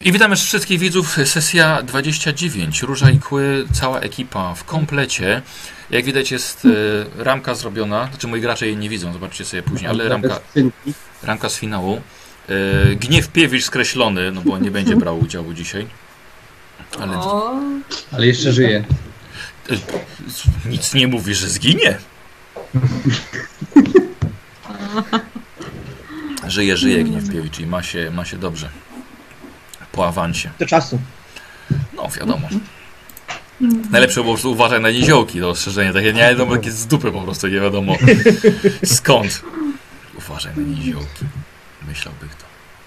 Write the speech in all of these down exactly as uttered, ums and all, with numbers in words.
I witamy wszystkich widzów. Sesja dwadzieścia dziewięć. Róża i Kły, cała ekipa w komplecie. Jak widać jest e, ramka zrobiona. Znaczy moi gracze jej nie widzą, zobaczcie sobie później, ale ramka, ramka z finału. E, Gniew Piewicz skreślony, no bo nie będzie brał udziału dzisiaj. Ale, ale jeszcze żyje. E, nic nie mówi, że zginie. Żyje, żyje Gniew Piewicz i ma się, ma się dobrze. Po awansie. Do czasu. No, wiadomo. Najlepsze było po prostu uważać na niziołki, to ostrzeżenie. Takie nie wiadomo, takie z dupy po prostu, nie wiadomo skąd. Uważaj na niziołki. Myślałby kto.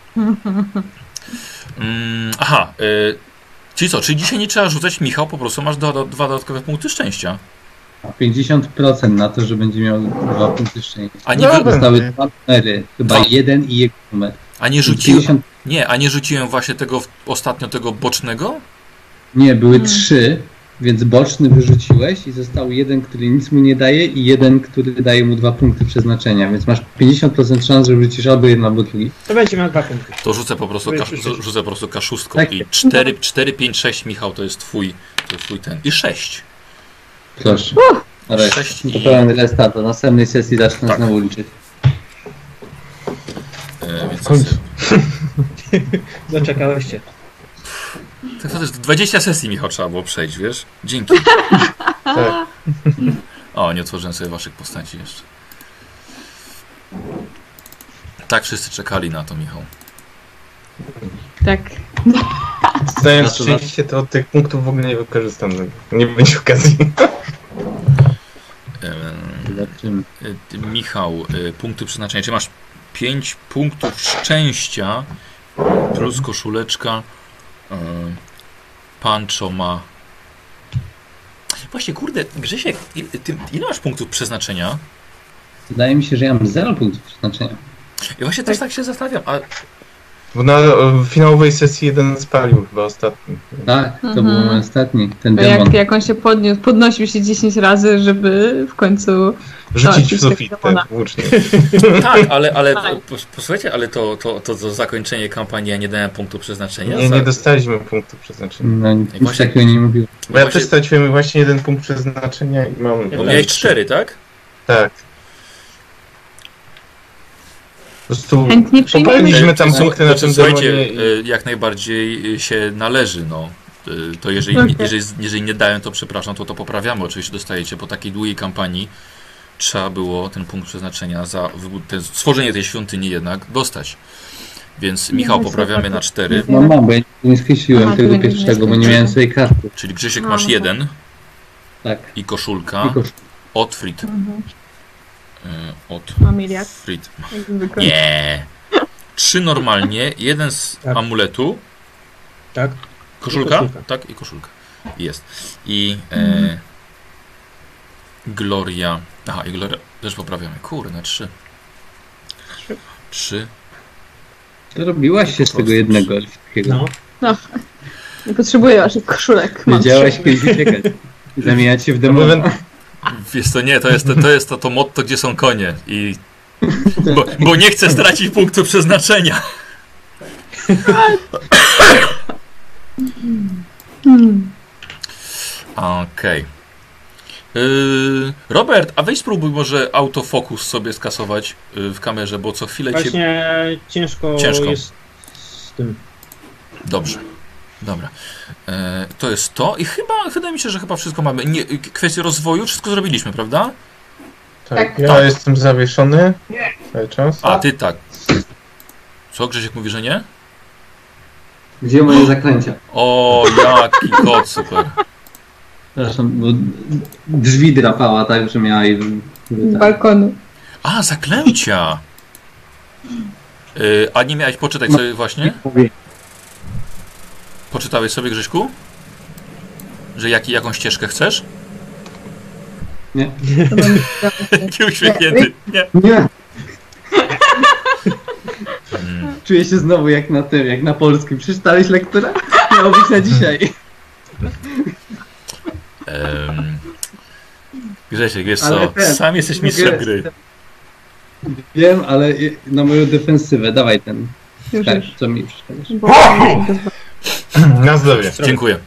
Mm, aha. Y, czyli co, czy dzisiaj nie trzeba rzucać, Michał? Po prostu masz do, do, dwa dodatkowe punkty szczęścia. pięćdziesiąt procent na to, że będzie miał dwa punkty szczęścia. A nie no, zostały dwa numery. Chyba dwa. jeden i jego numer. A nie rzuciłem... pięćdziesiąt... Nie, a nie rzuciłem właśnie tego ostatnio tego bocznego? Nie, były hmm. trzy, więc boczny wyrzuciłeś i został jeden, który nic mu nie daje i jeden, który daje mu dwa punkty przeznaczenia, więc masz pięćdziesiąt procent szans, że wrzucisz albo jeden, albo drugi. To będzie miał dwa punkty. To rzucę po prostu, kasz, rzucę po prostu kaszustką tak. I cztery, pięć, sześć, Michał, to jest twój, to jest twój ten. I sześć. Proszę. Uh, sześć i... To pełen restart, do następnej sesji zacznę tak. znowu liczyć. E, więc Doczekałeś się. To, to też dwadzieścia sesji, Michał, trzeba było przejść, wiesz? Dzięki. Tak. O, nie otworzyłem sobie waszych postaci jeszcze. Tak, wszyscy czekali na to, Michał. Tak. Zdając szczęście, to od tych punktów w ogóle nie wykorzystam. Nie będzie okazji. E, Michał, e, punkty przeznaczenia. Czy masz pięć punktów szczęścia plus koszuleczka? Yy, Pancho ma... Właśnie, kurde, Grzesiek, ile, ty, ile masz punktów przeznaczenia? Wydaje mi się, że ja mam zero punktów przeznaczenia. I właśnie też tak się zastanawiam, a... Bo na finałowej sesji jeden spalił chyba ostatni. Tak, to mhm. był mój ostatni, ten demon. Jak, jak on się podniósł, podnosił się dziesięć razy, żeby w końcu... Rzucić w sufit włócznie. Tak, ale, ale tak. Posłuchajcie, ale to, to, to, to zakończenie kampanii ja nie dałem punktu przeznaczenia. Nie, nie dostaliśmy punktu przeznaczenia. No, nic właśnie, takiego nie mówiłem. Bo ja właśnie... też straciłem właśnie jeden punkt przeznaczenia i mam... Bo miałeś cztery, tak? Tak. Po prostu chętnie popełniliśmy tam punkty na tym Słuchajcie, i... jak najbardziej się należy, no. To jeżeli, okay. jeżeli, jeżeli nie dają, to przepraszam, to to poprawiamy. Oczywiście dostajecie po takiej długiej kampanii. Trzeba było ten punkt przeznaczenia za te, stworzenie tej świątyni jednak dostać. Więc Michał poprawiamy na cztery. No mam, bo ja nie skreśliłem tego pierwszego, bo nie miałem swojej karty. Czyli Grzesiek masz jeden. Tak. I koszulka. I kosz... Otfrid. Mhm. Od Mamiliak. Frit. Nie. Trzy normalnie, jeden z tak. amuletu. Tak. Koszulka? koszulka? Tak, i koszulka. Jest. I e, Gloria. Aha, i Gloria też poprawiamy. Kurde, na trzy. Trzy. To robiłaś się z tego jednego. No. no. Nie potrzebuję waszych koszulek. Wiedziałaś kiedyś uciekać. Zamieniać się w demona. Wiesz to nie, to jest to, to, jest to, to motto, gdzie są konie. I bo, bo nie chcę stracić punktu przeznaczenia. Okej. Okay. Yy, Robert, a weź spróbuj może autofokus sobie skasować yy, w kamerze, bo co chwilę Właśnie cię... ciężko, ciężko jest z tym. Dobrze. Dobra. E, to jest to i chyba, wydaje mi się, że chyba wszystko mamy. Nie, kwestię rozwoju, wszystko zrobiliśmy, prawda? Tak, tak. Ja tak. jestem zawieszony cały czas. A ty tak. Co, Grzesiek mówi, że nie? Gdzie moje zaklęcia? O, jaki kot, super. Przepraszam, bo drzwi drapała, tak, że miała i... Z balkonu. A, zaklęcia! Yy, a nie miałeś poczytać sobie właśnie? Poczytałeś sobie, Grześku? Że jaki, jaką ścieżkę chcesz? Nie. Jaki uśmiechnięty. Nie. Nie. Hmm. Czuję się znowu jak na tym, jak na polskim. Przeczytałeś lekturę? Miało być na dzisiaj. Um, Grzesiek, wiesz co, ten, sam jesteś mistrzem gry. Wiem, ale na moją defensywę, dawaj ten. Tak, co mi przeszkadzasz. Na zdrowie. Dziękuję.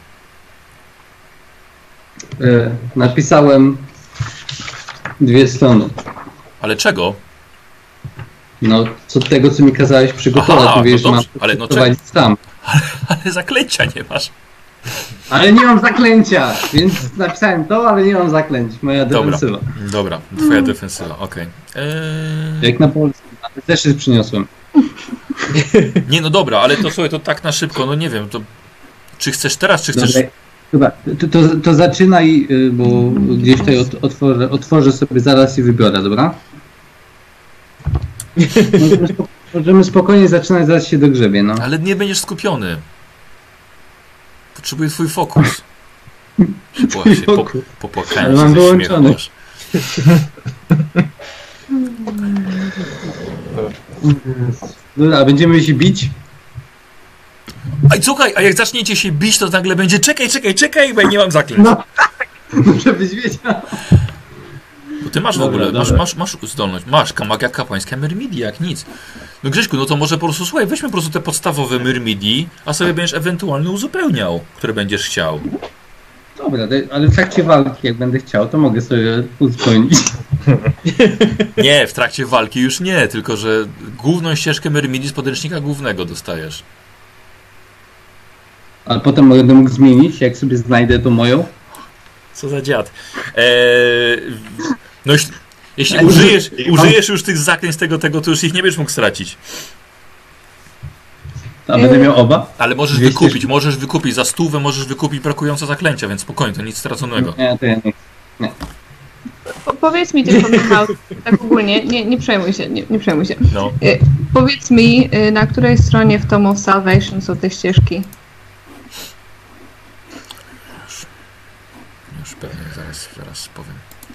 E, napisałem dwie strony. Ale czego? No, co tego, co mi kazałeś przygotować, Aha, mówisz, no że mam dobrze, ale no prowadzić sam. Ale zaklęcia nie masz. Ale nie mam zaklęcia, więc napisałem to, ale nie mam zaklęć. Moja Dobra, defensywa. dobra, twoja defensywa, okej. Okay. Eee... Jak na polsku, ale też przyniosłem. Nie, no dobra, ale to słuchaj, to tak na szybko, no nie wiem, to czy chcesz teraz, czy chcesz... Dobra, chyba, to, to, to zaczynaj, bo gdzieś tutaj ot, otworzę, otworzę sobie zaraz i wybiorę, dobra? Możemy, spoko możemy spokojnie zaczynać, zaraz się dogrzebie, no. Ale nie będziesz skupiony. Potrzebuję twój fokus. Się, się po, popłakałem ale mam wyłączony. Dobra, a będziemy się bić? Aj, słuchaj, a jak zaczniecie się bić, to nagle będzie czekaj, czekaj, czekaj, bo ja nie mam zaklęć. No, żebyś wiedział. Bo ty masz w ogóle, masz, masz, masz zdolność, masz magia kapłańska Myrmidii, jak nic. No Grześku, no to może po prostu, słuchaj, weźmy po prostu te podstawowe Myrmidii, a sobie będziesz ewentualnie uzupełniał, które będziesz chciał. Dobra, ale w trakcie walki, jak będę chciał, to mogę sobie uzupełnić. Nie, w trakcie walki już nie, tylko że główną ścieżkę Myrmidii z podręcznika głównego dostajesz. Ale potem będę mógł zmienić, jak sobie znajdę to moją. Co za dziad. Eee, no jeśli, jeśli użyjesz, użyjesz już tych zaklęć tego, tego, to już ich nie będziesz mógł stracić. A będę miał oba? Ale możesz Dwie wykupić, ścieżki. możesz wykupić za stówę, możesz wykupić brakujące zaklęcia, więc spokojnie, to nic straconego. Nie, to ja nie. nie. Po, powiedz mi tylko, Michał, tak ogólnie, nie, nie przejmuj się, nie, nie przejmuj się. No. Y, powiedz mi, y, na której stronie w Tome of Salvation są te ścieżki? Już, już pewnie zaraz, zaraz powiem.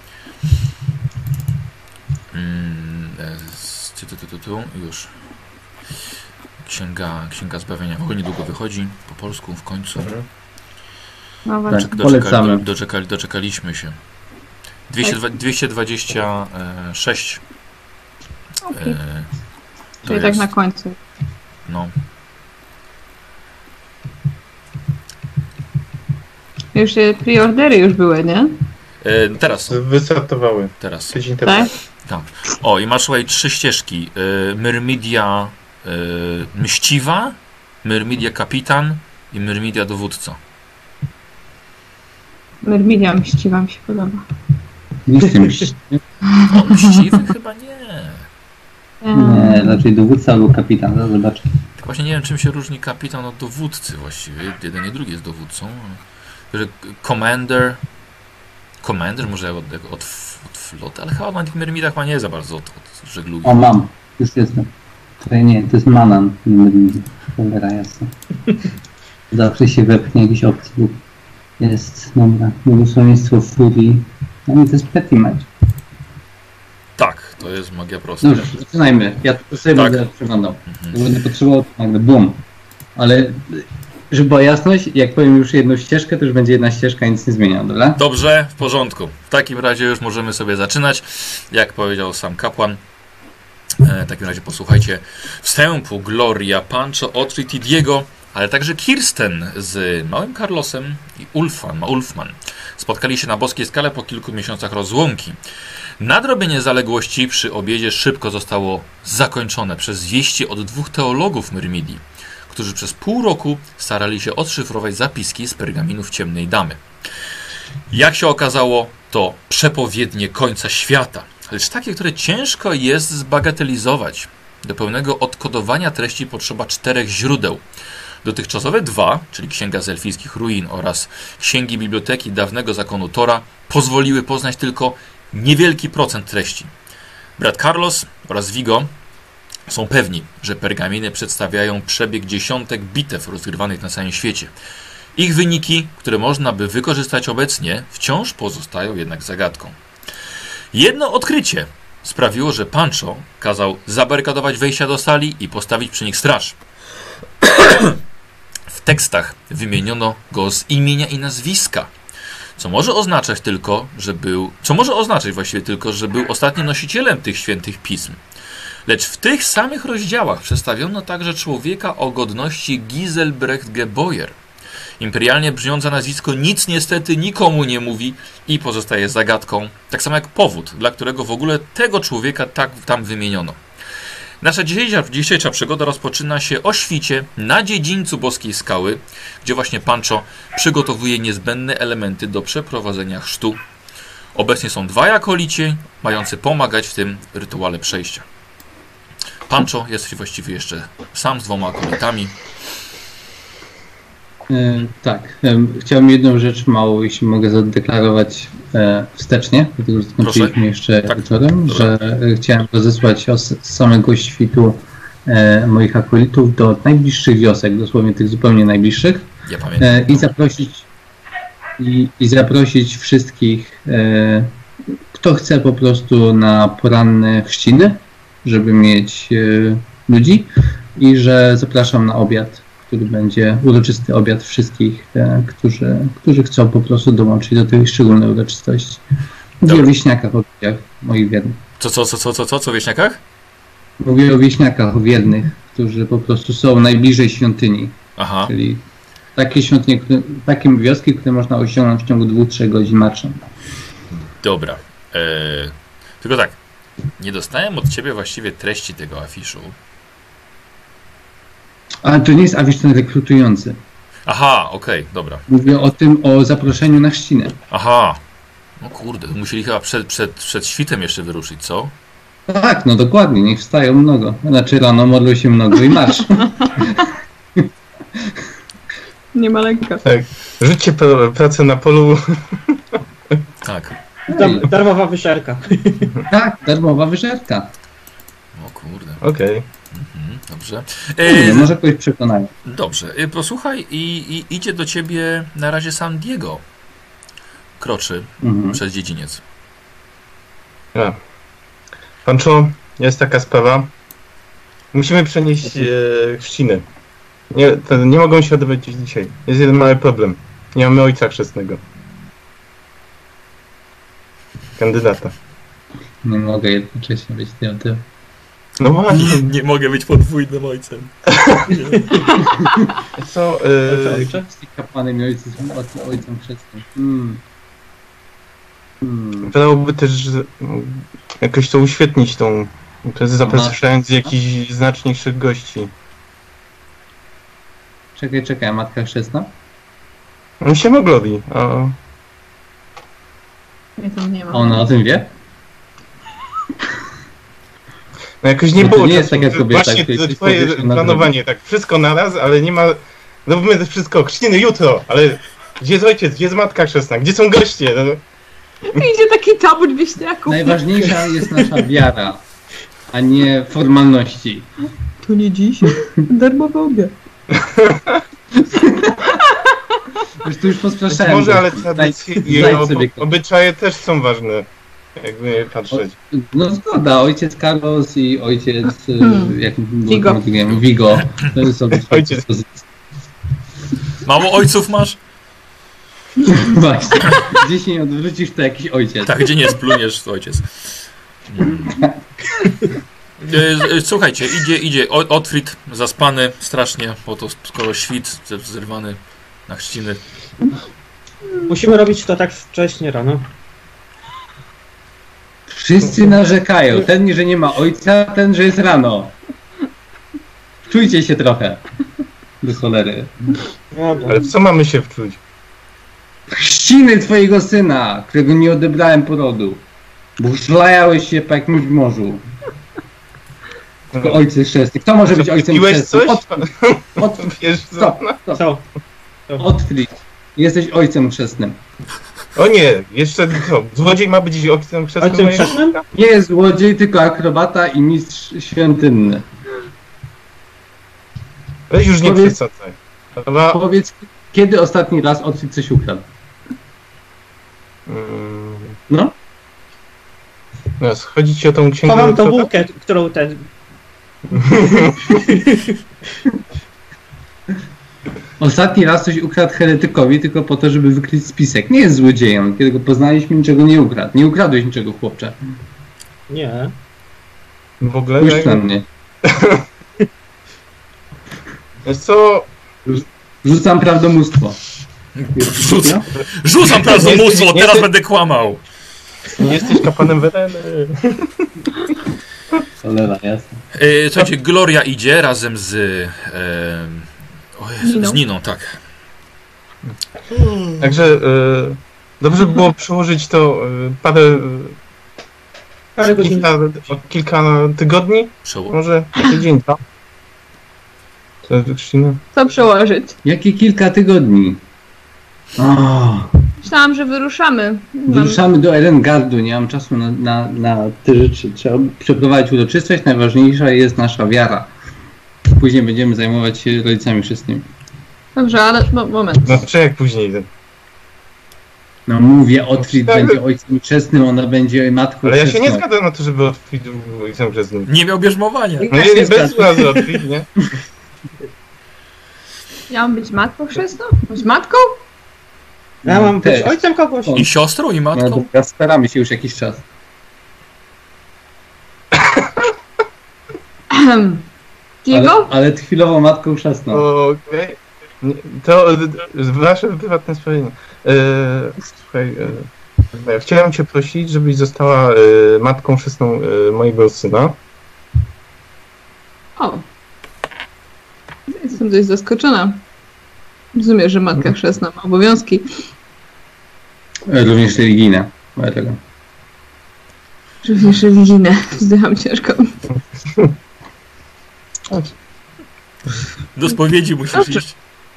Mm, e, z- tu, tu, tu, tu, tu, już. Księga, Księga Zbawienia w ogóle niedługo wychodzi, po polsku w końcu. No właśnie. Tak. Doczekali, Polecamy. do, doczekali, doczekaliśmy się. dwieście, dwieście dwadzieścia sześć. Okay. E, to Czyli tak jest, na końcu. no, Już y, preordery już były, nie? e, teraz, Wystartowały. teraz. Tydzień temu. Tak? Tak. O, i masz słuchaj trzy ścieżki. E, Myrmidia e, Mściwa, Myrmidia Kapitan i Myrmidia Dowódca. Myrmidia mściwa mi się podoba. Nic nie myślisz. O, Mściwy chyba nie. Nie, raczej dowódca albo kapitan, zaraz zobaczę. Tak właśnie nie wiem, czym się różni kapitan od dowódcy właściwie. Jeden i drugi jest dowódcą. Że Commander... Commander może od, od, od floty, ale chyba na tych Myrmidach ma nie za bardzo od, od żeglugi. O, mam. Już jestem. Tutaj nie, to jest Manan. Cholera jasna. Zawsze się wepchnie jakiś obcy lub jest, dobra, błogosławieństwo Furii. No i to jest Petty Match. Tak, to jest magia prosta. Dobrze, zaczynajmy. Ja to sobie Tak. będę przeglądał. Mhm. Jak będę potrzebował, to nagle bum. Ale żeby była jasność, jak powiem już jedną ścieżkę, to już będzie jedna ścieżka i nic nie zmienia, dobra? Dobrze, w porządku. W takim razie już możemy sobie zaczynać. Jak powiedział sam kapłan. E, w takim razie posłuchajcie wstępu Gloria, Pancho, Otrit i Diego, ale także Kirsten z małym Carlosem i Ulfman, Ulfman. Spotkali się na boskiej skale po kilku miesiącach rozłąki. Nadrobienie zaległości przy obiedzie szybko zostało zakończone przez wieści od dwóch teologów Myrmidii, którzy przez pół roku starali się odszyfrować zapiski z pergaminów Ciemnej Damy. Jak się okazało, to przepowiednie końca świata, lecz takie, które ciężko jest zbagatelizować. Do pełnego odkodowania treści potrzeba czterech źródeł. Dotychczasowe dwa, czyli Księga z Elfijskich Ruin oraz Księgi Biblioteki Dawnego Zakonu Tora, pozwoliły poznać tylko niewielki procent treści. Brat Carlos oraz Vigo są pewni, że pergaminy przedstawiają przebieg dziesiątek bitew rozgrywanych na całym świecie. Ich wyniki, które można by wykorzystać obecnie, wciąż pozostają jednak zagadką. Jedno odkrycie sprawiło, że Pancho kazał zabarykadować wejścia do sali i postawić przy nich straż. W tekstach wymieniono go z imienia i nazwiska, co może oznaczać tylko, że był, co może oznaczać właściwie tylko, że był ostatnim nosicielem tych świętych pism. Lecz w tych samych rozdziałach przedstawiono także człowieka o godności Giselbrecht Geboyer, Imperialnie brzmiące nazwisko nic niestety nikomu nie mówi i pozostaje zagadką, tak samo jak powód, dla którego w ogóle tego człowieka tak tam wymieniono. Nasza dzisiejsza, dzisiejsza przygoda rozpoczyna się o świcie na dziedzińcu Boskiej Skały, gdzie właśnie Pancho przygotowuje niezbędne elementy do przeprowadzenia chrztu. Obecnie są dwaj akolici, mający pomagać w tym rytuale przejścia. Pancho, jesteś właściwie jeszcze sam z dwoma akolitami. E, tak, e, chciałbym jedną rzecz małą, jeśli mogę zadeklarować e, wstecznie, dlatego że skończyliśmy jeszcze tak. wieczorem, Dobra. że e, chciałem rozesłać os- z samego świtu e, moich akolitów do najbliższych wiosek, dosłownie tych zupełnie najbliższych, Ja pamiętam. e, i zaprosić i, i zaprosić wszystkich, e, kto chce po prostu na poranne chrzciny, żeby mieć e, ludzi, i że zapraszam na obiad, który będzie uroczysty obiad wszystkich, e, którzy, którzy chcą po prostu dołączyć do tej szczególnej uroczystości. Mówię Dobra. o wieśniakach, o ludziach moich wiernych. Co, co, co, co, co, co, co, wieśniakach? Mówię o wieśniakach, o wiernych, którzy po prostu są najbliżej świątyni, Aha, czyli takie świątynie, które, takie wioski, które można osiągnąć w ciągu dwóch trzech godzin marszem. dobra. Eee, tylko tak, nie dostałem od ciebie właściwie treści tego afiszu. Ale to nie jest awisz ten rekrutujący. Aha, okej, dobra. Mówię o tym, o zaproszeniu na chrzcinę. Aha. No kurde, musieli chyba przed, przed, przed świtem jeszcze wyruszyć, co? Tak, no dokładnie, niech wstają mnogo. Znaczy rano modlą się mnogo i marsz. Nie ma lekka. Tak. Rzućcie pr- pracę na polu. Tak. Dar- darmowa wyszerka. Tak, darmowa wyżerka. O kurde. Okej. Mhm, dobrze. Nie, E, może kogoś przekonają. dobrze, e, posłuchaj, i, i idzie do ciebie na razie San Diego. Kroczy Mhm. przez dziedziniec. Ja. Pancho, jest taka sprawa. Musimy przenieść e, chrzciny. Nie, to nie mogą się odbyć dzisiaj. Jest jeden mały problem. Nie mamy ojca chrzestnego. Kandydata. Nie mogę jednocześnie być tym tym. No właśnie. nie mogę być podwójnym ojcem. Co? Co, E, ojcze? Z kapłanem i ojcem, ojcem, ojcem chrzestnym. Hmm. Hmm. Wydałoby też że, no, jakoś to uświetnić tą. To jest zapraszając jakichś znaczniejszych gości. Czekaj, czekaj, a matka chrzestna? On się mogli, a Ja tam nie ma. Ona o tym wie? no jakoś nie No to było nie jest czasu. taka kobieta, Właśnie której to coś twoje powiesz, ona planowanie, tak wszystko naraz, ale nie ma. Robimy wszystko, chrzciny jutro, ale gdzie jest ojciec, gdzie jest matka chrzestna, gdzie są goście? No, Idzie taki tabut wieśniaków. Najważniejsza jest nasza wiara, a nie formalności. To nie dziś. Darmowy obiad. Już tu już być pospraszałem. może, ale Daj- tradycje i daj ob sobie- obyczaje też są ważne, jakby nie patrzeć. No zgoda, ojciec Carlos i ojciec, y, Hmm. jak Vigo. mówiłem, Vigo. To są Ojciec. Mało ojców masz? Właśnie. Gdzie się nie odwrócisz, to jakiś ojciec. Tak, gdzie nie spluniesz, to ojciec. Mm. E, e, Słuchajcie, idzie, idzie O- Otfrid zaspany strasznie, bo to skoro świt ze- zerwany na chrzciny. Musimy robić to tak wcześnie rano. Wszyscy narzekają. Ten, że nie ma ojca, ten, że jest rano. Czujcie się trochę. Do cholery. Dobra. Ale w co mamy się wczuć? Chrzciny twojego syna, którego nie odebrałem porodu. Bo szlajałeś się po jakimś morzu. Tylko ojciec chrzestny. Kto może być ojcem Piłeś chrzestnym? coś? Od, od, Wiesz co? stop, stop. Co? Otwórz. Jesteś ojcem chrzestnym. O nie, jeszcze co? Złodziej ma być ojcem chrzestnym? Ojcem mojego chrzestnym? syna? Nie jest złodziej, tylko akrobata i mistrz świątynny. Weź już nie Powiedz- przesadzaj. Dobra. Powiedz, kiedy ostatni raz Otwórz coś ukradł? Mm, No? Teraz chodzi ci o tą księgę. Chowam tą receptę? bułkę, którą ten... Ostatni raz coś ukradł heretykowi tylko po to, żeby wykryć spisek. Nie jest złodziejem. Kiedy go poznaliśmy, niczego nie ukradł. Nie ukradłeś niczego, chłopcze. Nie. W ogóle. Spójrz jak- na mnie. Wiesz co? Rzucam prawdomóstwo. Rzuc, rzucam teraz do mózgu, nie teraz ty- będę kłamał. Nie jesteś kapłanem Wereny. Cholera, jasne. E, słuchajcie, Gloria idzie razem z... E, o Jezu, Niną. z Niną, tak. Także e, dobrze by było przełożyć to e, parę... Parę godzin. Kilka, o kilka tygodni? Przeło- Może tydzień, tak? To jest Chrzciny? Co przełożyć? Jakie kilka tygodni? O, Myślałam, że wyruszamy. Mam... wyruszamy do Erengardu, nie mam czasu na, na, na te rzeczy. Trzeba przeprowadzić uroczystość, najważniejsza jest nasza wiara. Później będziemy zajmować się rodzicami wszystkimi. Dobrze, ale mo moment. No czy jak później? No mówię, Otfrid będzie ojcem chrzestnym, ona będzie matką Ale ja się nie chrzestną. zgadzam na to, żeby Otfrid był ojcem chrzestnym. Nie miał bierzmowania. No nie, nie bez urazy Otfrid, nie? Ja mam być matką chrzestną? Być matką? Ja mam być Też. ojcem kogoś. I siostrą, i No matką. dobra, staramy się już jakiś czas. Ahem. Ale, Diego? ale chwilowo matką chrzestną. Okej. Nie, To e, wasze prywatne sprawy. E, słuchaj, e, ja chciałem cię prosić, żebyś została e, matką chrzestną e, mojego syna. O. Jestem dość zaskoczona. Rozumiem, że matka chrzestna ma obowiązki. Również religijne. Dlatego. Również religijne. Wzdycham ciężko. Do spowiedzi musisz iść.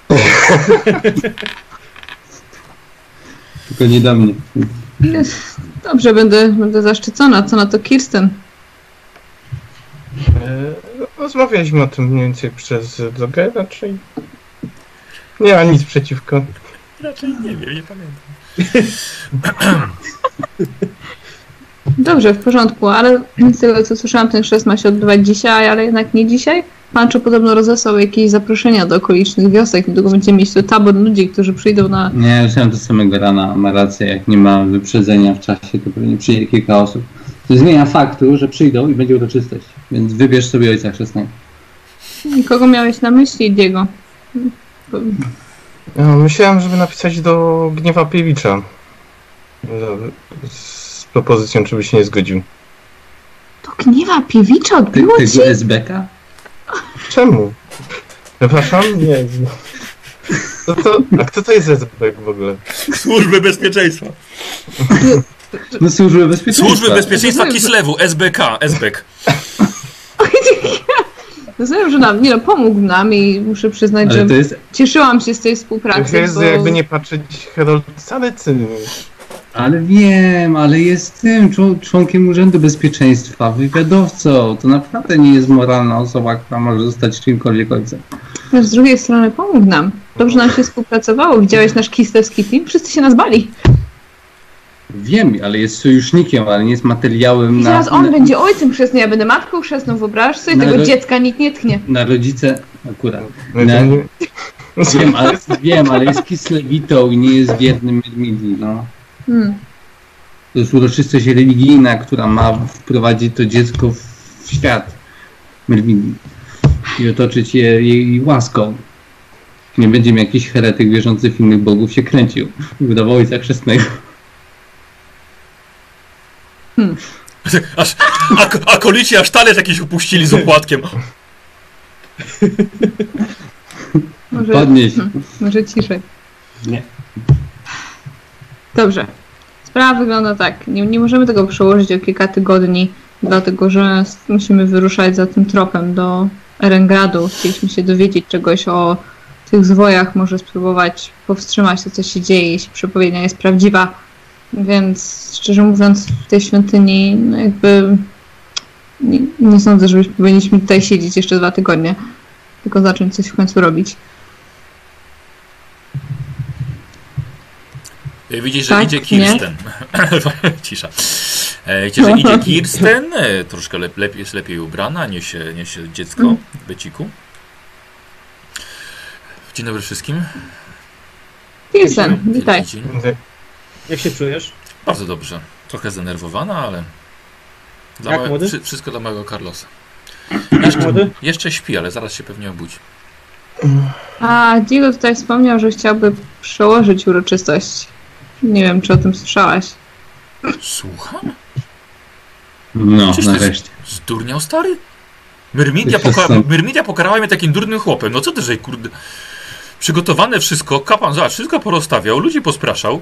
Tylko nie do mnie. Dobrze, będę, będę zaszczycona. Co na to Kirsten? E, rozmawialiśmy o tym mniej więcej przez drogę, raczej nie ma nic przeciwko. Raczej nie wiem, nie pamiętam. Dobrze, w porządku, ale z tego co słyszałam, ten chrzest ma się odbywać dzisiaj, ale jednak nie dzisiaj. Pancho podobno rozesłał jakieś zaproszenia do okolicznych wiosek. Niedługo będziemy mieć tu tabor ludzi, którzy przyjdą na... Nie, myślałem do samego rana, ma rację, jak nie ma wyprzedzenia w czasie, to pewnie przyjdzie kilka osób. To zmienia faktu, że przyjdą i będzie uroczystość. Więc wybierz sobie ojca chrzestnego. Kogo miałeś na myśli, Diego? No, myślałem, żeby napisać do Gniewa Piewicza e, z propozycją, czy by się nie zgodził. To Gniewa Piewicza Ty, odbyło ci? tego S B K? Czemu? Przepraszam? Nie. Co to, a kto to jest S B K w ogóle? Służby bezpieczeństwa. No służby bezpieczeństwa. Służby bezpieczeństwa Kislewu, S B K, S B K. Rozumiem, że nam, nie no, pomógł nam i muszę przyznać, Ale że to jest, cieszyłam się z tej współpracy, To jest bo... jakby nie patrzeć Herold Salecy. ale wiem, ale jest tym czł- członkiem Urzędu Bezpieczeństwa, wywiadowcą. To naprawdę nie jest moralna osoba, która może zostać czymkolwiek ojcem. Też z drugiej strony pomógł nam. Dobrze nam się współpracowało. Widziałeś nasz kistewski team? Wszyscy się nas bali. Wiem, ale jest sojusznikiem, ale nie jest materiałem I na, teraz on na, będzie ojcem chrzestnym, ja będę matką chrzestną. Wyobraź sobie, No, tego ale- dziecka nikt nie tknie. na rodzice akurat. No, Nie. to nie, Wiem, ale, wiem, ale jest kislewitą i nie jest wiernym Myrmidii, no. Hmm. To jest uroczystość religijna, która ma wprowadzić to dziecko w świat Myrmidii i otoczyć je jej łaską. Nie będzie mi jakiś heretyk wierzący w innych bogów się kręcił i udawał ojca chrzestnego. Aż, a, a kolici aż talerz jakiś upuścili z opłatkiem. Może, Podnieś. hmm, może ciszej. Nie. Dobrze. Sprawa wygląda tak. Nie, nie możemy tego przełożyć o kilka tygodni, dlatego że musimy wyruszać za tym tropem do Erengradu. Chcieliśmy się dowiedzieć czegoś o tych zwojach, może spróbować powstrzymać to, co się dzieje, jeśli przepowiednia jest prawdziwa. Więc szczerze mówiąc, w tej świątyni no jakby nie, nie sądzę, że powinniśmy tutaj siedzieć jeszcze dwa tygodnie, tylko zacząć coś w końcu robić. Widzisz, że Tak, idzie nie? Kirsten. Cisza. E, Widzicie, że idzie Kirsten, e, troszkę lep, lep, jest lepiej ubrana, niesie, niesie dziecko Mm. w beciku. Dzień dobry wszystkim. Kirsten, witaj. Dzień. Jak się czujesz? Bardzo dobrze. Trochę zdenerwowana, ale dla Jak małe- młody? wszy- wszystko dla małego Carlosa. Jak młody? Jeszcze śpi, ale zaraz się pewnie obudzi. A Diego tutaj wspomniał, że chciałby przełożyć uroczystość. Nie wiem, czy o tym słyszałaś. Słucham? No, Czyś ty nareszcie. zdurniał, stary? Myrmidia, Wszyscy poka są. Myrmidia pokarała mnie takim durnym chłopem. No co ty, że kurde... Przygotowane wszystko, kapłan, zobacz, wszystko porozstawiał, ludzi pospraszał.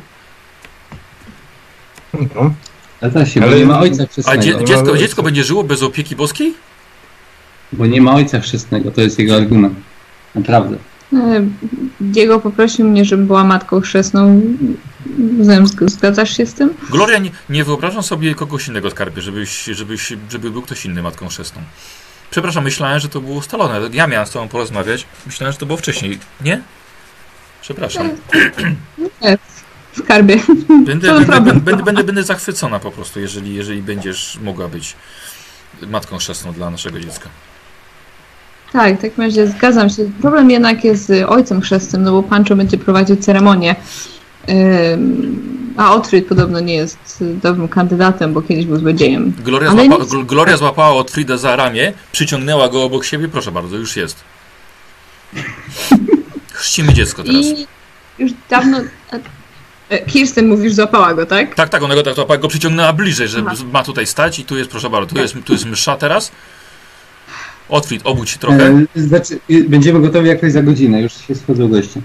No. Zgadza się, Ale- bo nie ma ojca A chrzestnego. dzie nie ma dziecko, ojca. dziecko będzie żyło bez opieki boskiej? Bo nie ma ojca chrzestnego, to jest jego argument. Naprawdę. E, Diego poprosił mnie, żebym była matką chrzestną. Zem, zgadzasz się z tym? Gloria, nie, nie wyobrażam sobie kogoś innego, skarbie, żebyś, żebyś, żeby był ktoś inny matką chrzestną. Przepraszam, myślałem, że to było ustalone. Ja miałem z tobą porozmawiać. Myślałem, że to było wcześniej. Nie? Przepraszam. Nie, w skarbie. Będę, To będę, prawda. będę, będę, będę, będę zachwycona po prostu, jeżeli, jeżeli będziesz mogła być matką chrzestną dla naszego dziecka. Tak, w takim razie zgadzam się. Problem jednak jest z ojcem chrzestnym, no bo Pancho będzie prowadził ceremonię. Ym, a Otfrid podobno nie jest dobrym kandydatem, bo kiedyś był złodziejem. Gloria, Ale złapa, nic- Gl- Gloria złapała Otfrida za ramię, przyciągnęła go obok siebie. Proszę bardzo, już jest. Chrzcimy dziecko teraz. I już dawno... e, Kirsten, mówisz, złapała go, tak? Tak, tak, ona go tak złapała, go przyciągnęła bliżej, że Aha. ma tutaj stać i tu jest, proszę bardzo, tu jest, tu jest msza teraz. Otfrid, obudź się trochę. E, znaczy, y, będziemy gotowi jakoś za godzinę, już się schodzą goście.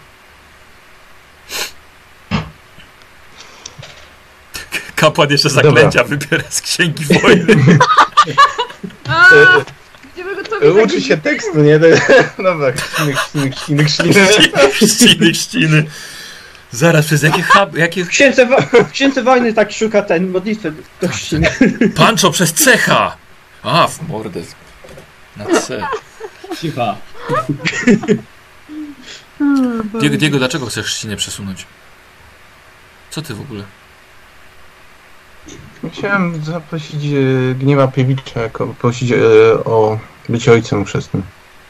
Kapłan jeszcze zaklęcia wybiera z księgi wojny. A, będziemy gotowi za Uczy się tekstu, nie? Dobra, chrzciny, chrzciny, chrzciny, chrzciny. Chrzciny, chrzciny. Zaraz, przez jakie hub, jakie... W księdze, wo- w księdze wojny tak szuka ten modlitwę do chrzciny. Pancho przez cecha! A, w mordę. Na C. Cicha. Diego, Diego, dlaczego chcesz chrzcinę przesunąć? Co ty w ogóle? Chciałem zaprosić e, Gniewa Piewicza, jako prosić e, o bycie ojcem chrzestnym.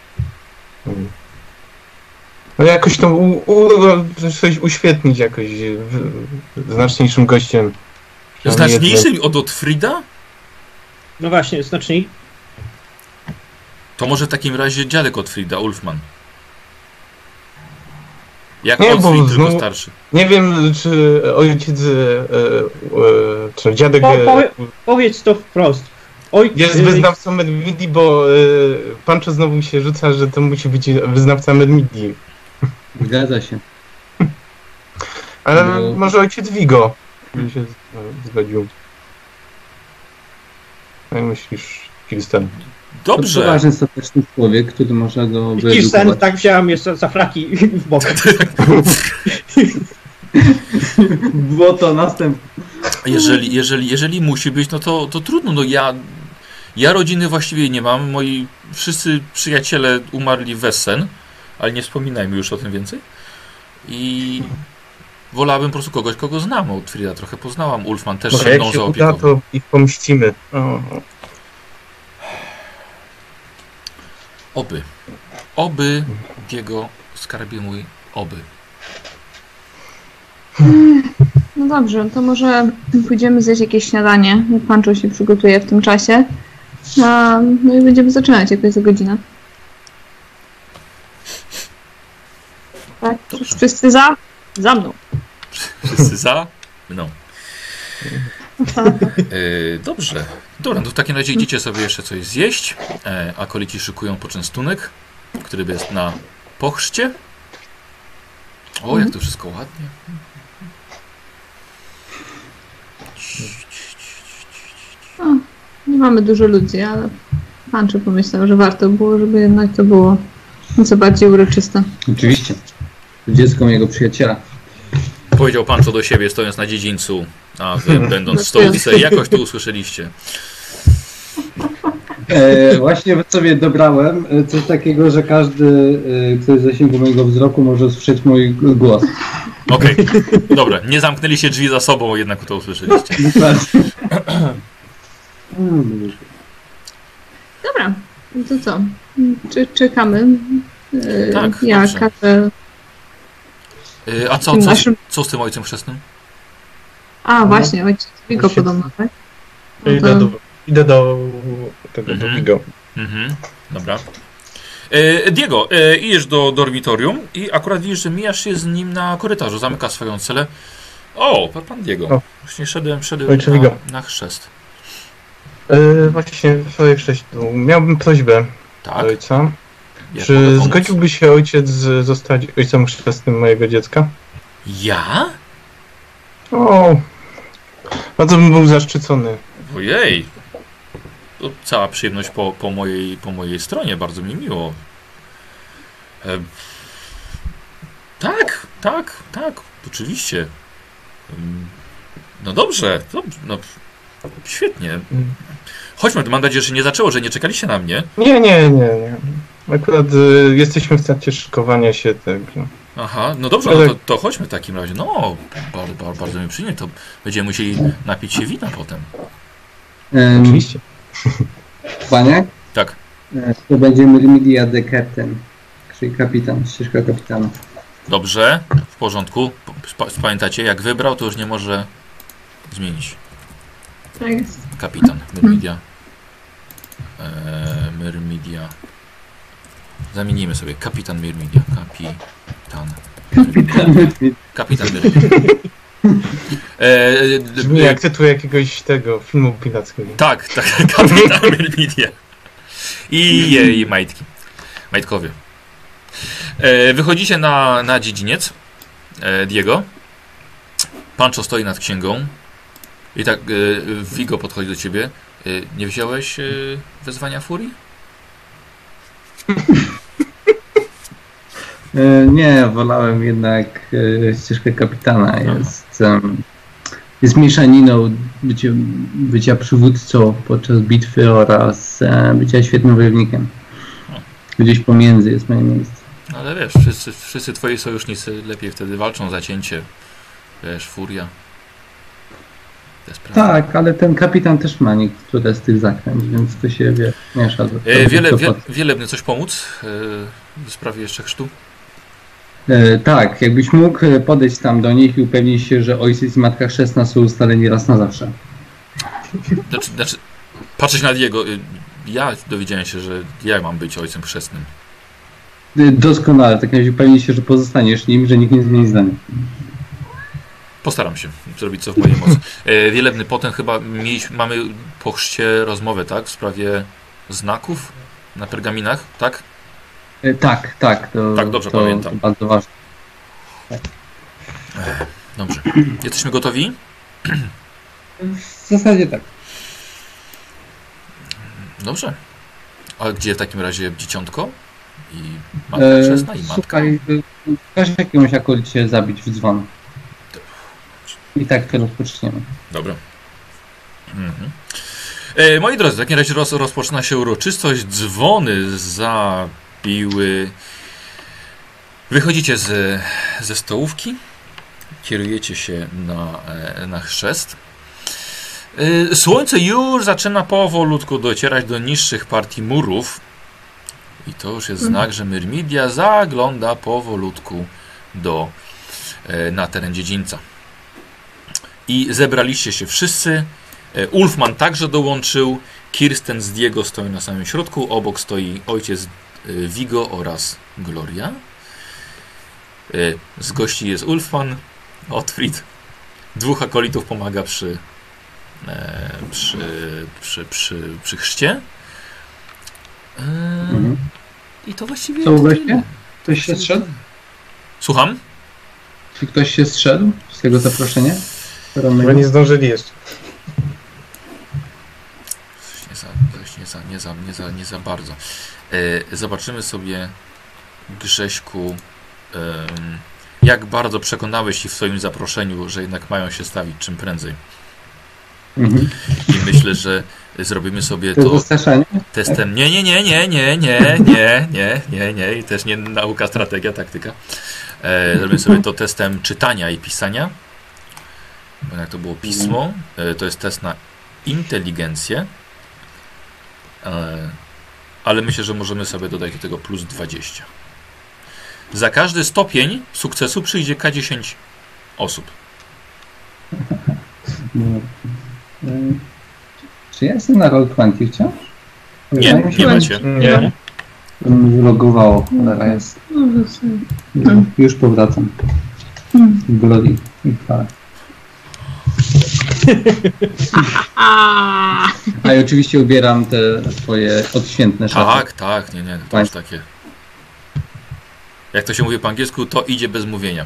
No jakoś to u, u, coś uświetnić jakoś e, w, znaczniejszym gościem. Znaczniejszym od Otfrida? No właśnie, znacznie. To może w takim razie dziadek Otfrida, Ulfman. Jak Nie, bo Otfrid, tylko znowu- starszy. Nie wiem, czy ojciec, e, e, czy dziadek Po, e, powie, powiedz to wprost. Oj, jest y, wyznawcą Medmidi, bo e, Pancho znowu mi się rzuca, że to musi być wyznawca Medmidi. Zgadza się. Ale No. może ojciec Vigo by się z- zgodził. Jak myślisz, Kirsten? To Dobrze. poważny, stateczny człowiek, który można go Kirsten, wyedukować. tak wziąłem jeszcze za flaki w bok. Było to następne. Jeżeli, jeżeli, jeżeli musi być, no to, to trudno. No ja, ja rodziny właściwie nie mam. Moi wszyscy przyjaciele umarli w Essen, ale nie wspominajmy już o tym więcej. I wolałabym po prostu kogoś, kogo znam. Otfrida trochę poznałam. Ulfman też Może się jak mną się uda, zaopiekował. to ich pomścimy. O, Oby. Oby, Diego, skarbie mój, oby. No dobrze, to może pójdziemy zjeść jakieś śniadanie, jak Pancho się przygotuje w tym czasie. A, no i będziemy zaczynać jakoś za godzinę. Tak? Dobrze. Wszyscy za? Za mną. Wszyscy za? No. E, dobrze. Dobra, to w takim razie idziecie sobie jeszcze coś zjeść. E, akolici szykują poczęstunek, który jest na pochrzcie. O, jak to wszystko ładnie. Nie mamy dużo ludzi, ale Pancho pomyślał, że warto było, żeby jednak to było nieco bardziej uroczyste. Oczywiście. Dziecko mojego przyjaciela. Powiedział Pancho do siebie, stojąc na dziedzińcu, a wy, będąc w stolicy, jakoś to usłyszeliście. E, właśnie sobie dobrałem e, coś takiego, że każdy, e, kto jest w zasięgu mojego wzroku, może usłyszeć mój głos. Okej, dobra, nie zamknęliście drzwi za sobą, jednak to usłyszeliście. Dokładnie. Dobra, no to co? Czy, czekamy? Yy, Tak, ja dobrze. każę E, a co, co, naszym... co z tym ojcem chrzestnym? A, właśnie, ojciec Vigo Ojciec- podobno, tak? No Idę to- do, idę do tego, do Mhm. Vigo. Mhm, dobra. E, Diego, e, idziesz do dormitorium i akurat widzisz, że mijasz się z nim na korytarzu, zamyka swoją celę. O, pan Diego. O. Właśnie szedłem, szedłem Ojcze na, Vigo. na chrzest. Yy, właśnie, swoje chrzest. Miałbym prośbę Tak. do ojca. Jak mogę Czy pomóc? zgodziłby się ojciec zostać ojcem chrzestnym mojego dziecka? Ja? O, bardzo bym był zaszczycony. Ojej. To cała przyjemność po, po, mojej, po mojej stronie, bardzo mi miło. E, tak, tak, tak, oczywiście. Ym, No dobrze, dobrze, no świetnie. Chodźmy, mam nadzieję, że się nie zaczęło, że nie czekaliście na mnie. Nie, nie, nie, nie. Akurat y, jesteśmy w trakcie szykowania się tego. Aha, no dobrze, Ale- no to, to chodźmy w takim razie. No, bardzo, bardzo, bardzo mi przyjemnie, to będziemy musieli napić się wina potem. Um, Oczywiście. Panie, Tak, e, to będzie Myrmidia de Captain, czyli kapitan, ścieżka kapitana. dobrze, w porządku. Spa- Pamiętacie, jak wybrał, to już nie może zmienić. Tak jest. Kapitan Myrmidia. Eee, Myrmidia. Zamienimy sobie. Kapitan Myrmidia. Kapitan. Kapitan Myrmidia. Kapitan Myrmidia. Eee, d- Brzmi jak tytuł jakiegoś tego filmu pirackiego. tak, tak. Kapitan Myrmidia. I jej majtki. Majtkowie. Eee, wychodzicie na, na dziedziniec. Eee, Diego. Pancho stoi nad księgą. I tak e, Vigo podchodzi do ciebie. E, nie wziąłeś e, wezwania furii? E, Nie, wolałem jednak e, ścieżkę kapitana. Jest, em, jest mieszaniną bycia, bycia przywódcą podczas bitwy oraz e, bycia świetnym wojownikiem. Gdzieś pomiędzy jest moje miejsce. Ale wiesz, wszyscy, wszyscy twoi sojusznicy lepiej wtedy walczą, zacięcie. Wiesz, furia. Te sprawy. Tak, ale ten kapitan też ma niektóre z tych zakręt, więc to się wie, miesza. do- E, do- wiele, do- wie, wielebny coś pomóc e, w sprawie jeszcze chrztu? E, tak, jakbyś mógł e, podejść tam do nich i upewnić się, że ojciec i matka chrzestna są ustaleni raz na zawsze. Znaczy, znaczy patrzeć na Diego. y, Ja dowiedziałem się, że ja mam być ojcem chrzestnym. E, Doskonale, tak jakbyś upewnić się, że pozostaniesz nim, że nikt nie zmieni zdania. Postaram się zrobić co w mojej mocy. E, wielebny, potem chyba mieliśmy, mamy po chrzcie rozmowę, tak? W sprawie znaków na pergaminach, tak? E, tak, tak, to, Tak, dobrze to, pamiętam. to bardzo ważne. Dobrze. Jesteśmy gotowi? W zasadzie tak. Dobrze. A gdzie w takim razie dzieciątko? I matka E, chrzestna i matka? słuchaj, e, każ jakiemuś akolicie zabić w dzwon. I tak to rozpoczniemy. Dobra. Mhm. E, moi drodzy, w takim razie roz, rozpoczyna się uroczystość. Dzwony zabiły. Wychodzicie z, ze stołówki. Kierujecie się na, e, na chrzest. E, słońce już zaczyna powolutku docierać do niższych partii murów. I to już jest znak, że Myrmidia zagląda powolutku do, e, na teren dziedzińca. I zebraliście się wszyscy. E, Ulfman także dołączył. Kirsten z Diego stoi na samym środku. Obok stoi ojciec e, Vigo oraz Gloria. E, z gości jest Ulfman, Otfrid. Dwóch akolitów pomaga przy, e, przy, przy, przy, przy chrzcie. E, Mhm. I to właściwie Co, tyle. goście? Ktoś się zszedł? Słucham? Czy ktoś się zszedł z tego zaproszenia? Chyba nie zdążyli jeszcze. Nie za, nie za, nie za, nie za, nie za bardzo. E, zobaczymy sobie, Grześku, em, jak bardzo przekonałeś ich w swoim zaproszeniu, że jednak mają się stawić czym prędzej. Mhm. I myślę, że zrobimy sobie To jest to zastraszanie? testem. Nie, nie, nie, nie, nie, nie, nie, nie, nie, nie. I też nie nauka, strategia, taktyka. E, zrobimy sobie to testem czytania i pisania. Bo jak to było pismo, e, to jest test na inteligencję. E, ale myślę, że możemy sobie dodać do tego plus dwadzieścia. Za każdy stopień sukcesu przyjdzie K dziesięć osób. No. E, Czy ja jestem na roll dwadzieścia wciąż? Nie, Wydaje mi się, nie że- macie. Nie. To mi wylogowało, cholera jest. No, wrócę. Już powracam. Hmm. Glori i chwale. A, A i oczywiście ubieram te swoje odświętne szaty. Tak, tak, nie, nie, to już takie. Jak to się mówi po angielsku, to idzie bez mówienia.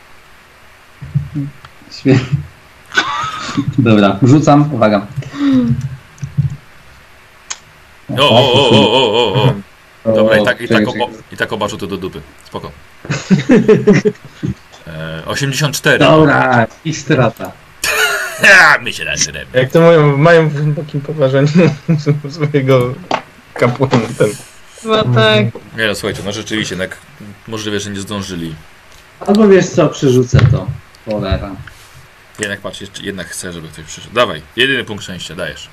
Świetnie. Dobra, rzucam, uwaga. O, o, o, o, o, o, o. Dobra, i tak, i, tak czekaj, oba, i tak obaczył to do dupy. Spoko. E, osiemdziesiąt cztery. Dobra, i strata. Ha, my się da średnio. Jak to mają, mają w głębokim poważaniu swojego kapłana ten. chyba tak. Nie no, słuchajcie, no rzeczywiście, jednak możliwe, że nie zdążyli. Albo wiesz co, przerzucę to. Cholera. Jednak patrz, jeszcze, jednak chcę, żeby ktoś przyszedł. Dawaj, jedyny punkt szczęścia, dajesz.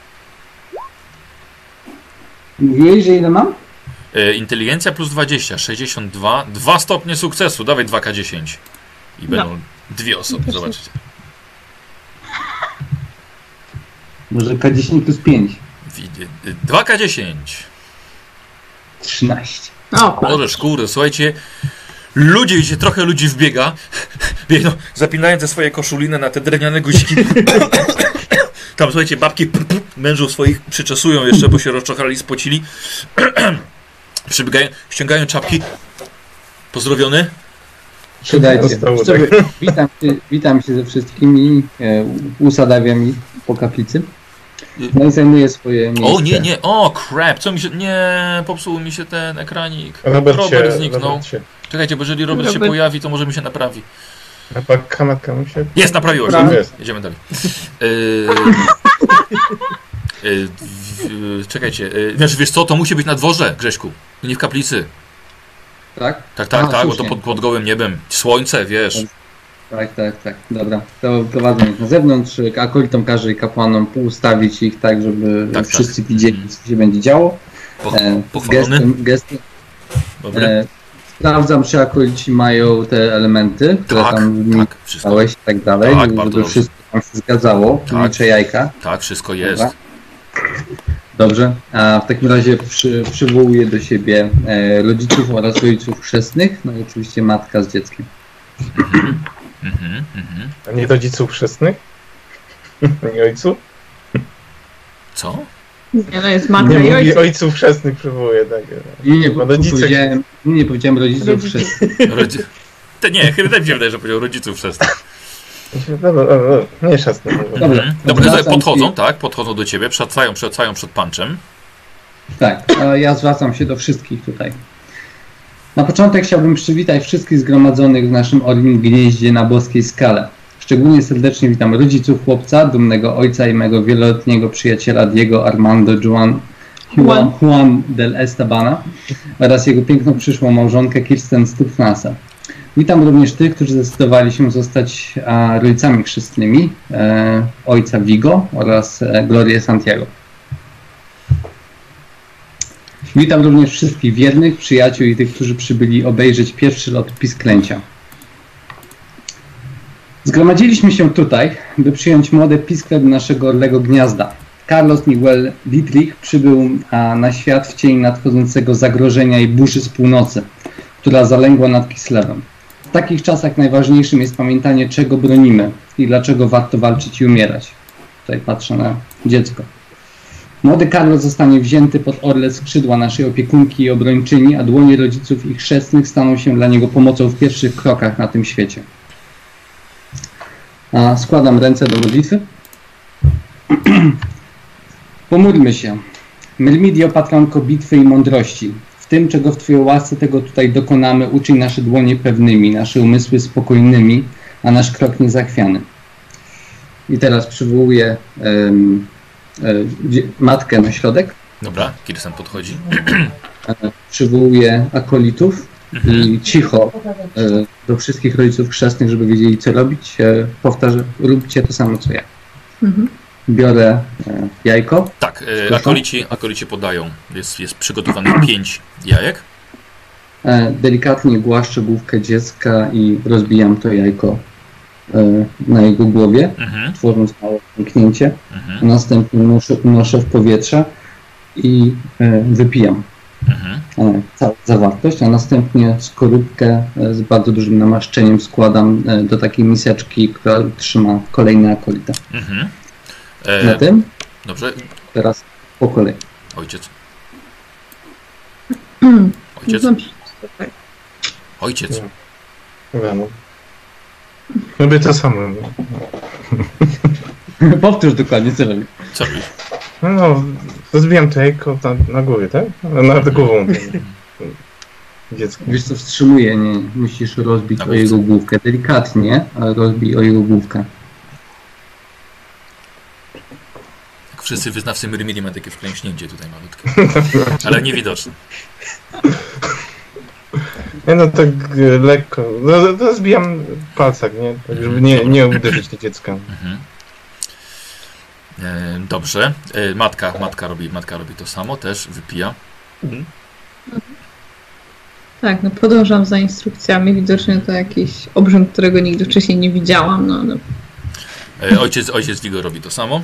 Mówiłeś, że ile mam? E, inteligencja plus dwadzieścia, sześćdziesiąt dwa, dwa stopnie sukcesu, dawaj dwa K dziesięć. I będą No. dwie osoby, zobaczycie. Może K dziesięć plus pięć. dwa K dziesięć. trzynaście. O, Możesz, kurde, słuchajcie, ludzie, widzicie, trochę ludzi wbiega, biegną, zapinając te swoje koszuliny na te drewniane guziki. Tam, słuchajcie, babki mężów swoich przyczesują jeszcze, bo się rozczochrali, spocili. Przybiegają, ściągają czapki. Pozdrowiony. Przydajcie. Zostało Co tak. wy- Witam się, witam się ze wszystkimi. E, usadawiam ich po kaplicy. No i zajmuję swoje miejsce. O, nie, nie, o, crap, co mi się, nie, popsuł mi się ten ekranik. Robert się, Robert zniknął. Robert się. Czekajcie, bo jeżeli Robert się Robert. pojawi, to może mi się naprawi. A pan kamatka mu się... Jest, naprawiło się. Prawie jest. Jedziemy dalej. Yy, yy, w- czekajcie, yy, wiesz, wiesz co, to musi być na dworze, Grześku, nie w kaplicy. Tak? Tak, tak, A, tak, bo to słusznie. pod, pod gołym niebem. Słońce, wiesz. Tak, tak, tak. Dobra. To prowadzę ich na zewnątrz. Akolitom każe i kapłanom ustawić ich tak, żeby Tak, wszyscy tak. widzieli, co się będzie działo. Po, E, pochwalony. gestem, gestem, Dobry. e, sprawdzam, czy akolici mają te elementy, które Tak, tam tak, wszystko, dałeś i tak dalej, Tak, bardzo żeby dobrze. wszystko tam się zgadzało. Tak. Liczę jajka. tak, wszystko jest. Dobra. Dobrze. A w takim razie przy, przywołuję do siebie e, rodziców oraz rodziców chrzestnych, no i oczywiście matka z dzieckiem. Mhm, mhm. A nie rodziców chrzestnych? Nie ojców? Co? nie, no jest matka Nie i mówi ojciec. ojców chrzestnych przywołuje, tak. Nie, nie, Ma rodzice- powiedziałem, nie powiedziałem rodziców Rodzice. chrzestnych. Rodzi... To nie, chyba tak mi się wydaje, że powiedział rodziców chrzestnych. Dobra, dobra, dobra. Nie chrzestnych. mówię. Dobra. Mhm. Dobra, Zwracam podchodzą, ci- tak, podchodzą do ciebie, przedstawią, przedstawią przed punczem. Tak, a ja zwracam się do wszystkich tutaj. Na początek chciałbym przywitać wszystkich zgromadzonych w naszym Orlim Gnieździe na boskiej skale. Szczególnie serdecznie witam rodziców chłopca, dumnego ojca i mego wieloletniego przyjaciela Diego Armando Juan, Juan, Juan del Estabana oraz jego piękną przyszłą małżonkę Kirsten Stufnasa. Witam również tych, którzy zdecydowali się zostać a, rodzicami chrzestnymi, e, ojca Vigo oraz e, Glorię Santiago. Witam również wszystkich wiernych, przyjaciół i tych, którzy przybyli obejrzeć pierwszy lot pisklęcia. Zgromadziliśmy się tutaj, by przyjąć młode piskle do naszego orlego gniazda. Carlos Miguel Dietrich przybył a, na świat w cieniu nadchodzącego zagrożenia i burzy z północy, która zalęgła nad Kislewem. W takich czasach najważniejszym jest pamiętanie, czego bronimy i dlaczego warto walczyć i umierać. Tutaj patrzę na dziecko. Młody Carlos zostanie wzięty pod orle skrzydła naszej opiekunki i obrończyni, a dłonie rodziców i chrzestnych staną się dla niego pomocą w pierwszych krokach na tym świecie. A składam ręce do modlitwy. Pomódlmy się. Myrmidio, patronko bitwy i mądrości. W tym, czego w Twojej łasce tego tutaj dokonamy, uczyń nasze dłonie pewnymi, nasze umysły spokojnymi, a nasz krok niezachwiany. I teraz przywołuję um, matkę na środek, Dobra, Kirsten podchodzi. przywołuję akolitów i cicho e, do wszystkich rodziców chrzestnych, żeby wiedzieli, co robić. E, powtarzam, róbcie to samo, co ja. Mhm. Biorę e, jajko, Tak, e, akolici, akolici podają. Jest, jest przygotowanych pięć jajek. e, delikatnie głaszczę główkę dziecka i rozbijam to jajko e, na jego głowie, Mhm, tworząc małe pęknięcie. mhm. Następnie noszę, noszę w powietrze i e, wypijam. Mhm. e, całą zawartość, a następnie skorupkę e, z bardzo dużym namaszczeniem składam e, do takiej miseczki, która trzyma kolejne akolita. Mhm. Na E, tym dobrze. teraz po kolei. Ojciec. Ojciec. Dobrze. Super. Ojciec. Dobra, no. Robię to samo. No, Powtórz dokładnie, co robię. Co robisz? no, no rozbijam to jajko na, na głowie, tak? Nad głową. Dziecko. Wiesz co, wstrzymuje, nie musisz rozbić Na o główce. jego główkę. Delikatnie, ale rozbij o jego główkę. Jak wszyscy wyznawcy Myrmidii mają takie wklęśnięcie tutaj malutkie. Ale niewidoczne. Nie no, tak e, lekko. No, rozbijam palcach, nie? Tak, żeby nie, nie uderzyć do dziecka. Mhm. E, dobrze. E, matka, matka, robi, matka robi to samo, też wypija. Tak, no podążam za instrukcjami. Widocznie to jakiś obrzęd, którego nigdy wcześniej nie widziałam. No, no. E, ojciec, ojciec Vigo robi to samo.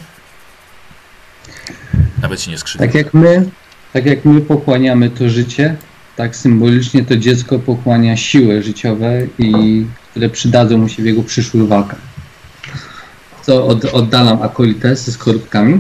Nawet się nie skrzydła. Tak jak my, tak jak my pochłaniamy to życie, tak symbolicznie to dziecko pochłania siły życiowe, i które przydadzą mu się w jego przyszłych walkach. Co od, oddalam akolitę ze skorupkami.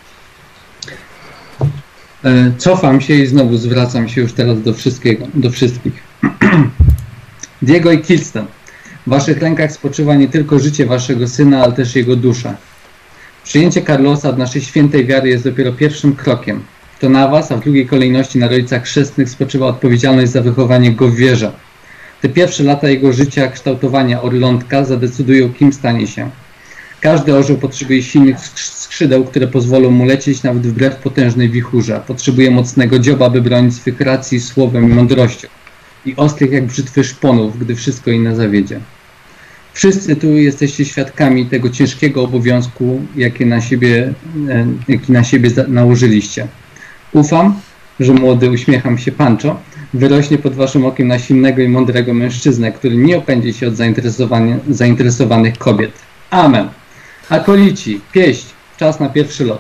E, cofam się i znowu zwracam się już teraz do wszystkiego, do wszystkich. Diego i Kilston, w waszych rękach spoczywa nie tylko życie waszego syna, ale też jego dusza. Przyjęcie Carlosa od naszej świętej wiary jest dopiero pierwszym krokiem. To na was, a w drugiej kolejności na rodzicach chrzestnych spoczywa odpowiedzialność za wychowanie go w wierze. Te pierwsze lata jego życia, kształtowania orlątka zadecydują, kim stanie się. Każdy orzeł potrzebuje silnych skrzydeł, które pozwolą mu lecieć nawet wbrew potężnej wichurze. Potrzebuje mocnego dzioba, by bronić swych racji słowem i mądrością. I ostrych jak brzytwy szponów, gdy wszystko inne zawiedzie. Wszyscy tu jesteście świadkami tego ciężkiego obowiązku, jaki na siebie, e, jaki na siebie nałożyliście. Ufam, że młody, uśmiecham się, Pancho, wyrośnie pod waszym okiem na silnego i mądrego mężczyznę, który nie opędzi się od zainteresowanych kobiet. Amen. Akolici, pieść, czas na pierwszy lot.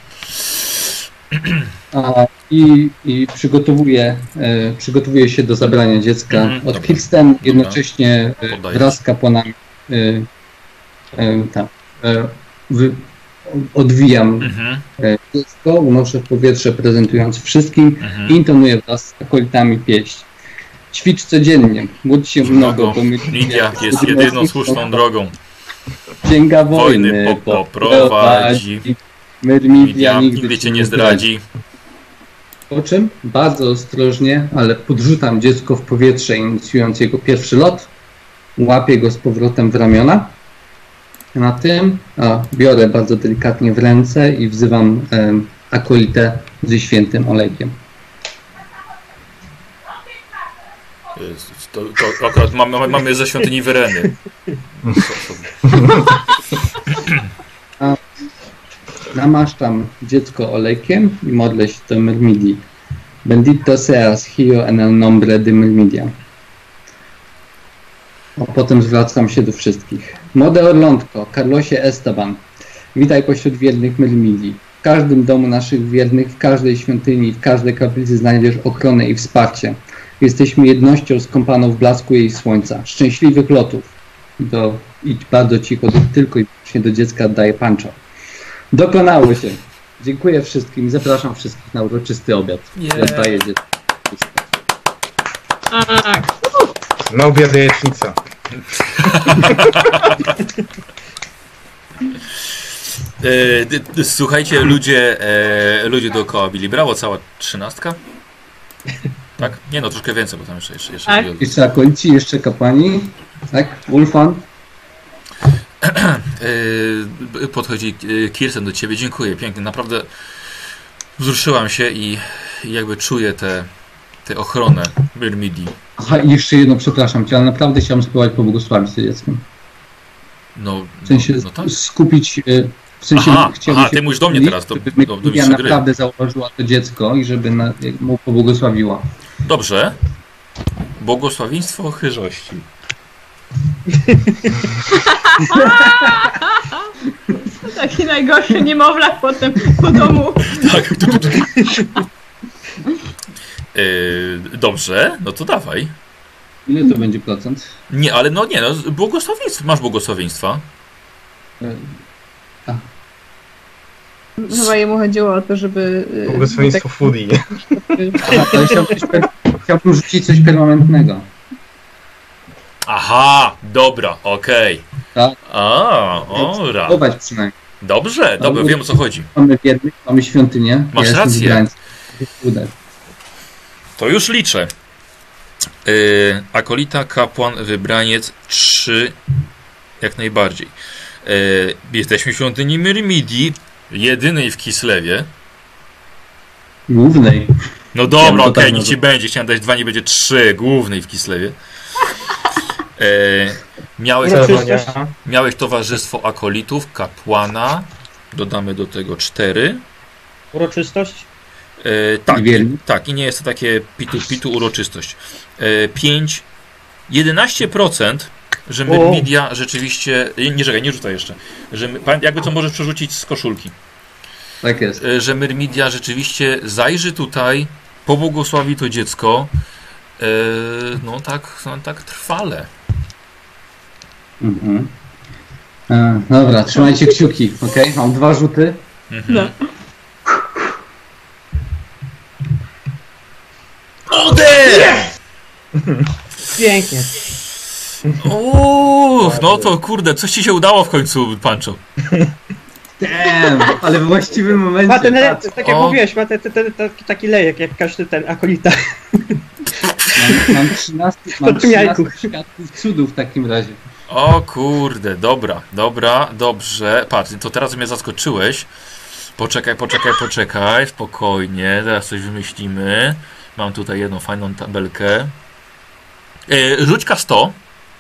A, i, I przygotowuję, e, przygotowuję się do zabrania dziecka Mhm, od dobra. Kilsten, jednocześnie e, Poddaję wraz z kapłanami e, e, tam, e, wy, odwijam Mhm. e, dziecko, unoszę w powietrze, prezentując wszystkim, Mhm. i intonuję wraz z akolitami pieść. Ćwicz codziennie, módl się mnogo, bo my Lidia jest jedyną słuszną drogą. Księga Wojny wojny po- poprowadzi. Myrmidia Lidia nigdy nigdy cię nie zdradzi. Po czym bardzo ostrożnie, ale podrzucam dziecko w powietrze, inicjując jego pierwszy lot. Łapię go z powrotem w ramiona. Na tym a, biorę bardzo delikatnie w ręce i wzywam e, akolitę ze świętym olejkiem. To, to akurat mamy, mamy ze świątyni Wyreny. Namaszczam dziecko olejkiem i modlę się do Myrmidii. Bendito seas hio en el nombre de Myrmidia. A potem zwracam się do wszystkich. Młode Orlątko, Carlosie Esteban, witaj pośród wiernych Myrmidii. W każdym domu naszych wiernych, w każdej świątyni, w każdej kaplicy znajdziesz ochronę i wsparcie. Jesteśmy jednością skąpaną w blasku jej słońca. Szczęśliwych lotów. Do, idź bardzo cicho, do, tylko i wyłącznie do dziecka oddaję Pancho. Dokonało się. Dziękuję wszystkim i zapraszam wszystkich na uroczysty obiad. Nie. Oddaję dziecko. Tak. Na obiad jajecznica. E, d- d- słuchajcie, ludzie, e, ludzie dookoła Billy Brawo, cała trzynastka? Tak? Nie no, troszkę więcej, bo tam jeszcze... jeszcze, jeszcze Tak. Jeszcze akolici, jeszcze kapłani. Tak? Ulfan. e, podchodzi e, Kirsten do ciebie, dziękuję, pięknie, naprawdę wzruszyłam się i jakby czuję tę te, te ochronę Myrmidii. Aha, i jeszcze jedno, przepraszam cię, ale naprawdę chciałem spróbować pobłogosławić to dzieckiem. No, W sensie no tak. skupić, e, w sensie Aha, chciałbym aha, się ty mówisz do mnie pomodlić, teraz, do- żeby do- do Myrmidia mistrza gry. naprawdę założyła to dziecko i żeby na, mu pobłogosławiła. Dobrze. Błogosławieństwo chyżości. Taki najgorszy niemowlak potem po domu. Tak. Yy, dobrze, no to dawaj. Ile to będzie procent? Nie, ale no nie, no błogosławieństwo. Masz błogosławieństwa. A, Chyba jemu chodziło o to, żeby... y, Błogosławieństwo furii. aha, to chciałbym, coś per- chciałbym rzucić coś permanentnego. Aha, dobra, okej. Tak. A, ora. Spróbować przynajmniej. Dobrze, dobra, wiem o co chodzi. Mamy wiernych, mamy świątynię. Masz ja rację. wybrańcem. Udać. To już liczę. Yy, akolita, kapłan, wybraniec, trzy. Jak najbardziej. Yy, jesteśmy w świątyni Myrmidii, jedynej w Kislewie. Głównej. No dobra, Ja bym to okej, tak nic ci będzie. Chciałem dać dwa, nie będzie trzy. Głównej w Kislewie. Yy, miałeś, Uroczystość. miałeś towarzystwo akolitów, kapłana. Dodamy do tego cztery. Uroczystość. Yy, tak, Wierni. tak, i nie jest to takie pitu, pitu uroczystość. Yy, pięć, jedenaście procent, że Myrmidia rzeczywiście. Nie czekaj, nie rzucaj jeszcze. Że, my- pamię- jakby to możesz przerzucić z koszulki. Tak jest. Yy, że Myrmidia rzeczywiście zajrzy tutaj, pobłogosławi to dziecko. Yy, no tak, no tak trwale. Mhm. E, dobra, trzymajcie kciuki, okej? Mam dwa rzuty. Mhm. No. Ode! Pięknie. Uuu, no to kurde, coś ci się udało w końcu, Pancho. Damn, ale w właściwym Ma momencie. ten, le- patrz. tak jak O. mówiłeś, ma ten, ten, ten, taki, taki lejek, jak każdy ten akolita. Mam, mam trzynaście, mam To tym jajku. trzynaście świadków cudu w takim razie. O kurde, dobra, dobra, dobrze. Patrz, to teraz mnie zaskoczyłeś. Poczekaj, poczekaj, poczekaj, spokojnie, zaraz coś wymyślimy. Mam tutaj jedną fajną tabelkę. E, rzućka sto.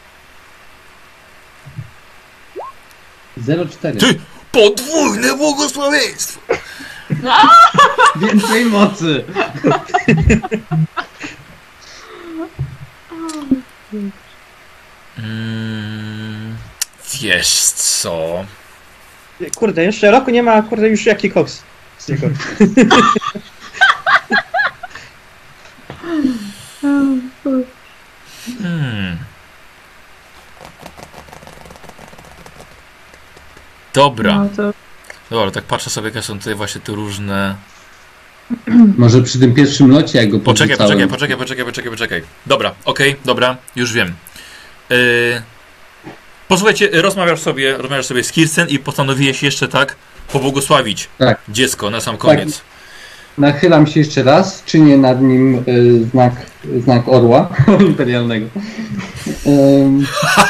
zero cztery. Ty! Podwójne błogosławieństwo! Więcej mocy. Mm, wiesz co? Kurde, jeszcze roku nie ma, kurde, już jaki koks z niego. Hmm. Dobra, No to dobra, tak patrzę sobie, jakie są tutaj właśnie te różne... Może przy tym pierwszym locie, jak go Poczekaj, podrzucałem. poczekaj, poczekaj, poczekaj, poczekaj, poczekaj. Dobra, okej, dobra, już wiem. Yy, posłuchajcie, rozmawiasz sobie, rozmawiasz sobie z Kirsten i postanowiłeś jeszcze tak pobłogosławić Tak. dziecko na sam koniec. Nachylam się jeszcze raz, czynię nad nim y, znak, znak orła imperialnego. Ym,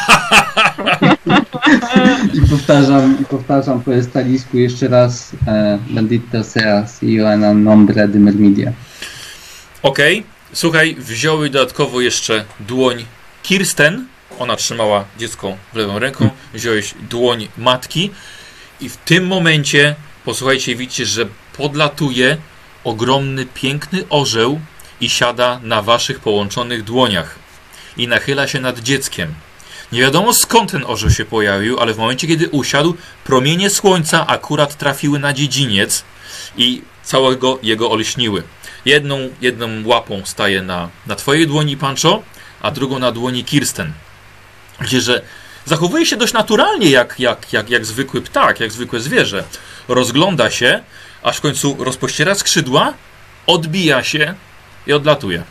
I powtarzam, i powtarzam po estalisku jeszcze raz e, Bendito seas Ioana nombre de Myrmidia. Okej, słuchaj, wziąłeś dodatkowo jeszcze dłoń Kirsten, ona trzymała dziecko w lewą ręką, wziąłeś dłoń matki i w tym momencie, posłuchajcie, widzicie, że podlatuje ogromny, piękny orzeł i siada na waszych połączonych dłoniach i nachyla się nad dzieckiem. Nie wiadomo skąd ten orzeł się pojawił, ale w momencie, kiedy usiadł, promienie słońca akurat trafiły na dziedziniec i całego jego olśniły. Jedną, jedną łapą staje na, na twojej dłoni, Pancho, a drugą na dłoni Kirsten. Gdzie, że zachowuje się dość naturalnie, jak, jak, jak, jak zwykły ptak, jak zwykłe zwierzę. Rozgląda się, aż w końcu rozpościera skrzydła, odbija się i odlatuje.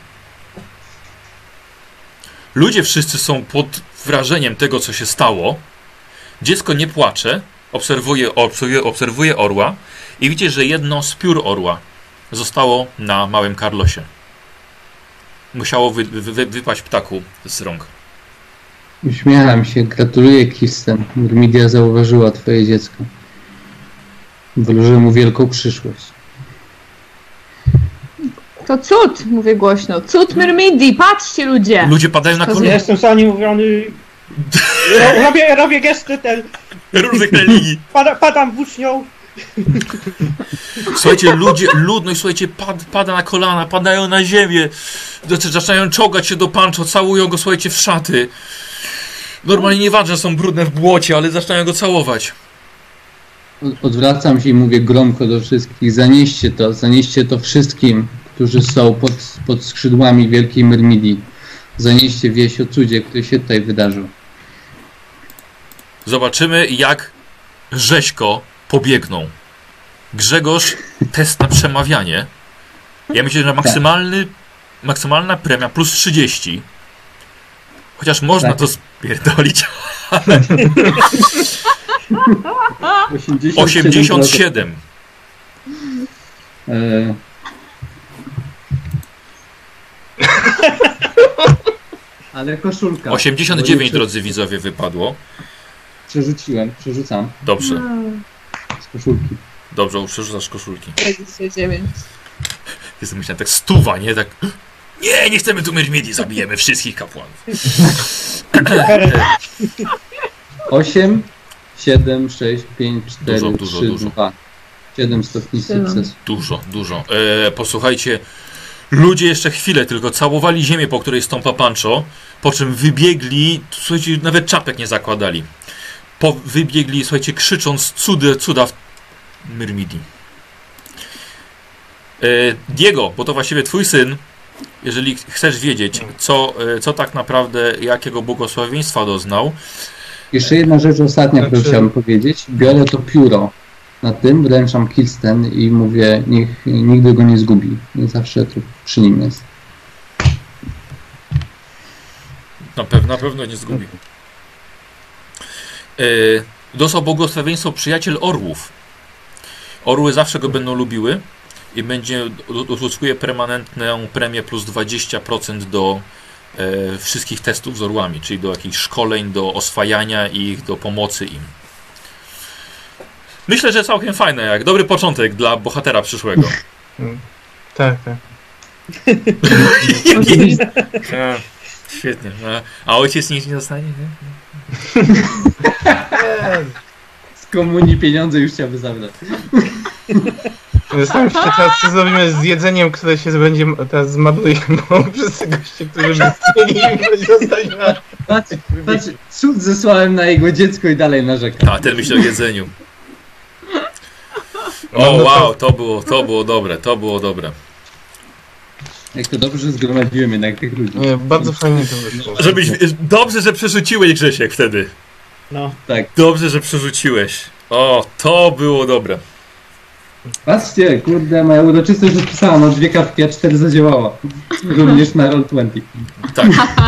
Ludzie wszyscy są pod wrażeniem tego, co się stało. Dziecko nie płacze, obserwuje, obserwuje, obserwuje orła i widzicie, że jedno z piór orła zostało na małym Carlosie. Musiało wy, wy, wypaść ptaku z rąk. Uśmiecham się, gratuluję Kirsten. Myrmidia zauważyła twoje dziecko. Wróżę mu wielką przyszłość. To cud, mówię głośno. Cud Myrmidii, patrzcie ludzie! Ludzie padają na Ja kolana. jestem za nim mówiony. Ro- Robię, robię gesty ten. Różnych religii. Pada, padam włócznią. Słuchajcie, ludzie, ludność, słuchajcie, pad, pada na kolana, padają na ziemię, zaczynają czołgać się do Pancho, całują go, słuchajcie, w szaty. Normalnie nieważne, że są brudne w błocie, ale zaczynają go całować. Odwracam się i mówię gromko do wszystkich. Zanieście to, zanieście to wszystkim, którzy są pod, pod skrzydłami Wielkiej Myrmidii. Zanieście wieść o cudzie, który się tutaj wydarzył. Zobaczymy, jak rzeźko pobiegną. Grzegorz, test na przemawianie. Ja myślę, że maksymalny, maksymalna premia plus trzydzieści. Chociaż można tak. to spierdolić. osiemdziesiąt siedem. E... Ale koszulka. osiemdziesiąt dziewięć, drodzy widzowie, wypadło. Przerzuciłem, przerzucam. Dobrze. Z koszulki. Dobrze, przerzucasz koszulki. dwadzieścia dziewięć. Jestem myślałem tak stuwa, nie? Tak. Nie, nie chcemy tu Myrmidii, zabijemy wszystkich kapłanów. osiem, siedem, sześć, pięć, cztery, Dużo, dużo, trzy, dużo. dwa. siedem stopni sukcesu. Dużo, dużo. E, posłuchajcie, ludzie jeszcze chwilę tylko całowali ziemię, po której stąpa Pancho, po czym wybiegli, słuchajcie, nawet czapek nie zakładali. Po, wybiegli, słuchajcie, krzycząc cudy, cuda w Myrmidii. E, Diego, bo to właściwie twój syn, jeżeli chcesz wiedzieć, co, e, co tak naprawdę, jakiego błogosławieństwa doznał. Jeszcze jedna rzecz ostatnia, którą Znaczy- chciałbym powiedzieć. Biorę to pióro na tym, wręczam Kilsten i mówię, niech nigdy go nie zgubi. Zawsze to przy nim jest. Na pewno, na pewno nie zgubi. E, dostał błogosławieństwo przyjaciel orłów. Orły zawsze go będą lubiły i będzie uzyskuje permanentną premię plus dwadzieścia procent do e, wszystkich testów z orłami, czyli do jakichś szkoleń, do oswajania ich, do pomocy im. Myślę, że całkiem fajne, jak dobry początek dla bohatera przyszłego. Tak, tak. A, świetnie. A, a ojciec nic nie dostanie, nie? Z komunii pieniądze już chciałby zabrać. Zastanawiam się teraz, co zrobimy z jedzeniem, które się będzie teraz zmarnuje, bo wszyscy goście, którzy by chcieli zostać na... Patrz, patrz, cud zesłałem na jego dziecko i dalej narzeka. A, ten myśli o jedzeniu. O, wow, to było, to było dobre, to było dobre. Jak to dobrze, że zgromadziłem jednak tych ludzi. Nie, bardzo fajnie to wyszło. Żebyś, dobrze, że przerzuciłeś, Grzesiek, wtedy. No. Tak. Dobrze, że przerzuciłeś. O, to było dobre. Patrzcie, kurde, moja uroczystość rozpisała na dwie kartki, a cztery zadziałała. Również na Roll dwadzieścia. Tak.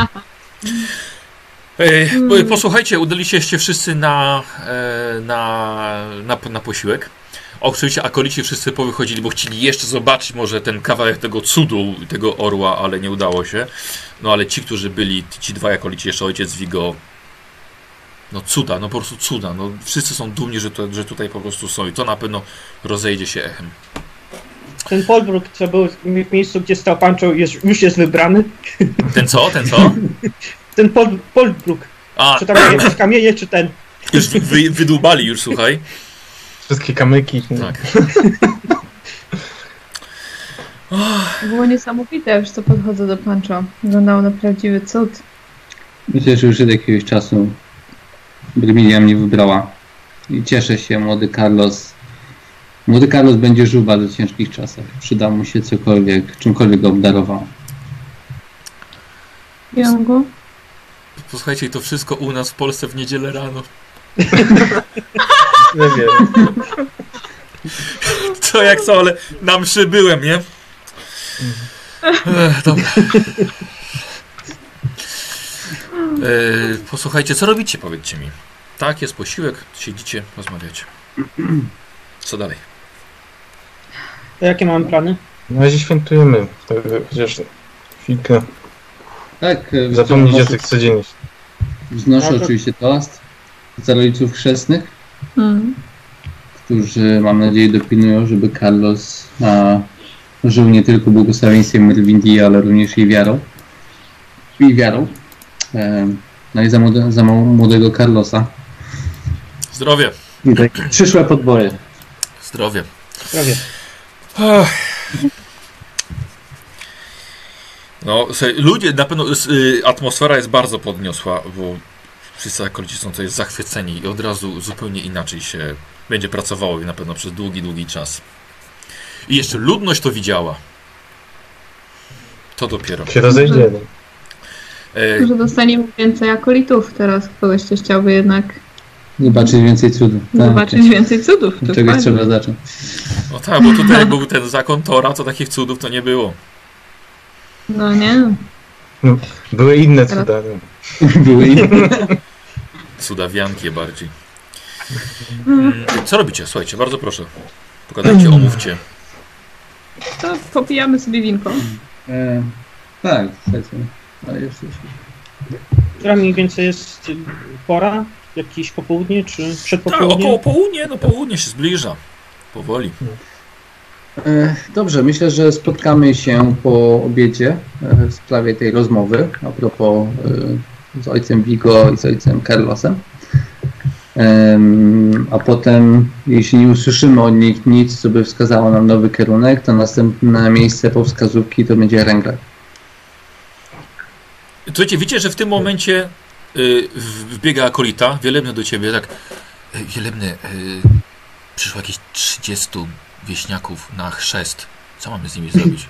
Ej, po- posłuchajcie, udaliście się wszyscy na, e, na, na, na posiłek. Oczywiście akolici wszyscy powychodzili, bo chcieli jeszcze zobaczyć może ten kawałek tego cudu, tego orła, ale nie udało się. No ale ci, którzy byli, ci dwaj akolici, jeszcze ojciec Vigo, no cuda, no po prostu cuda. No, wszyscy są dumni, że, to, że tutaj po prostu są i to na pewno rozejdzie się echem. Ten Polbruk, co był w miejscu, gdzie stał Pancho, jest, już jest wybrany. Ten co? Ten co? Ten Pol, Polbruk. A, Czy tam jakieś kamienie, czy ten? już wy, wydłubali już, słuchaj. Wszystkie kamyki. Tak. Było niesamowite, już co podchodzę do Pancho. Wyglądało na prawdziwy cud. Myślę, że już od jakiegoś czasu Myrmidia mnie wybrała. I cieszę się, młody Carlos. Młody Carlos będzie żył w bardzo ciężkich czasach. Przyda mu się cokolwiek, czymkolwiek go obdarował. Jangu? Posłuchajcie, to wszystko u nas w Polsce w niedzielę rano. Nie wiem. Co jak co, ale na mszy byłem, nie? Ech, dobra. E, posłuchajcie, co robicie, powiedzcie mi. Tak, jest posiłek, siedzicie, rozmawiacie. Co dalej? To jakie mamy plany? Na razie świętujemy. Tak, chociaż chwilkę. Tak, e, Zapomnieć o wznoszę, tych codziennych. wznoszę No to- oczywiście toast za rodziców chrzestnych, Hmm. którzy, mam nadzieję, dopilnują, żeby Carlos a, żył nie tylko błogosławieństwem Myrmidii, ale również jej wiarą. I wiarą. E, no i za, młode, za młodego Carlosa. Zdrowie, I tak przyszłe podboje. zdrowie. Prawie. Ech. No, słuchaj, ludzie, na pewno y, atmosfera jest bardzo podniosła, bo wszyscy akolici są tutaj zachwyceni i od razu zupełnie inaczej się będzie pracowało i na pewno przez długi, długi czas. I jeszcze ludność to widziała. To dopiero. Się rozejdziemy. E, Może dostaniemy więcej akolitów teraz. Kogoś ktoś chciałby jednak Zobaczyć więcej cudów. Tak, zobaczyć tak. więcej cudów. Od czegoś dokładnie. trzeba zacząć. no tak, bo tutaj jak był ten zakon Tora, to takich cudów to nie było. No nie. Były inne cuda. Były inne. Cudawiankie bardziej. Mm, Co robicie? Słuchajcie, bardzo proszę. Pogadajcie, omówcie. To popijamy sobie winko. E, tak, słuchajcie. Ale już, już. Która mniej więcej jest pora? Jakieś popołudnie czy Tak, przedpopołudnie? około południe, no południe się zbliża. Powoli. E, dobrze, myślę, że spotkamy się po obiedzie e, w sprawie tej rozmowy a propos e, z ojcem Vigo i z ojcem Carlosem. Em, a potem, jeśli nie usłyszymy od nich nic, co by wskazało nam nowy kierunek, to następne miejsce po wskazówki to będzie Rengar. Słuchajcie, wiecie, że w tym momencie y, wbiega akolita, Wielebny do ciebie, tak. y, Wielebny, y, przyszło jakieś trzydziestu wieśniaków na chrzest. Co mamy z nimi zrobić?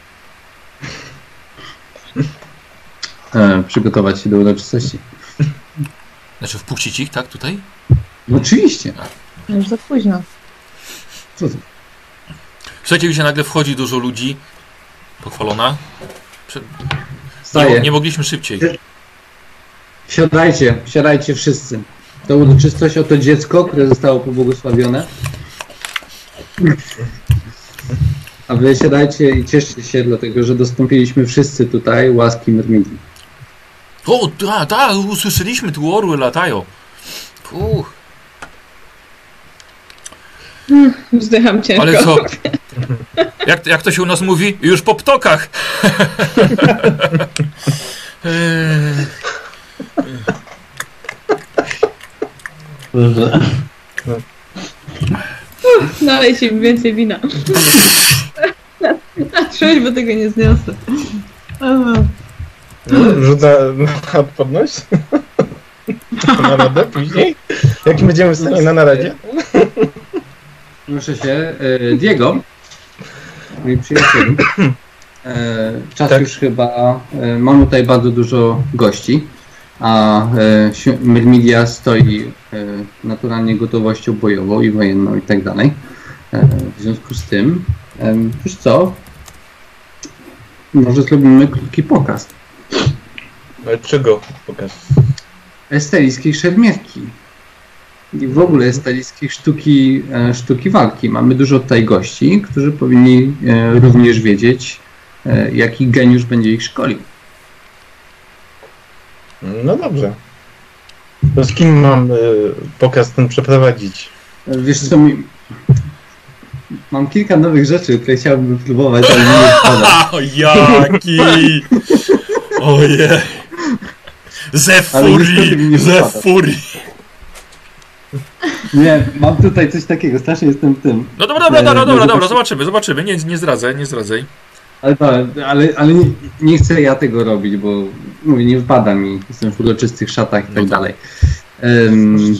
E, przygotować się do uroczystości. Znaczy wpuścić ich, tak, tutaj? No, oczywiście. Już za późno. Co to? Słuchajcie, gdzie nagle wchodzi dużo ludzi. Pochwalona. Prze- Nie, Wstaję. nie mogliśmy szybciej. Siadajcie, siadajcie wszyscy. To uroczystość o to dziecko, które zostało pobłogosławione. A wy siadajcie i cieszcie się, dlatego że dostąpiliśmy wszyscy tutaj łaski Myrmidii. O, tak, ta, usłyszeliśmy, tu orły latają. Uch, Wzdycham ciężko. ale co? Jak, jak to się u nas mówi? Już po ptokach. Eee, Nalej się więcej wina. Na trzeźwo, bo tego nie zniosę. Rzuca na odporność? Na radę później? Jak będziemy w stanie na naradzie? Proszę się, e, Diego, mój przyjacielu. E, czas Tak. już chyba, e, mam tutaj bardzo dużo gości, a e, si- Myrmidia stoi e, naturalnie gotowością bojową i wojenną i tak dalej. E, w związku z tym, e, wiesz co, może zrobimy krótki pokaz Ale czego? Pokaż. estelickiej szermierki i w ogóle estelickiej sztuki, e, sztuki walki. Mamy dużo tutaj gości, którzy powinni e, również wiedzieć, e, jaki geniusz będzie ich szkolił. No dobrze. To z kim mam y, pokaz ten przeprowadzić? E, Wiesz co, mi... mam kilka nowych rzeczy, które chciałbym wypróbować, ale nie wypada. o, jaki! Ojej! Ze Ale niestety mi furii! nie Ze wypada. furii! Nie, mam tutaj coś takiego, strasznie jestem tym. No dobra, dobra, E, dobra, dobra, może dobra, tak- zobaczymy, zobaczymy. Nie, nie zdradzaj, nie zdradzaj. Ale, ale, ale nie, nie chcę ja tego robić, bo mówię, nie wypada mi, jestem w uroczystych szatach i tak No tak. dalej. Em,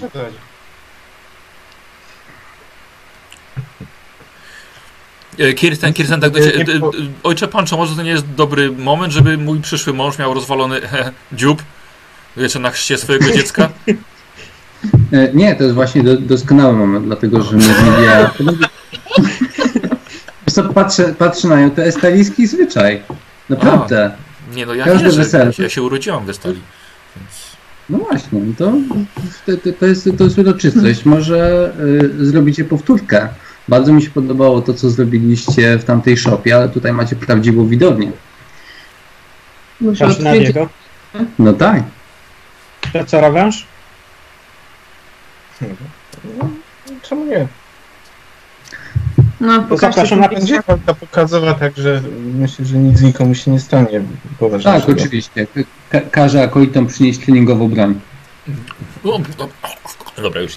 E, Kirsten, Kirsten, tak do ciebie. e, e, Ojcze Pancho, może to nie jest dobry moment, żeby mój przyszły mąż miał rozwalony he, dziób? Wiecie, na chrzcie swojego dziecka? E, Nie, to jest właśnie do, doskonały moment, dlatego że Myrmidia... Wiesz co, patrzę, patrzę na nią, to jest estalijski zwyczaj. Naprawdę. Nie no, ja Każde wierzę, wesele. ja się urodziłam w Estalii. Więc... No właśnie, to, to, to, jest, to jest uroczystość. Może y, zrobicie powtórkę. Bardzo mi się podobało to, co zrobiliście w tamtej szopie, ale tutaj macie prawdziwą widownię. Muszę Patrz na odwiedzić. niego. No tak. To co, rewanż? Czemu nie? No, To pokażcie zapraszam na to Będzie walka pokazowa, także myślę, że nic nikomu się nie stanie poważniejszego. Tak, oczywiście. Ka każę akolitom przynieść treningową broń. O, o, dobra, już.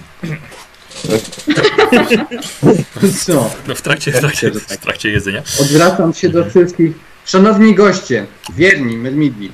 Co? No, w, trakcie, w, trakcie, w trakcie jedzenia. Odwracam się do wszystkich. Szanowni goście, wierni Myrmidii.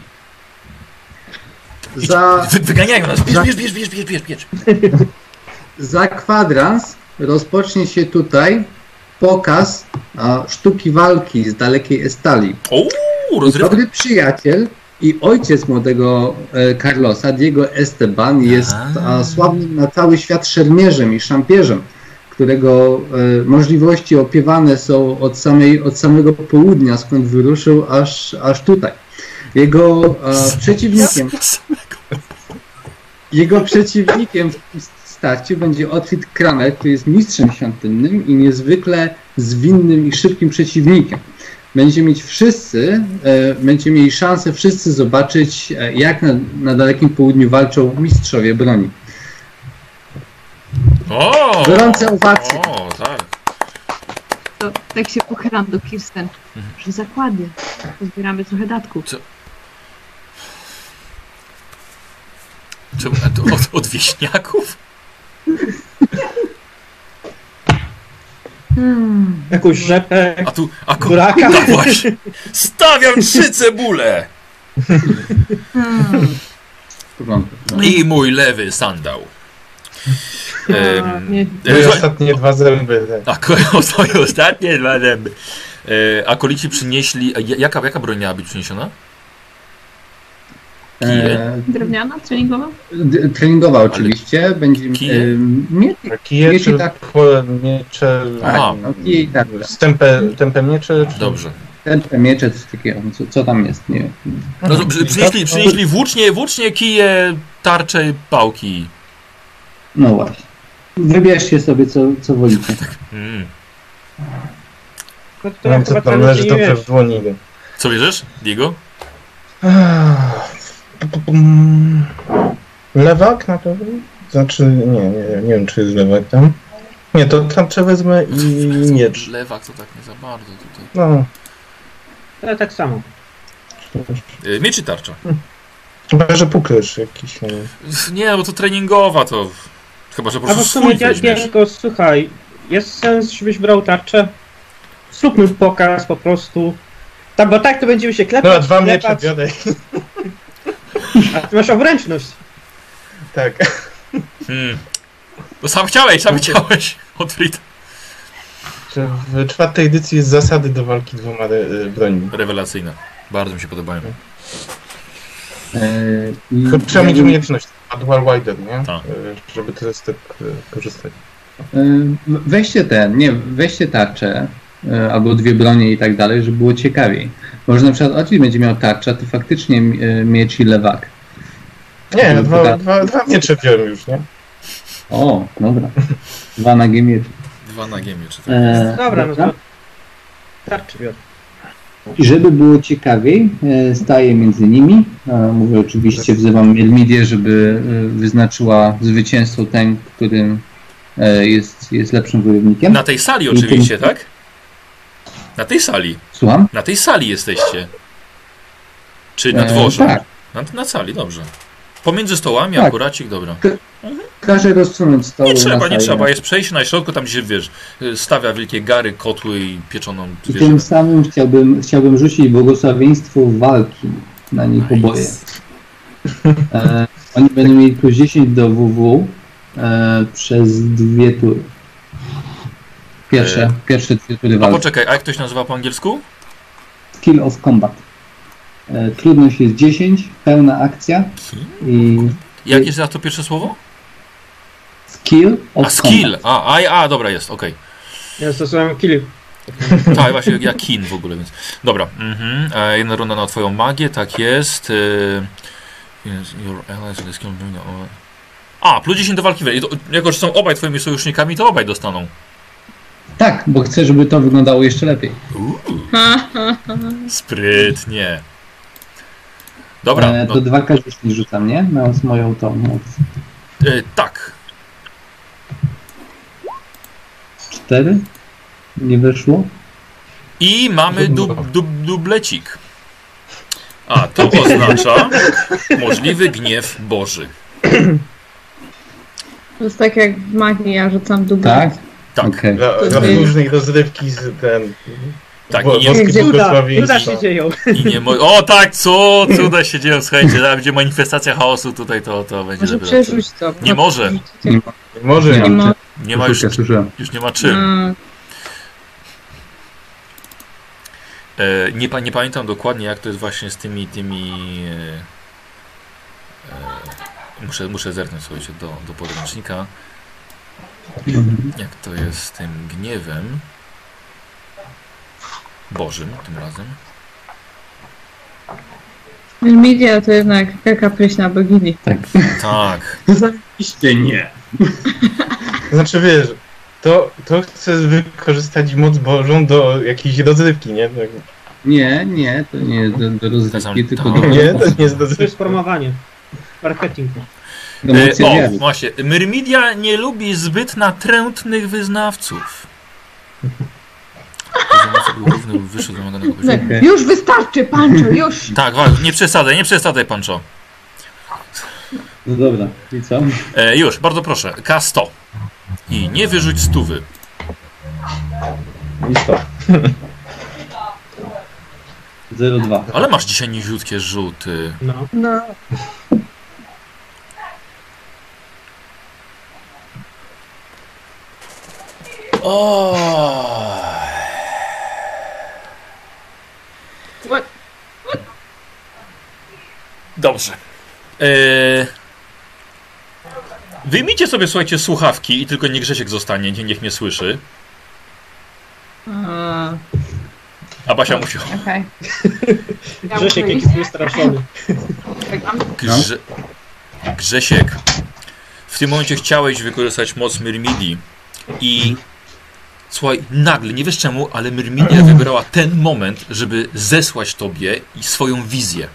Za, Wy, wyganiają nas. Bierz, bierz, bierz, bierz, bierz, bierz, bierz. za kwadrans rozpocznie się tutaj pokaz a, sztuki walki z dalekiej Estalii. O, Uuu, rozrywka. Dobry przyjaciel i ojciec młodego e, Carlosa, Diego Esteban, jest a, sławnym na cały świat szermierzem i szampierzem, którego e, możliwości opiewane są od, samej, od samego południa, skąd wyruszył, aż, aż tutaj. Jego e, przeciwnikiem jego przeciwnikiem w tym starciu będzie Otfrid Kramer, który jest mistrzem świątynnym i niezwykle zwinnym i szybkim przeciwnikiem. Będziecie mieć wszyscy, e, będziecie mieli szansę wszyscy zobaczyć, e, jak na, na Dalekim Południu walczą mistrzowie broni. O! Gorące owacje. O, tak. To tak się pochylam do Kirsten, że zakłady. Zbieramy trochę datków. Co? Czemu? A to od, od wieśniaków? Hmm. Jakąś rzepę, A tu, a ku... buraka. No właśnie. Stawiam trzy cebule! Hmm. W porządku. I mój lewy sandał. A, nie. Moje E, ostatnie dwa zęby. Tak. A ko- swoje ostatnie dwa zęby. E, akolici przynieśli... a Jaka, jaka broń miała być przyniesiona? E, Drewniana, treningowa? d- treningowa oczywiście. Będzie kije? e, mie- Kije Jeśli czy tak- kło- miecze? Aha. no, kije i tak. Stępę, tępe miecze? Czy... Dobrze. Te miecze, coś takiego. Co, co tam jest? Nie wiem. No to przy- przynieśli, przynieśli włócznie, włócznie, kije, tarcze, pałki. No właśnie. Wybierzcie sobie, co, co wolicie. Mm. No to Mam chyba co tam ten leży nie dobrze wiesz. w dłoni. Co bierzesz, Diego? Lewak na pewno? Znaczy, nie, nie, nie wiem czy jest lewak tam. Nie, to tarczę wezmę i miecz. Lewak to tak nie za bardzo tutaj. No, Ale tak samo. E, Miecz czy tarcza? chyba że puklerz jakiś. Nie, wiem. Nie, bo to treningowa to... Chyba, że po A w prostu sumie, swój ja, weźmiesz. Diego, słuchaj, jest sens, żebyś brał tarczę? Zróbmy pokaz po prostu. Tam, bo tak to będziemy się klepać. No, dwa miecze klepać, biorę. a ty masz obręczność. Tak. Hmm. To sam chciałeś, sam chciałeś. Otwrit. Że w czwartej edycji jest zasady do walki dwoma e, brońmi. Rewelacyjne. Bardzo mi się podobają. E, i Tylko trzeba mieć jakby- umiejętność, a dual wider, nie? Tak. E, Żeby to jest tak e, korzystać. e, Weźcie ten, nie, weźcie tarczę, e, albo dwie bronie i tak dalej, żeby było ciekawiej. Może na przykład Otwit będzie miał tarczę, a ty faktycznie e, miecz i lewak. Nie, Żeby dwa, poda- dwa, dwa miecze biorę już, nie? O, dobra. Dwa nagie miecze. Dwa nagie miecze. Tak. E, Dobra, no to tarczy biorę. I żeby było ciekawiej, e, staję między nimi. E, Mówię oczywiście, wzywam Elmidię, żeby e, wyznaczyła zwycięzcą ten, którym e, jest, jest lepszym wojownikiem. Na tej sali oczywiście, tak? Na tej sali. Słucham? Na tej sali jesteście. Czy na E, dworze? tak. Na, na sali, dobrze. Pomiędzy stołami, Tak. akuracik, dobra. Każe rozsunąć stołu Nie na trzeba, nie sali. trzeba. Jest przejście na środku, tam gdzie, wiesz, stawia wielkie gary, kotły i pieczoną I zwierzę. tym samym chciałbym, chciałbym rzucić błogosławieństwo walki na nich Nice. oboje. E, oni będą mieli plus dziesięć do W W e, przez dwie tury. Pierwsze, E, pierwsze dwie tury A walki. poczekaj, a jak ktoś nazywa po angielsku? Skill of Combat. E, trudność jest dziesięć, pełna akcja i Jak jest za to pierwsze słowo? skill of A skill! Combat. A, a, a dobra, jest, okej. Ja stosowałem kill. Tak, właśnie jak kin w ogóle, więc. Dobra. Mhm. E, jedna runda na twoją magię, tak jest. E, yes, your allies are the skill doing the- A, plus dziesięć do walki wręcz. I to, jako, że są obaj twoimi sojusznikami, to obaj dostaną. Tak, bo chcę, żeby to wyglądało jeszcze lepiej. Uuu, sprytnie. Dobra, E, no, to dwa K dziesięć rzucam, nie? Na z moją tą moc. e, tak. cztery? Nie weszło? I mamy dub, dub, dublecik. A, to oznacza możliwy gniew Boży. To jest tak jak w magii, ja rzucam dublet. Tak? Tak, Okej. Dla, To dla jest- różnej rozrywki z ten... tak. bo- I nie, boskie Cuda, cuda błogosławieństwo. się dzieją. i nie mo- O tak, co? Cuda się dzieją, słuchajcie, tam gdzie manifestacja chaosu tutaj, to, to będzie Może dopiero- przerzuć to. Nie może. Może Nie Nie mam ma. Nie ma już, Słyszę, słyszałem. już nie ma czym. Mm, E, nie, pa, nie pamiętam dokładnie, jak to jest właśnie z tymi tymi. E, e, muszę, muszę zerknąć słuchajcie, do, do podręcznika. Jak to jest z tym gniewem Bożym tym razem. Media to jednak taka pryśna bogini. Tak. Tak. Zajebiście nie. Znaczy wiesz, to, to chce wykorzystać moc Bożą do jakiejś rozrywki, nie? Tak. Nie, nie, to nie jest do, do rozrywki, tylko do... Nie, to nie jest do To jest promowanie. Marketing. promocji E, wiary. o, właśnie. Myrmidia nie lubi zbyt natrętnych wyznawców. Poziom był równy lub wyższy od wymaganego poziomu. Okej. Już wystarczy, Pancho, już! Tak, wa- nie przesadzaj, nie przesadzaj, Pancho. No dobra, i co? E, już, bardzo proszę. K sto. I nie wyrzuć stówy. I sto. zero dwa. Ale masz dzisiaj niziutkie rzuty. No. No. O. What? Dobrze. E... Wyjmijcie sobie, słuchajcie, słuchawki i tylko nie Grzesiek zostanie, nie, niech mnie słyszy. A, A Basia musi... okej. Ja Grzesiek muszę jakiś iść. wystraszony. Grze... Grzesiek, w tym momencie chciałeś wykorzystać moc Myrmidii i słuchaj, nagle, nie wiesz czemu, ale Myrmidia wybrała ten moment, żeby zesłać tobie i swoją wizję.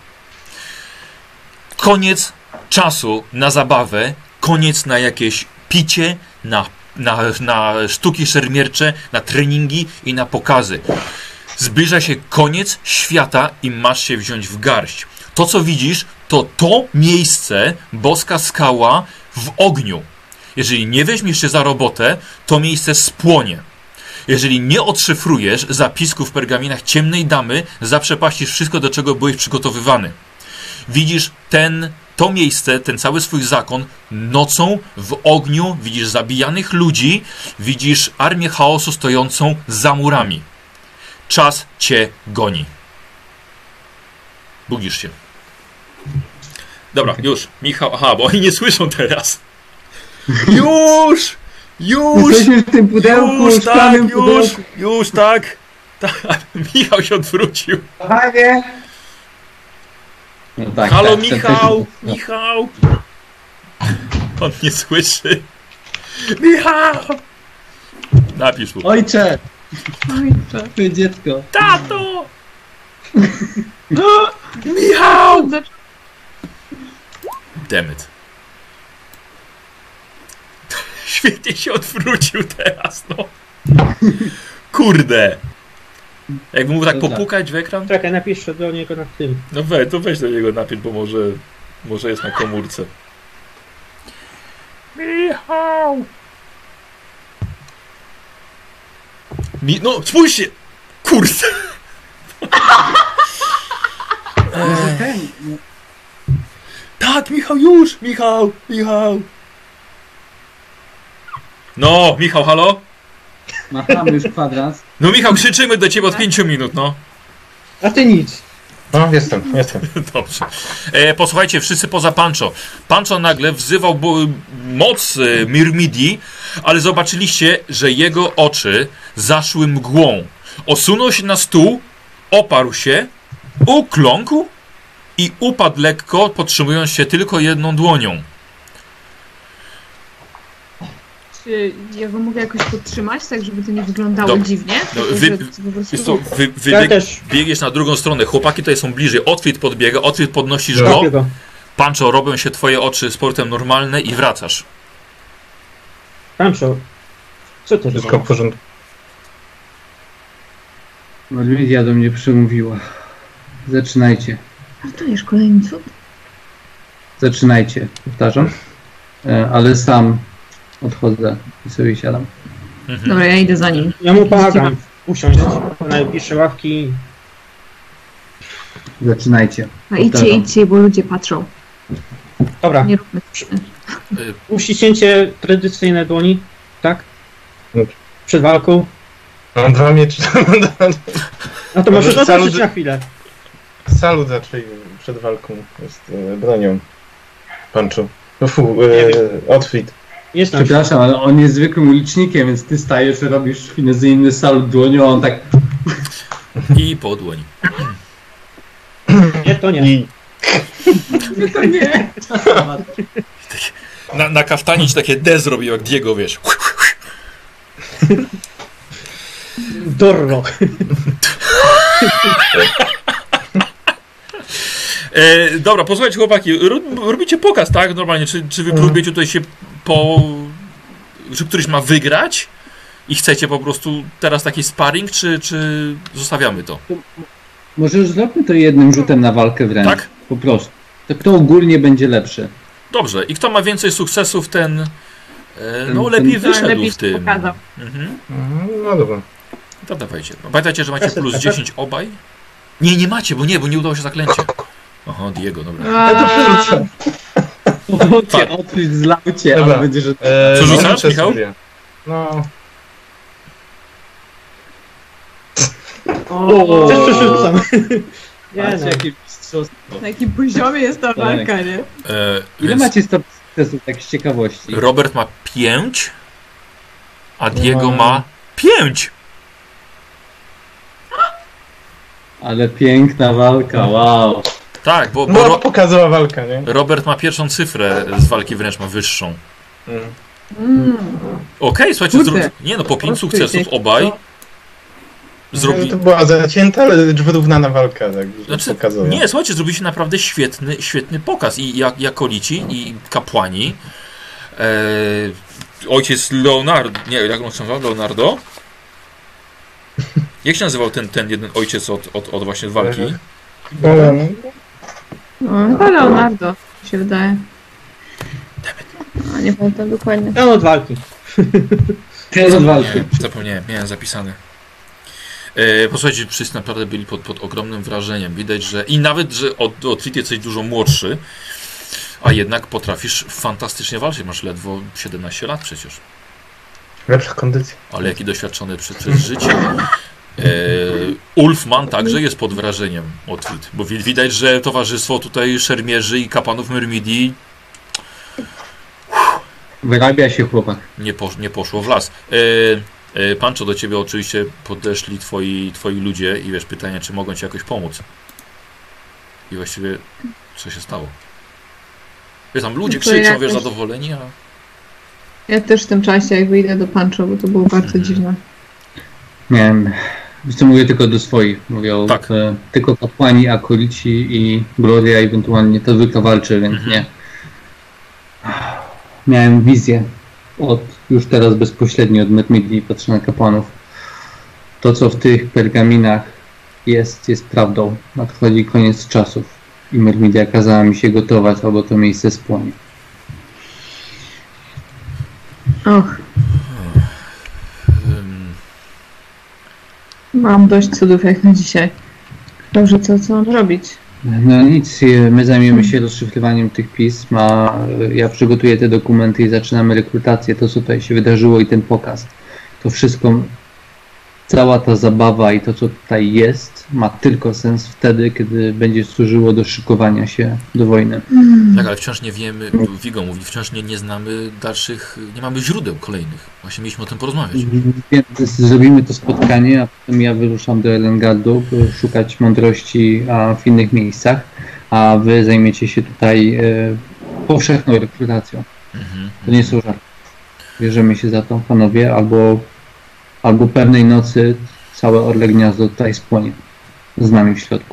Koniec czasu na zabawę, koniec na jakieś picie, na, na, na sztuki szermiercze, na treningi i na pokazy. Zbliża się koniec świata i masz się wziąć w garść. To, co widzisz, to to miejsce, boska skała w ogniu. Jeżeli nie weźmiesz się za robotę, to miejsce spłonie. Jeżeli nie odszyfrujesz zapisków w pergaminach ciemnej damy, zaprzepaścisz wszystko, do czego byłeś przygotowywany. Widzisz ten, to miejsce, ten cały swój zakon nocą w ogniu, widzisz zabijanych ludzi, widzisz armię chaosu stojącą za murami. Czas cię goni. Budzisz się. Dobra, już. Michał, aha, bo oni nie słyszą teraz. Już! Już! Jesteśmy w tym pudełku, Już, tak, szklanym już, pudełku. już, tak. Tak, Michał się odwrócił. Kochanie! No tak, Halo, tak, Michał! ten- Michał! On nie słyszy. Michał! Napisz mu. Ojcze! Ojcze. Twoje dziecko. Tato! Michał! Demet. Świetnie się odwrócił teraz, no. Kurde. Jakby mógł tak Dobra. popukać w ekran? Czekaj, napiszę do niego na tym. No weź, to weź do niego napisz, bo może, może jest na komórce. Michał! Mi, no, spójrzcie! Kurde! Ten, Tak, Michał, już! Michał! Michał! No, Michał, halo? Machamy już kwadrans. No, Michał, krzyczymy do ciebie od pięciu minut, no. A ty nic. No, jestem, jestem. Dobrze. E, posłuchajcie, wszyscy poza Pancho. Pancho nagle wzywał bo, moc e, Myrmidii, ale zobaczyliście, że jego oczy zaszły mgłą. Osunął się na stół, oparł się, ukląkł i upadł lekko, podtrzymując się tylko jedną dłonią. Czy ja go mogę jakoś podtrzymać, tak żeby to nie wyglądało Dobra. dziwnie? No, Tylko, wy- że po prostu... Wiesz co, wy, wy, Ja bieg, też. biegniesz na drugą stronę. Chłopaki tutaj są bliżej. Otwit podbiega, Otwit podnosisz Dobra. go. Łapię go. Pancho, robią się twoje oczy sportem normalne i wracasz. Pancho, co to Wszystko było? w porządku. Olivia do mnie przemówiła. Zaczynajcie. A to jest kolejny cud. Zaczynajcie. Powtarzam. E, ale sam odchodzę i sobie siadam. Mhm. Dobra, ja idę za nim. Ja mu pomagam usiąść na najbliższe ławki. Zaczynajcie. A idźcie, Powtarzam. idźcie, bo ludzie patrzą. Dobra, Nie róbmy. uściśnięcie tradycyjne dłoni, tak? Dobrze. Przed walką. Mam dwa miecze. No to możesz Salut- odłożyć na chwilę. Salut raczej przed walką jest e, bronią. Panczu. No fu, Nie e, Otwit. Jest tam. Przepraszam, ale on jest zwykłym ulicznikiem, więc ty stajesz, robisz finezyjny salut dłonią, a on tak... I po dłoni. Nie, to nie. I To nie! Na, na kaftanie ci takie D zrobił, jak Diego, wiesz. Dorro. E, dobra, posłuchajcie chłopaki, ro, robicie pokaz, tak? Normalnie, czy, czy wy próbujecie tutaj się po... Czy któryś ma wygrać i chcecie po prostu teraz taki sparring, czy, czy zostawiamy to? Może już zróbmy to jednym rzutem na walkę wręcz. Tak? Po prostu. To kto ogólnie będzie lepszy? Dobrze, i kto ma więcej sukcesów, ten... E, no Ten- lepiej ten- wyszedł lepiej w tym. pokazał. Mhm. Mhm, no dobra. To dawajcie. Pamiętajcie, że macie Kasę, plus kasę. dziesięć obaj? Nie, nie macie, bo nie, bo nie udało się zaklęcie. Aha, Diego, dobra. Ja to przerzucę. Cię odkryć zlał cię, Dobra. ale będzie, że... E, Co no, rzucasz, rzucę Michał? sobie. No, O, też przerzucam. Nie Patrzcie, no. jakie mistrzostwo. Na jakim poziomie jest ta walka, nie? E, Ile więc macie stopni sukcesu, tak z ciekawości? Robert ma pięć, a Diego No. ma pięć. Ale piękna walka, wow. Tak, bo, bo no Ro pokazała walka, nie? Robert ma pierwszą cyfrę z walki wręcz, ma wyższą. Mm. Mm. Okej, słuchajcie, Kurde. zrób... nie no, po pięć Odkrycie. sukcesów obaj. Zrobi... To była zacięta, ale wyrównana walka, tak Znaczy, pokazała. nie, słuchajcie, zrobiliście naprawdę świetny, świetny pokaz. I jak, jakolici, i kapłani. E, ojciec Leonardo, nie, jak on się nazywał? Leonardo? Jak się nazywał ten, ten jeden ojciec od, od, od właśnie walki? Ale, No, chyba Leonardo, mi się wydaje. A nie pamiętam dokładnie. No od walki. Ten od walki. Nie, zapomniałem, miałem zapisane. E, posłuchajcie, wszyscy naprawdę byli pod, pod ogromnym wrażeniem. Widać, że i nawet, że od, od Fit jesteś dużo młodszy, a jednak potrafisz fantastycznie walczyć. Masz ledwo siedemnaście lat przecież. lepsza kondycja. Ale jaki doświadczony przez, przez życie. E, Ulfman także jest pod wrażeniem od Fit, bo wi- widać, że towarzystwo tutaj szermierzy i kapłanów Myrmidii Wyrabia się chłopak. nie, posz, nie poszło w las. E, e, Pancho, do ciebie oczywiście podeszli twoi, twoi ludzie i wiesz, pytanie, czy mogą ci jakoś pomóc. I właściwie, co się stało? Wiesz, tam ludzie No to krzyczą, jakoś- wiesz, zadowoleni, a... Ja też w tym czasie, jak wyjdę do Pancho, bo to było bardzo dziwne. Miałem... Wiesz co, mówię tylko do swoich. Mówię o Tak. e, tylko kapłani, akolici i Gloria, ewentualnie to zwykle walczy, więc Mhm. nie. Miałem wizję od już teraz bezpośrednio od Myrmidii, patrzę na kapłanów. To, co w tych pergaminach jest, jest prawdą. Nadchodzi koniec czasów i Myrmidia kazała mi się gotować, albo to miejsce spłonie. Och, Ym, mam dość cudów jak na dzisiaj. Dobrze, co, co mam robić? No nic, my zajmiemy się rozszyfrowaniem tych pism, a ja przygotuję te dokumenty i zaczynamy rekrutację. To, co tutaj się wydarzyło i ten pokaz. To wszystko, cała ta zabawa i to, co tutaj jest, ma tylko sens wtedy, kiedy będzie służyło do szykowania się do wojny. tak, ale wciąż nie wiemy, Vigo mówi, wciąż nie, nie znamy dalszych, nie mamy źródeł kolejnych. Właśnie mieliśmy o tym porozmawiać. Więc zrobimy to spotkanie, a potem ja wyruszam do Erengardu, by szukać mądrości a w innych miejscach, a wy zajmiecie się tutaj e, powszechną rekrutacją. Mhm. To nie są żarty. Bierzemy się za to, panowie, albo, albo pewnej nocy całe Orle Gniazdo tutaj spłonie. Z nami w środku.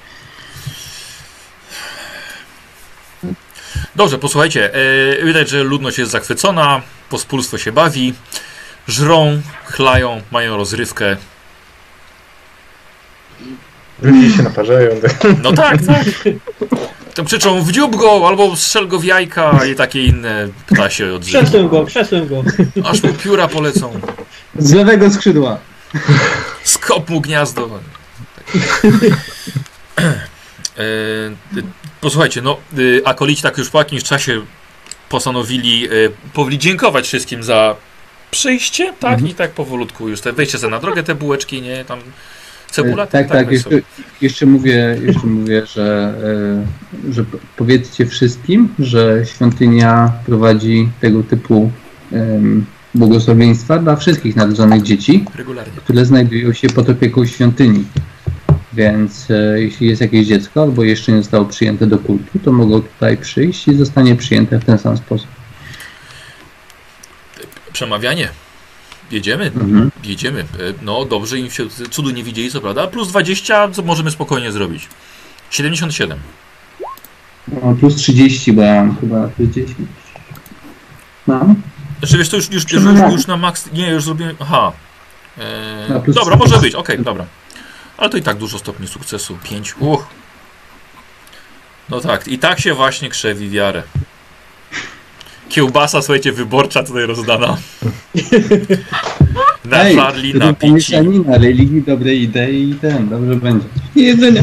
Dobrze, posłuchajcie, e, widać, że ludność jest zachwycona, pospólstwo się bawi, żrą, chlają, mają rozrywkę. Ludzie się naparzają. No tak, tak. Tam krzyczą w dziób go, albo strzel go w jajka i takie inne ptasie odzywy. Krzesłem go, krzesłem go. Aż mu pióra polecą. Z lewego skrzydła. Skop mu gniazdo. E, posłuchajcie, no, e, akolici tak już po jakimś czasie postanowili e, powoli dziękować wszystkim za przyjście, tak? Mhm. I tak powolutku już te wejście sobie na drogę, te bułeczki, nie? Tam Cebula? Tak, tak, jeszcze, jeszcze mówię, jeszcze mówię, że, że powiedzcie wszystkim, że świątynia prowadzi tego typu um, błogosławieństwa dla wszystkich narodzonych dzieci, regularnie, które znajdują się pod opieką świątyni. Więc e, jeśli jest jakieś dziecko albo jeszcze nie zostało przyjęte do kultu, to mogą tutaj przyjść i zostanie przyjęte w ten sam sposób. Przemawianie. Jedziemy, Mhm. jedziemy. No dobrze, im się cudu nie widzieli, co prawda. Plus dwadzieścia, co możemy spokojnie zrobić. siedemdziesiąt siedem. No, plus trzydzieści, bo ja mam chyba plus dziesięć. Mam? Znaczy wiesz, to już, już, już, już na maks... Nie, już zrobiłem... Aha. Eee, No, plus dobra, może być, okej, okay, dobra. Ale to i tak dużo stopni sukcesu. pięć. Uch. No tak, i tak się właśnie krzewi wiarę. Kiełbasa, słuchajcie, wyborcza tutaj rozdana. Na Ej, Charlie, to na to pici. na religii, dobrej idei i ten, dobrze będzie. Jedzenia.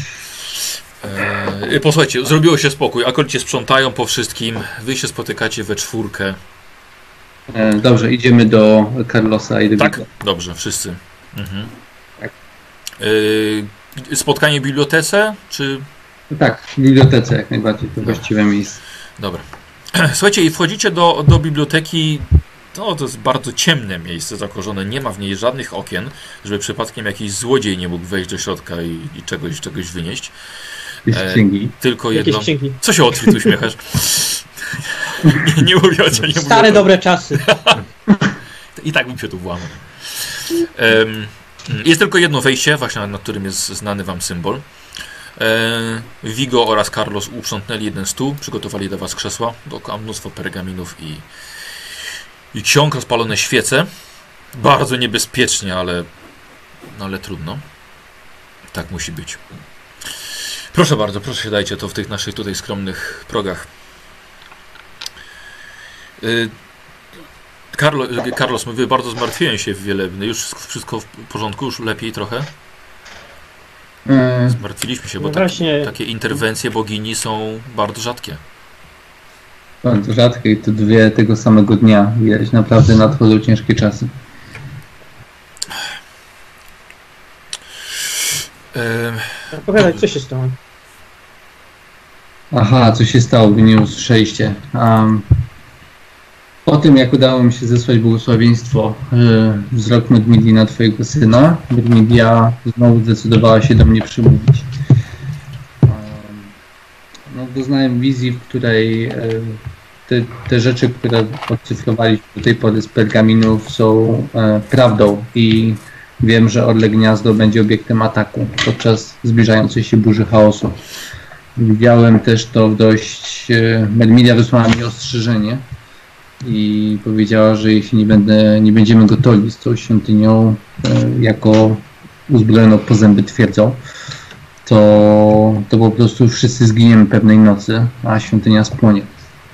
Eee, posłuchajcie, zrobiło się spokój. Akolicie sprzątają po wszystkim. Wy się spotykacie we czwórkę. E, dobrze, idziemy do Carlosa i do Tak? Bibla. Dobrze, wszyscy. Mhm. Tak. Eee, spotkanie w bibliotece, czy... Tak, w bibliotece jak najbardziej, to właściwe miejsce. Dobra. Słuchajcie, i wchodzicie do, do biblioteki. No, to jest bardzo ciemne miejsce zakorzone. Nie ma w niej żadnych okien, żeby przypadkiem jakiś złodziej nie mógł wejść do środka i, i czegoś, czegoś wynieść. Jakieś E, księgi. Tylko Jakieś jedno. księgi. Co się otwił, tu uśmiechasz? nie, nie mówię o co, nie mówię Stare, o to. dobre czasy. I tak bym się tu włamał. Um, jest tylko jedno wejście, właśnie na którym jest znany wam symbol. E, Vigo oraz Carlos uprzątnęli jeden stół, przygotowali dla was krzesła, dookoła mnóstwo pergaminów i, i ksiąg, rozpalone świece. Bardzo niebezpiecznie, ale, no ale trudno. Tak musi być. Proszę bardzo, proszę się dajcie to w tych naszych tutaj skromnych progach. E, Carlo, Carlos, mówię, bardzo zmartwiłem się wiele. Już wszystko w porządku, już lepiej trochę. E, Zmartwiliśmy się, bo No tak, właśnie. takie interwencje bogini są bardzo rzadkie. bardzo rzadko i to dwie tego samego dnia. Widać, naprawdę nadchodzą ciężkie czasy. Ehm, Opowiadaj, co się stało? Aha, co się stało, wy nie usłyszeliście. Um, po tym, jak udało mi się zesłać błogosławieństwo yy, wzrok Medmidi na twojego syna, Medmidia znowu zdecydowała się do mnie przymówić. Um, no, doznałem wizji, w której yy, te, te rzeczy, które odcyfrowaliśmy do tej pory z pergaminów, są yy, prawdą i wiem, że Orle Gniazdo będzie obiektem ataku podczas zbliżającej się burzy chaosu. Widziałem też to w dość... Medmidia wysłała mi ostrzeżenie i powiedziała, że jeśli nie, będę, nie będziemy gotowi z tą świątynią e, jako uzbrojoną po zęby twierdzą, to, to po prostu wszyscy zginiemy pewnej nocy, a świątynia spłonie.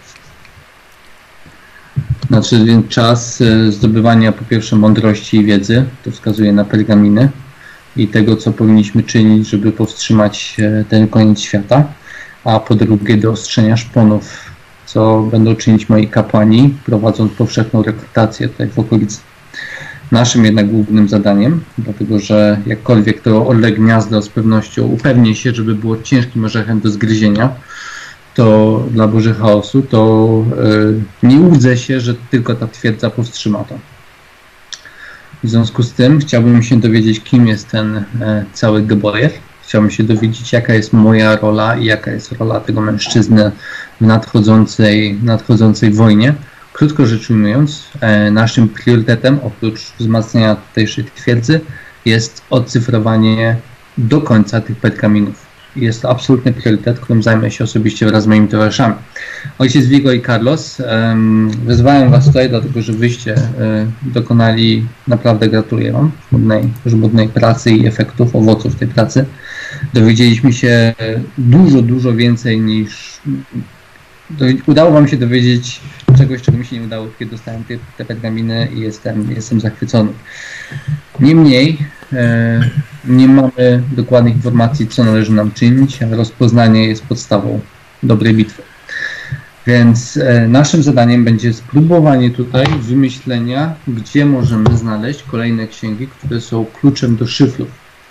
Nadszedł czas e, zdobywania po pierwsze mądrości i wiedzy, to wskazuje na pergaminy, i tego, co powinniśmy czynić, żeby powstrzymać e, ten koniec świata, a po drugie do ostrzenia szponów, co będą czynić moi kapłani, prowadząc powszechną rekrutację tutaj w okolicy. Naszym jednak głównym zadaniem, dlatego że jakkolwiek to Orle Gniazdo z pewnością upewni się, żeby było ciężkim orzechem do zgryzienia, to dla burzy chaosu, to e, nie łudzę się, że tylko ta twierdza powstrzyma to. W związku z tym chciałbym się dowiedzieć, kim jest ten e, cały Geborew. Chciałbym się dowiedzieć, jaka jest moja rola i jaka jest rola tego mężczyzny w nadchodzącej, nadchodzącej wojnie. Krótko rzecz ujmując, e, naszym priorytetem, oprócz wzmacniania tutejszej twierdzy, jest odcyfrowanie do końca tych pergaminów. Jest to absolutny priorytet, którym zajmę się osobiście wraz z moimi towarzyszami. Ojciec Vigo i Carlos, um, wezwałem was tutaj, dlatego że wyście y, dokonali, naprawdę gratuluję wam, żmudnej, żmudnej pracy i efektów, owoców tej pracy. Dowiedzieliśmy się dużo, dużo więcej niż... Do, udało wam się dowiedzieć czegoś, czego mi się nie udało, kiedy dostałem te, te pergaminy i jestem, jestem zachwycony. Niemniej e, nie mamy dokładnych informacji, co należy nam czynić, ale rozpoznanie jest podstawą dobrej bitwy. Więc e, naszym zadaniem będzie spróbowanie tutaj wymyślenia, gdzie możemy znaleźć kolejne księgi, które są kluczem do szyfrów.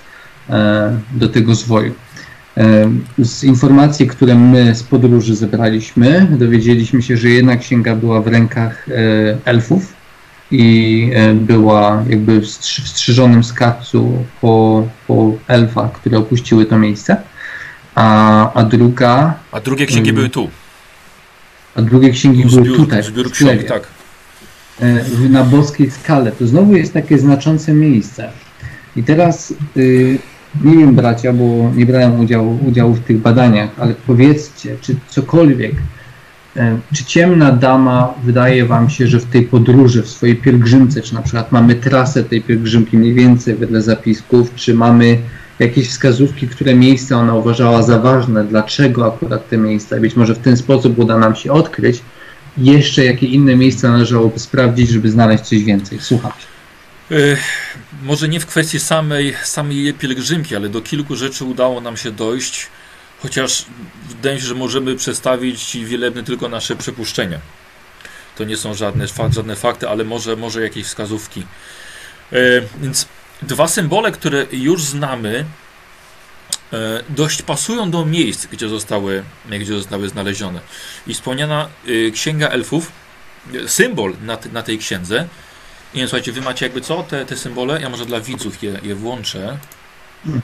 do tego zwoju. Z informacji, które my z podróży zebraliśmy, dowiedzieliśmy się, że jedna księga była w rękach elfów i była jakby w strzyżonym skarbcu po, po elfach, które opuściły to miejsce, a, a druga... A drugie księgi były tu. A drugie księgi Zbiór, były tutaj, zbiór w ksiąg, tak. na boskiej skale. To znowu jest takie znaczące miejsce. I teraz... Y Nie wiem, bracia, bo nie brałem udziału, udziału w tych badaniach, ale powiedzcie, czy cokolwiek, czy ciemna dama wydaje wam się, że w tej podróży, w swojej pielgrzymce, czy na przykład mamy trasę tej pielgrzymki mniej więcej wedle zapisków, czy mamy jakieś wskazówki, które miejsca ona uważała za ważne, dlaczego akurat te miejsca, być może w ten sposób uda nam się odkryć, jeszcze jakie inne miejsca należałoby sprawdzić, żeby znaleźć coś więcej. Słucham. Yy, może nie w kwestii samej, samej jej pielgrzymki, ale do kilku rzeczy udało nam się dojść, chociaż wydaje mi się, że możemy przedstawić wielebne tylko nasze przypuszczenia. To nie są żadne, żadne fakty, ale może, może jakieś wskazówki. Yy, więc dwa symbole, które już znamy, yy, dość pasują do miejsc, gdzie zostały, gdzie zostały znalezione. I wspomniana yy, Księga Elfów, yy, symbol na, na tej księdze. Nie wiem, słuchajcie, wy macie jakby co, te, te symbole? Ja może dla widzów je, je włączę, um,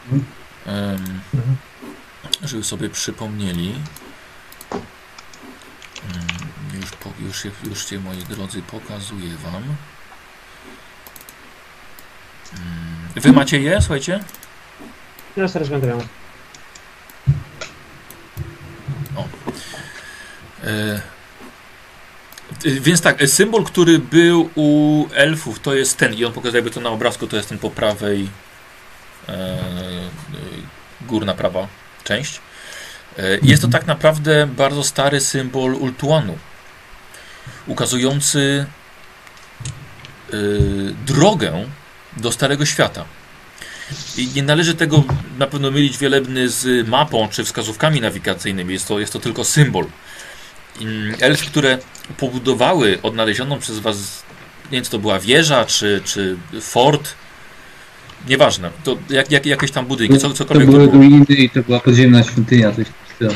żeby sobie przypomnieli. Um, już, po, już, je, już je, moi drodzy, pokazuję wam. Um, wy macie je, słuchajcie? Ja sobie rozglądam. O. E Więc tak, symbol, który był u elfów, to jest ten, i on pokazuje jakby to na obrazku, to jest ten po prawej e, górna prawa część. E, jest to tak naprawdę bardzo stary symbol Ultuanu, ukazujący e, drogę do Starego Świata. I nie należy tego na pewno mylić wielebny z mapą czy wskazówkami nawigacyjnymi, jest to, jest to tylko symbol. Elfy, które pobudowały odnalezioną przez was, nie wiem, czy to była wieża, czy, czy fort, nieważne, to jak, jak, jakieś tam budynki, co, cokolwiek to były to było. ruiny i to była podziemna świątynia, coś takiego.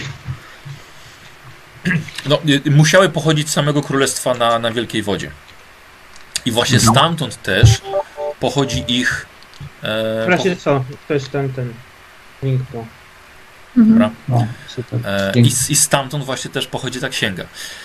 No, musiały pochodzić z samego królestwa na, na Wielkiej Wodzie. I właśnie mhm. stamtąd też pochodzi ich... E, Właśnie po... co? To jest ten, ten link po... Dobra. No, e, i, I stamtąd właśnie też pochodzi ta księga.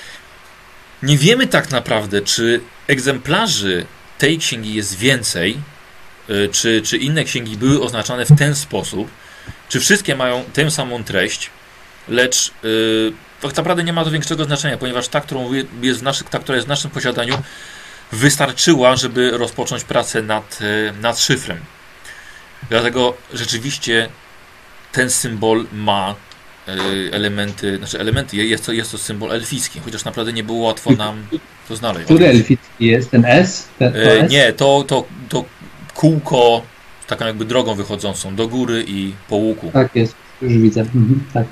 Nie wiemy tak naprawdę, czy egzemplarzy tej księgi jest więcej, y, czy, czy inne księgi były oznaczane w ten sposób, czy wszystkie mają tę samą treść, lecz y, tak naprawdę nie ma to większego znaczenia, ponieważ ta, którą jest w naszy, ta, która jest w naszym posiadaniu, wystarczyła, żeby rozpocząć pracę nad, nad szyfrem. Dlatego rzeczywiście ten symbol ma elementy, znaczy elementy, jest to, jest to symbol elficki, chociaż naprawdę nie było łatwo nam to znaleźć. Który elficki jest? Ten S? Ten, to e, nie, to, to, to kółko taką jakby drogą wychodzącą do góry i po łuku. Tak jest, już widzę. Mhm, tak.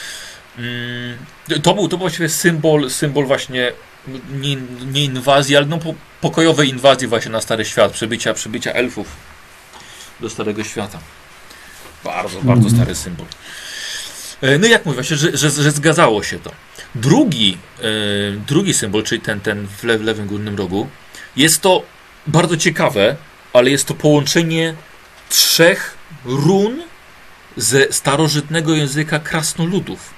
Mm, to był to właściwie symbol, symbol właśnie nie, nie inwazji, ale no po, pokojowej inwazji właśnie na Stary Świat, przybycia, przybycia elfów do Starego Świata. Bardzo, bardzo mhm. stary symbol. No jak mówię, właśnie, że, że, że zgadzało się to. Drugi, yy, drugi symbol, czyli ten, ten w, le, w lewym górnym rogu, jest to bardzo ciekawe, ale jest to połączenie trzech run ze starożytnego języka krasnoludów.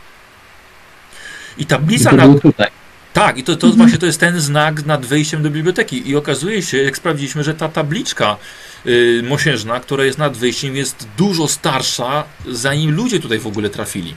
I tablica na... Tak, i to, to mhm. właśnie to jest ten znak nad wejściem do biblioteki. I okazuje się, jak sprawdziliśmy, że ta tabliczka yy, mosiężna, która jest nad wyjściem, jest dużo starsza, zanim ludzie tutaj w ogóle trafili.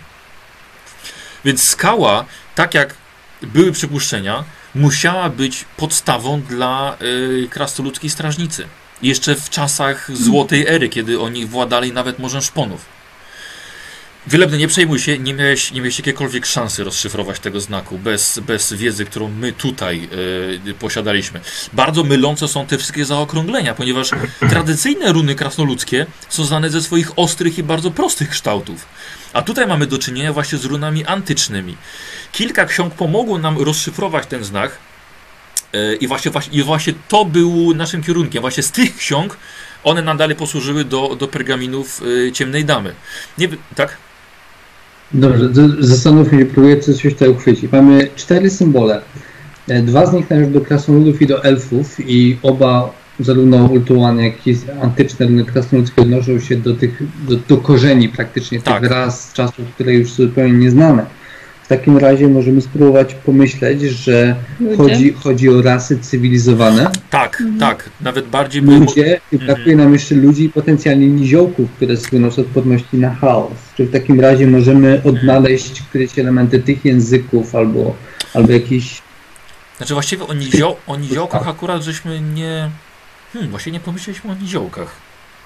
Więc skała, tak jak były przypuszczenia, musiała być podstawą dla yy, krasnoludzkiej strażnicy. Jeszcze w czasach Złotej Ery, kiedy oni władali nawet morzem szponów. Wielebny, nie przejmuj się, nie miałeś, nie miałeś jakiekolwiek szansy rozszyfrować tego znaku bez, bez wiedzy, którą my tutaj y, posiadaliśmy. Bardzo mylące są te wszystkie zaokrąglenia, ponieważ tradycyjne runy krasnoludzkie są znane ze swoich ostrych i bardzo prostych kształtów. A tutaj mamy do czynienia właśnie z runami antycznymi. Kilka ksiąg pomogło nam rozszyfrować ten znak y, i, właśnie, właśnie, i właśnie to był naszym kierunkiem. Właśnie z tych ksiąg one nam dalej posłużyły do, do pergaminów y, ciemnej damy. Nie, tak? Dobrze, zastanówmy się, próbuję coś tutaj uchwycić. Mamy cztery symbole. Dwa z nich należą do krasnoludów i do elfów i oba, zarówno Ultuan, jak i antyczne runy krasnoludzkie odnoszą się do tych, do, do korzeni praktycznie Tak. tych ras z czasów, które już są zupełnie nieznane. W takim razie możemy spróbować pomyśleć, że Ludzie? chodzi, chodzi o rasy cywilizowane. Tak, Mhm. tak. Nawet bardziej... by- Ludzie, i brakuje nam jeszcze ludzi i potencjalnie niziołków, które słyną z odporności na chaos. Czy w takim razie możemy odnaleźć któreś elementy tych języków albo, albo jakieś... Znaczy właściwie o, nizio, o niziołkach akurat żeśmy nie... Hmm, właśnie nie pomyśleliśmy o niziołkach.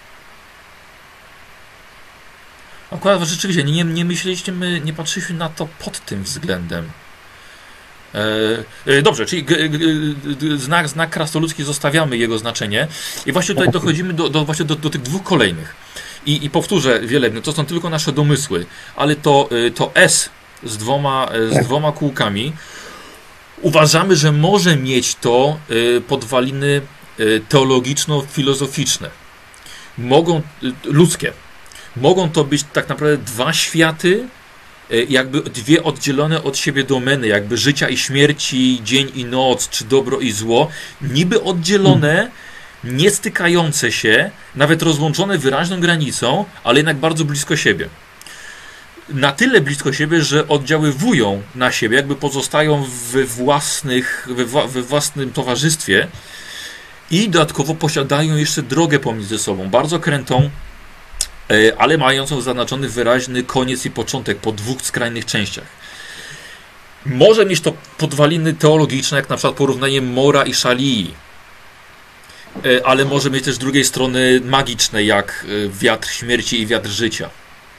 Akurat rzeczywiście nie, nie myśleliśmy, nie patrzyliśmy na to pod tym względem. E, e, dobrze, czyli g, g, g, znak, znak krasnoludzki zostawiamy jego znaczenie i właśnie tutaj dochodzimy do, do, właśnie do, do tych dwóch kolejnych. I, i powtórzę wielebny, to są tylko nasze domysły, ale to, to S z dwoma, z dwoma kółkami uważamy, że może mieć to podwaliny teologiczno-filozoficzne. Mogą, ludzkie. Mogą to być tak naprawdę dwa światy, jakby dwie oddzielone od siebie domeny, jakby życia i śmierci, dzień i noc, czy dobro i zło, niby oddzielone, nie stykające się, nawet rozłączone wyraźną granicą, ale jednak bardzo blisko siebie. Na tyle blisko siebie, że oddziaływują na siebie, jakby pozostają we, własnych, we, we własnym towarzystwie i dodatkowo posiadają jeszcze drogę pomiędzy sobą, bardzo krętą, ale mającą zaznaczony wyraźny koniec i początek po dwóch skrajnych częściach. Może mieć to podwaliny teologiczne, jak na przykład porównanie Mora i Szalii, ale może mieć też z drugiej strony magiczne, jak wiatr śmierci i wiatr życia.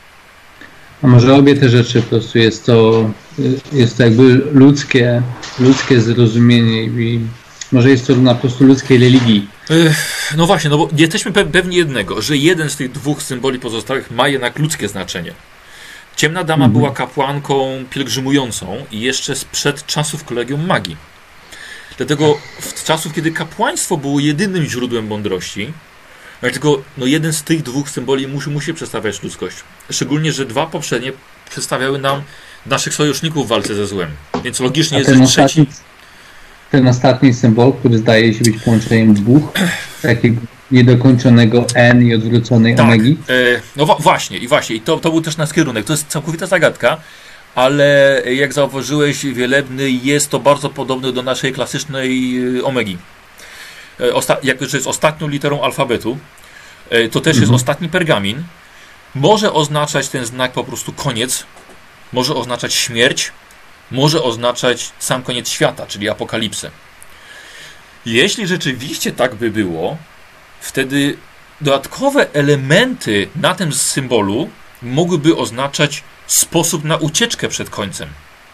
A może obie te rzeczy po prostu jest to, jest to jakby ludzkie, ludzkie zrozumienie i może jest to na po prostu ludzkiej religii. No właśnie, no bo jesteśmy pewni jednego, że jeden z tych dwóch symboli pozostałych ma jednak ludzkie znaczenie. Ciemna Dama mhm. była kapłanką pielgrzymującą i jeszcze sprzed czasów Kolegium Magii. Dlatego w czasów, kiedy kapłaństwo było jedynym źródłem mądrości, dlatego no jeden z tych dwóch symboli musi, musi przedstawiać ludzkość. Szczególnie, że dwa poprzednie przedstawiały nam naszych sojuszników w walce ze złem. Więc logicznie jest, że trzeci... Ten ostatni symbol, który zdaje się być połączeniem dwóch, takiego niedokończonego N i odwróconej tak, omegi. E, no wa właśnie, i właśnie, i to, to był też nasz kierunek. To jest całkowita zagadka, ale jak zauważyłeś, Wielebny, jest to bardzo podobne do naszej klasycznej omegi. E, osta jak to jest ostatnią literą alfabetu, e, to też mhm. jest ostatni pergamin. Może oznaczać ten znak po prostu koniec, może oznaczać śmierć, może oznaczać sam koniec świata, czyli apokalipsę. Jeśli rzeczywiście tak by było, wtedy dodatkowe elementy na tym symbolu mogłyby oznaczać sposób na ucieczkę przed końcem.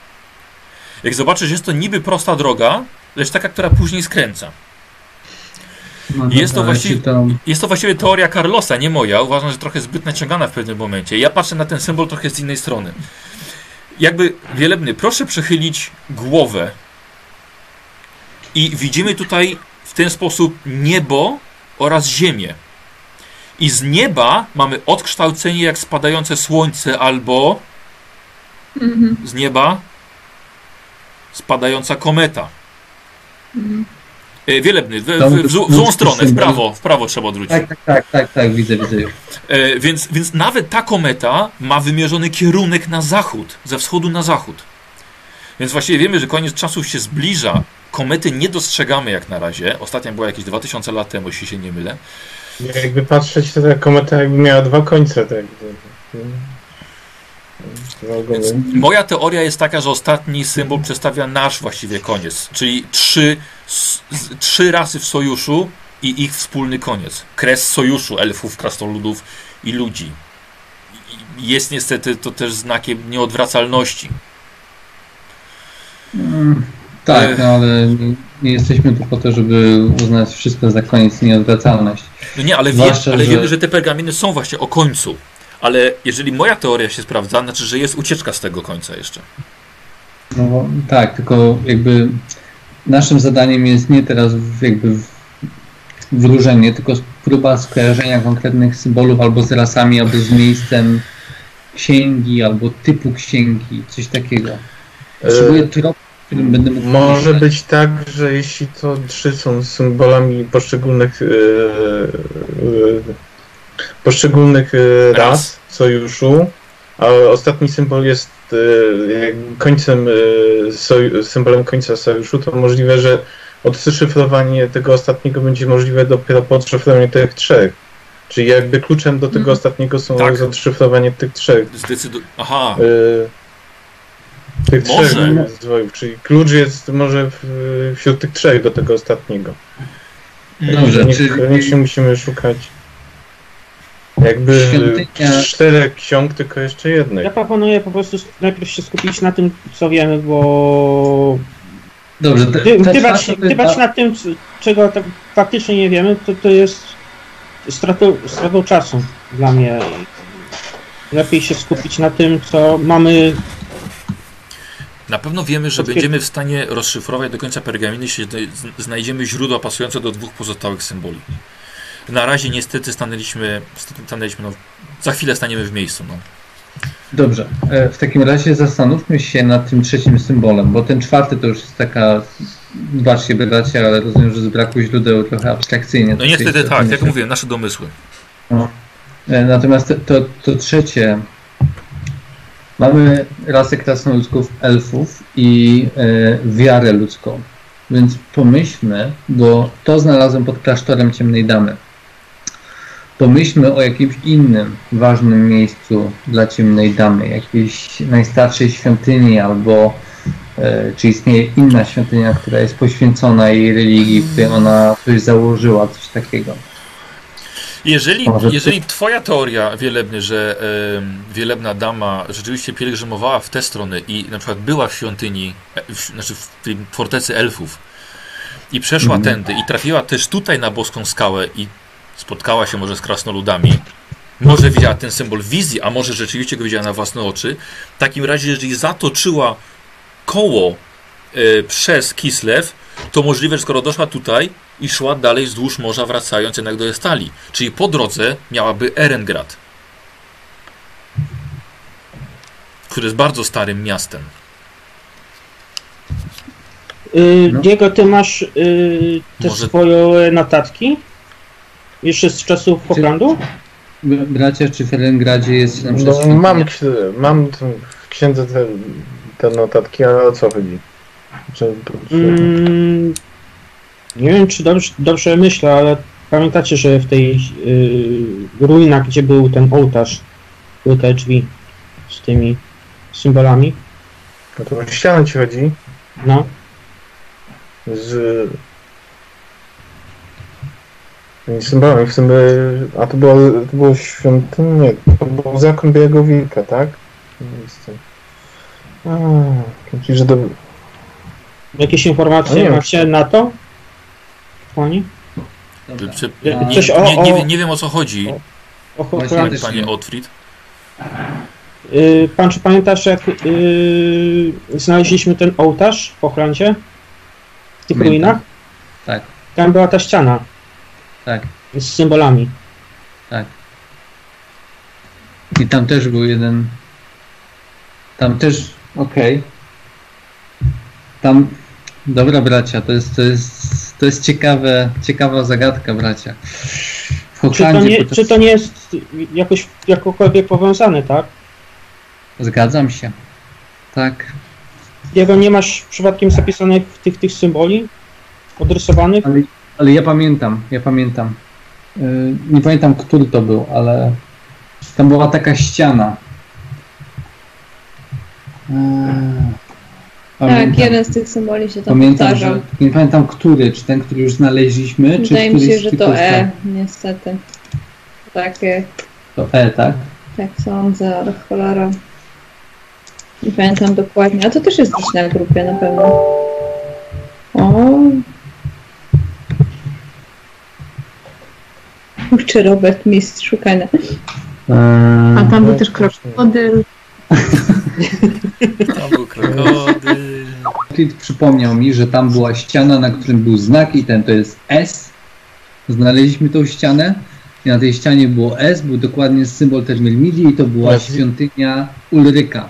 Jak zobaczysz, jest to niby prosta droga, lecz taka, która później skręca. No jest, to właściwie, to... jest to właściwie teoria Carlosa, nie moja. Uważam, że trochę zbyt naciągana w pewnym momencie. Ja patrzę na ten symbol trochę z innej strony. Jakby, Wielebny, proszę przechylić głowę i widzimy tutaj w ten sposób niebo oraz ziemię. I z nieba mamy odkształcenie jak spadające słońce albo mhm. z nieba spadająca kometa. Mhm. Wielebny, w, w, w, w złą stronę, w prawo, w prawo trzeba odwrócić. Tak, tak, tak, tak, tak, widzę, widzę. E, więc, więc nawet ta kometa ma wymierzony kierunek na zachód, ze wschodu na zachód. Więc właściwie wiemy, że koniec czasów się zbliża. Komety nie dostrzegamy jak na razie. Ostatnia była jakieś dwa tysiące lat temu, jeśli się nie mylę. Jakby patrzeć, to ta kometa jakby miała dwa końce. Tak. Więc moja teoria jest taka, że ostatni symbol przedstawia nasz właściwie koniec, czyli trzy, trzy rasy w sojuszu i ich wspólny koniec. Kres sojuszu elfów, krasnoludów i ludzi. Jest niestety to też znakiem nieodwracalności. Mm, tak, no, ale nie jesteśmy tu po to, żeby uznać wszystko za koniec i nieodwracalność. No nie, ale, wie, ale że... wiemy, że te pergaminy są właśnie o końcu. Ale jeżeli moja teoria się sprawdza, znaczy, że jest ucieczka z tego końca jeszcze. No tak, tylko jakby naszym zadaniem jest nie teraz jakby wróżenie, tylko próba skojarzenia konkretnych symbolów albo z rasami, albo z miejscem księgi, albo typu księgi, coś takiego. Potrzebuję trop, w którym będę mógł... Może myśleć. Być tak, że jeśli to trzy są symbolami poszczególnych yy, yy, poszczególnych yy, ras sojuszu, a ostatni symbol jest yy, końcem, yy, soj, symbolem końca sojuszu, to możliwe, że odszyfrowanie tego ostatniego będzie możliwe dopiero po odszyfrowaniu tych trzech. Czyli jakby kluczem do tego hmm. ostatniego są tak. odszyfrowanie tych trzech. Zdecydu... Aha. Yy, tych może. trzech zwojów, czyli klucz jest może w, wśród tych trzech do tego ostatniego. Dobrze, nie, czyli... Koniecznie musimy szukać jakby Świątynia... czterech ksiąg, tylko jeszcze jednej. Ja proponuję po prostu najpierw się skupić na tym, co wiemy, bo Dobrze, te, te gdybać, gdybać na tym, czego tak faktycznie nie wiemy, to to jest stratą, stratą czasu dla mnie. Lepiej się skupić na tym, co mamy. Na pewno wiemy, że będziemy w stanie rozszyfrować do końca pergaminy, jeśli znajdziemy źródła pasujące do dwóch pozostałych symboli. Na razie niestety stanęliśmy, stanęliśmy no, za chwilę staniemy w miejscu. No. Dobrze, w takim razie zastanówmy się nad tym trzecim symbolem, bo ten czwarty to już jest taka, wybaczcie bracia, ale rozumiem, że z braku źródeł trochę abstrakcyjnie. No niestety tak, jak mówiłem, nasze domysły. No. Natomiast to, to, to trzecie, mamy rasę krasnoludzków, elfów i e, wiarę ludzką, więc pomyślmy, bo to znalazłem pod klasztorem Ciemnej Damy. Pomyślmy o jakimś innym ważnym miejscu dla Ciemnej Damy, jakiejś najstarszej świątyni, albo e, czy istnieje inna świątynia, która jest poświęcona jej religii, w której ona coś założyła, coś takiego. Jeżeli, jeżeli twoja teoria, Wielebny, że e, Wielebna Dama rzeczywiście pielgrzymowała w tę stronę i na przykład była w świątyni, w, znaczy w tej fortecy elfów i przeszła mm. tędy i trafiła też tutaj na boską skałę i spotkała się może z krasnoludami, może widziała ten symbol w wizji, a może rzeczywiście go widziała na własne oczy, w takim razie, jeżeli zatoczyła koło e, przez Kislew, to możliwe, że skoro doszła tutaj i szła dalej wzdłuż morza, wracając jednak do Estalii, czyli po drodze miałaby Erengrad, który jest bardzo starym miastem. Yy, no. Diego, ty masz yy, te może... swoje notatki? Jeszcze z czasów Hoglandu? Bracia, czy w Erengradzie jest... No, mam, mam w księdze te, te notatki, ale o co chodzi? Czy, czy... Mm, nie wiem, czy dobrze, dobrze myślę, ale pamiętacie, że w tej yy, ruinach, gdzie był ten ołtarz, były te drzwi z tymi symbolami? No to o ścianę ci chodzi? No. Z... symbolami, w sumie... A to było, to było świątynie, to był zakon Białego Wilka, tak? A, czyli, że to... Jakieś informacje macie na to? Pani? Czy, nie, Coś o, nie, nie, nie, nie wiem o co chodzi. O, o Panie, panie Otfrid. Yy, pan, czy pamiętasz, jak yy, znaleźliśmy ten ołtarz w Ochlandzie? W tych Pamiętam. ruinach? Tak. Tam była ta ściana. Tak. Z symbolami. Tak. I tam też był jeden... Tam też... Okej. Okay. Tam... Dobra bracia, to jest, to jest, to jest ciekawe, ciekawa zagadka, bracia. W czy, to nie, czy to nie jest jakoś jakokolwiek powiązane, tak? Zgadzam się. Tak. Jego nie masz przypadkiem zapisanych tych, tych symboli? Odrysowanych? Ale, ale ja pamiętam, ja pamiętam. Yy, nie pamiętam, który to był, ale tam była taka ściana. Yy. Pamiętam. Tak, jeden z tych symboli się tam pamiętam, powtarzał. Że, nie pamiętam, który, czy ten, który już znaleźliśmy, Wydaje czy mi się, że to to E, niestety. Takie. To E, tak? Tak sądzę, ale cholera. Nie pamiętam dokładnie, a to też jest gdzieś na grupie na pewno. O. Kurczę, Robert, mistrz szukania. Eee, a tam był też krokodyl. Tam był krokodyl. Przypomniał mi, że tam była ściana, na którym był znak i ten to jest S Znaleźliśmy tą ścianę i na tej ścianie było S, był dokładnie symbol Termilmidii i to była Yes. świątynia Ulryka.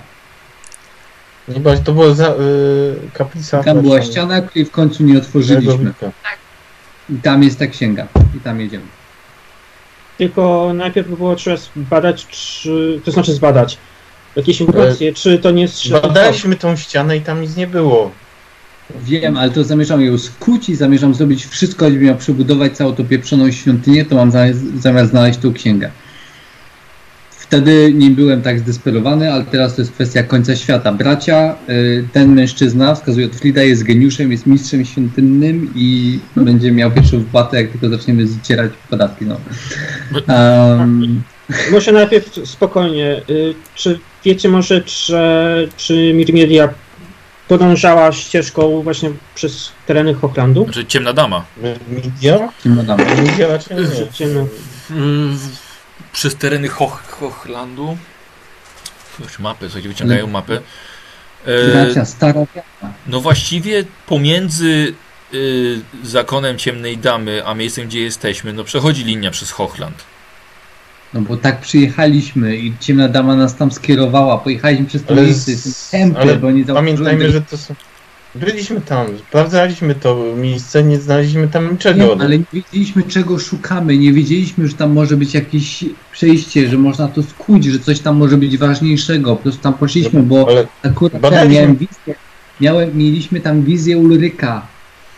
Chyba to była za, y, kaplica. Tam była właśnie ściana, której w końcu nie otworzyliśmy. Wilka. I tam jest ta księga. I tam jedziemy. Tylko najpierw by było trzeba zbadać, czy... To znaczy zbadać. Jakieś informacje, czy to nie jest... Badaliśmy tą ścianę i tam nic nie było. Wiem, ale to zamierzam ją skuć i zamierzam zrobić wszystko, żeby miał przebudować całą tą pieprzoną świątynię, to mam zamiast, zamiast znaleźć tą księgę. Wtedy nie byłem tak zdesperowany, ale teraz to jest kwestia końca świata. Bracia, y, ten mężczyzna, wskazuje od Frida, jest geniuszem, jest mistrzem świątynnym i będzie miał pierwszą wpłatę, jak tylko zaczniemy zcierać podatki. No. Um, Może najpierw spokojnie. Y, czy wiecie może, czy, czy Mirmiedia podążała ścieżką właśnie przez tereny Hochlandu? Znaczy ciemna dama. Media? no, dam. Media raczej nie. Ciemno. Mm, Przez tereny Hoch, Hochlandu. Już mapy, słuchajcie, wyciągają mapy. E, Bracia, stara wiara. no właściwie pomiędzy y, zakonem Ciemnej Damy, a miejscem, gdzie jesteśmy, no przechodzi linia przez Hochland. No bo tak przyjechaliśmy i ciemna dama nas tam skierowała. Pojechaliśmy przez to Ale miejsce, z- tempy, ale bo nie Pamiętajmy, tego- że to są... Byliśmy tam, sprawdzaliśmy to miejsce, nie znaleźliśmy tam niczego. Nie, ale nie wiedzieliśmy, czego szukamy, nie wiedzieliśmy, że tam może być jakieś przejście, że można to skuć, że coś tam może być ważniejszego. Po prostu tam poszliśmy, bo Ale akurat ja badaliśmy. miałem wizję, miałem, mieliśmy tam wizję Ulryka.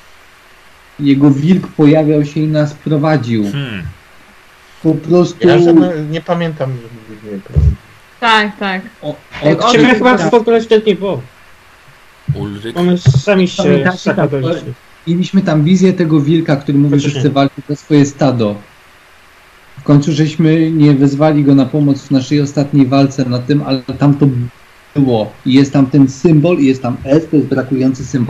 Jego wilk pojawiał się i nas prowadził. Hmm. Po prostu... ja żadne, nie pamiętam, że nie Tak, tak. O, Jak od- Ciebie chyba w ogóle wtedy nie było. Ulryk. Bo my sami się Pamiętacie, zakładaliśmy. Mieliśmy tam wizję tego wilka, który mówi, że Faktycznie. chce walczyć za swoje stado. W końcu żeśmy nie wezwali go na pomoc w naszej ostatniej walce na tym, ale tam to było. I jest tam ten symbol i jest tam S, to jest brakujący symbol.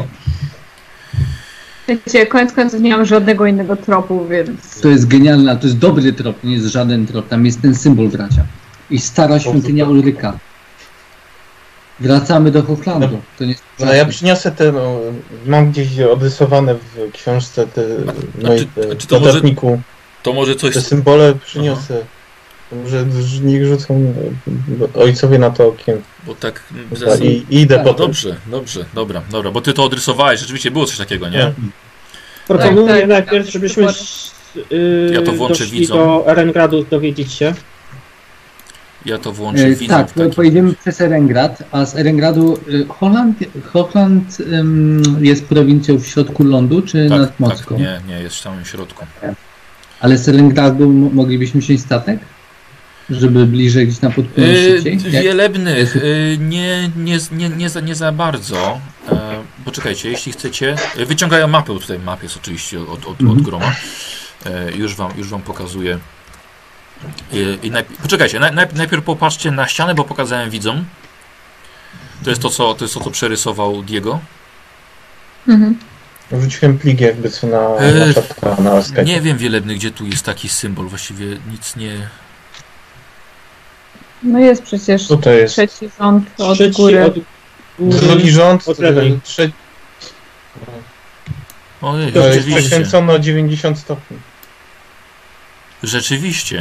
Wiecie, koniec końców nie mam żadnego innego tropu, więc... To jest genialne, to jest dobry trop, nie jest żaden trop. Tam jest ten symbol, bracia. I stara świątynia Ulryka. Wracamy do Hochlandu. To nie jest No ja przyniosę te, no, mam gdzieś odrysowane w książce te A moje czy- te, czy to może- notatniku. To może coś... Te symbole przyniosę. Może niech rzucą e, ojcowie na to okiem. Bo tak... mm, zaraz- I, i idę Tak, po to. Dobrze, dobrze, dobra, dobra, bo ty to odrysowałeś, rzeczywiście było coś takiego, nie? Nie. Proponuję Tak, tak, najpierw, tak, żebyśmy dokładnie. s- y, Ja to włączę doszli widzom. do Erengradu dowiedzieć się. Ja to włączę E, widzom tak, w takim... pojedziemy przez Erengrad, a z Erengradu y, Holand, Hochland ym, jest prowincją w środku lądu, czy Tak, nad Moskwą? tak, nie, nie, jest w samym środku. Ale z Erengradu m- moglibyśmy wziąć statek? Żeby bliżej gdzieś tam podpłynąć Yy, szybciej? Jak- Wielebny, yy, nie, nie, nie, nie, za, nie za bardzo. E, poczekajcie, jeśli chcecie. e, Wyciągają mapę, bo tutaj map jest oczywiście od, od, od Mhm. groma. E, już, wam, już wam pokazuję. I, i najp- poczekajcie, naj, najp- najpierw popatrzcie na ścianę, bo pokazałem widzom. To jest to, co, to jest to, co przerysował Diego. Mhm. Wrzuciłem plik jakby co na, na Eee, czatka na Skype. Nie wiem, Wielebny, gdzie tu jest taki symbol. Właściwie nic nie... No jest przecież Tutaj jest trzeci rząd od Trzeci góry. od góry. drugi rząd, Od lewej. trzeci, Ojej, to jest rzeczywiście. przekręcone o dziewięćdziesiąt stopni. Rzeczywiście.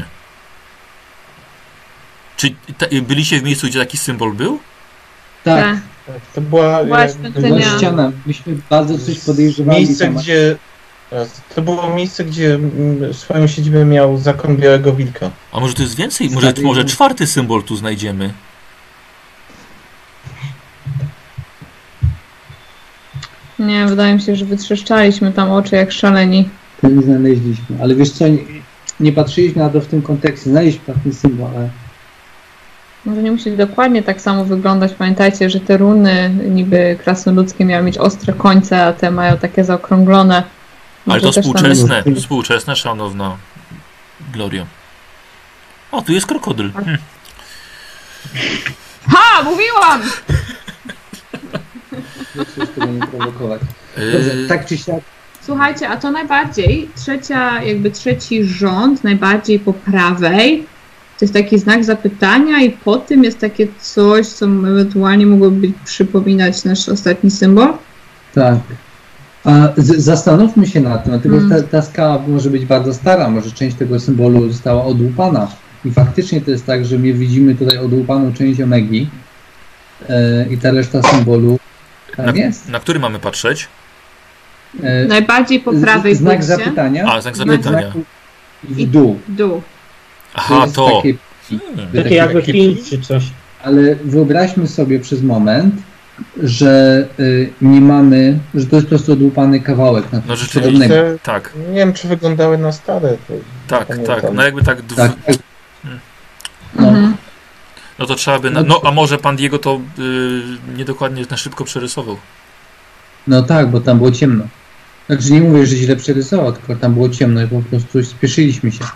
Czy ta, byliście w miejscu, gdzie taki symbol był? Tak, Tak. Tak, to była Była jakby- świątynia. była ściana. Myśmy bardzo coś podejrzewali. miejsce, tam. gdzie to było miejsce, gdzie mm, swoją siedzibę miał zakon Białego Wilka. A może to jest więcej? Może, Stary- może czwarty symbol tu znajdziemy? Nie, wydaje mi się, że wytrzeszczaliśmy tam oczy jak szaleni. To nie znaleźliśmy. Ale wiesz co, nie, nie patrzyliśmy na to w tym kontekście. Znaleźliśmy taki symbol, ale Może nie musi dokładnie tak samo wyglądać. Pamiętajcie, że te runy niby krasnoludzkie miały mieć ostre końce, a te mają takie zaokrąglone. Ale Może to też tam współczesne, jest- współczesne, szanowna Glorio. O, tu jest krokodyl. Hm. Ha! Mówiłam! proszę tego nie prowokować. Dobrze, Yy, tak czy siak, Słuchajcie, a to najbardziej, trzecia, jakby trzeci rząd, najbardziej po prawej, to jest taki znak zapytania i po tym jest takie coś, co ewentualnie mogłoby być, przypominać nasz ostatni symbol. tak. A z, zastanówmy się nad tym, dlatego hmm. ta, ta skała może być bardzo stara, może część tego symbolu została odłupana i faktycznie to jest tak, że my widzimy tutaj odłupaną część omegi yy, i ta reszta symbolu tam na, jest. Na który mamy patrzeć? Yy, Najbardziej po prawej z, Znak płycie. zapytania. A, znak zapytania. I w dół. Dół. Aha, to. Takie, hmm. Takie jakby film czy coś. Ale wyobraźmy sobie przez moment, że y, nie mamy, że to jest po prostu odłupany kawałek na No coś rzeczywiście, podobnego. tak. Nie wiem, czy wyglądały na stare. To Tak, pamiętam. tak. No jakby tak. Dw... Tak, tak. No. Mhm. No to trzeba by. Na... No a może pan Diego to yy, niedokładnie na szybko przerysował. no tak, bo tam było ciemno. Znaczy nie mówię, że źle przerysował, tylko tam było ciemno i po prostu spieszyliśmy się.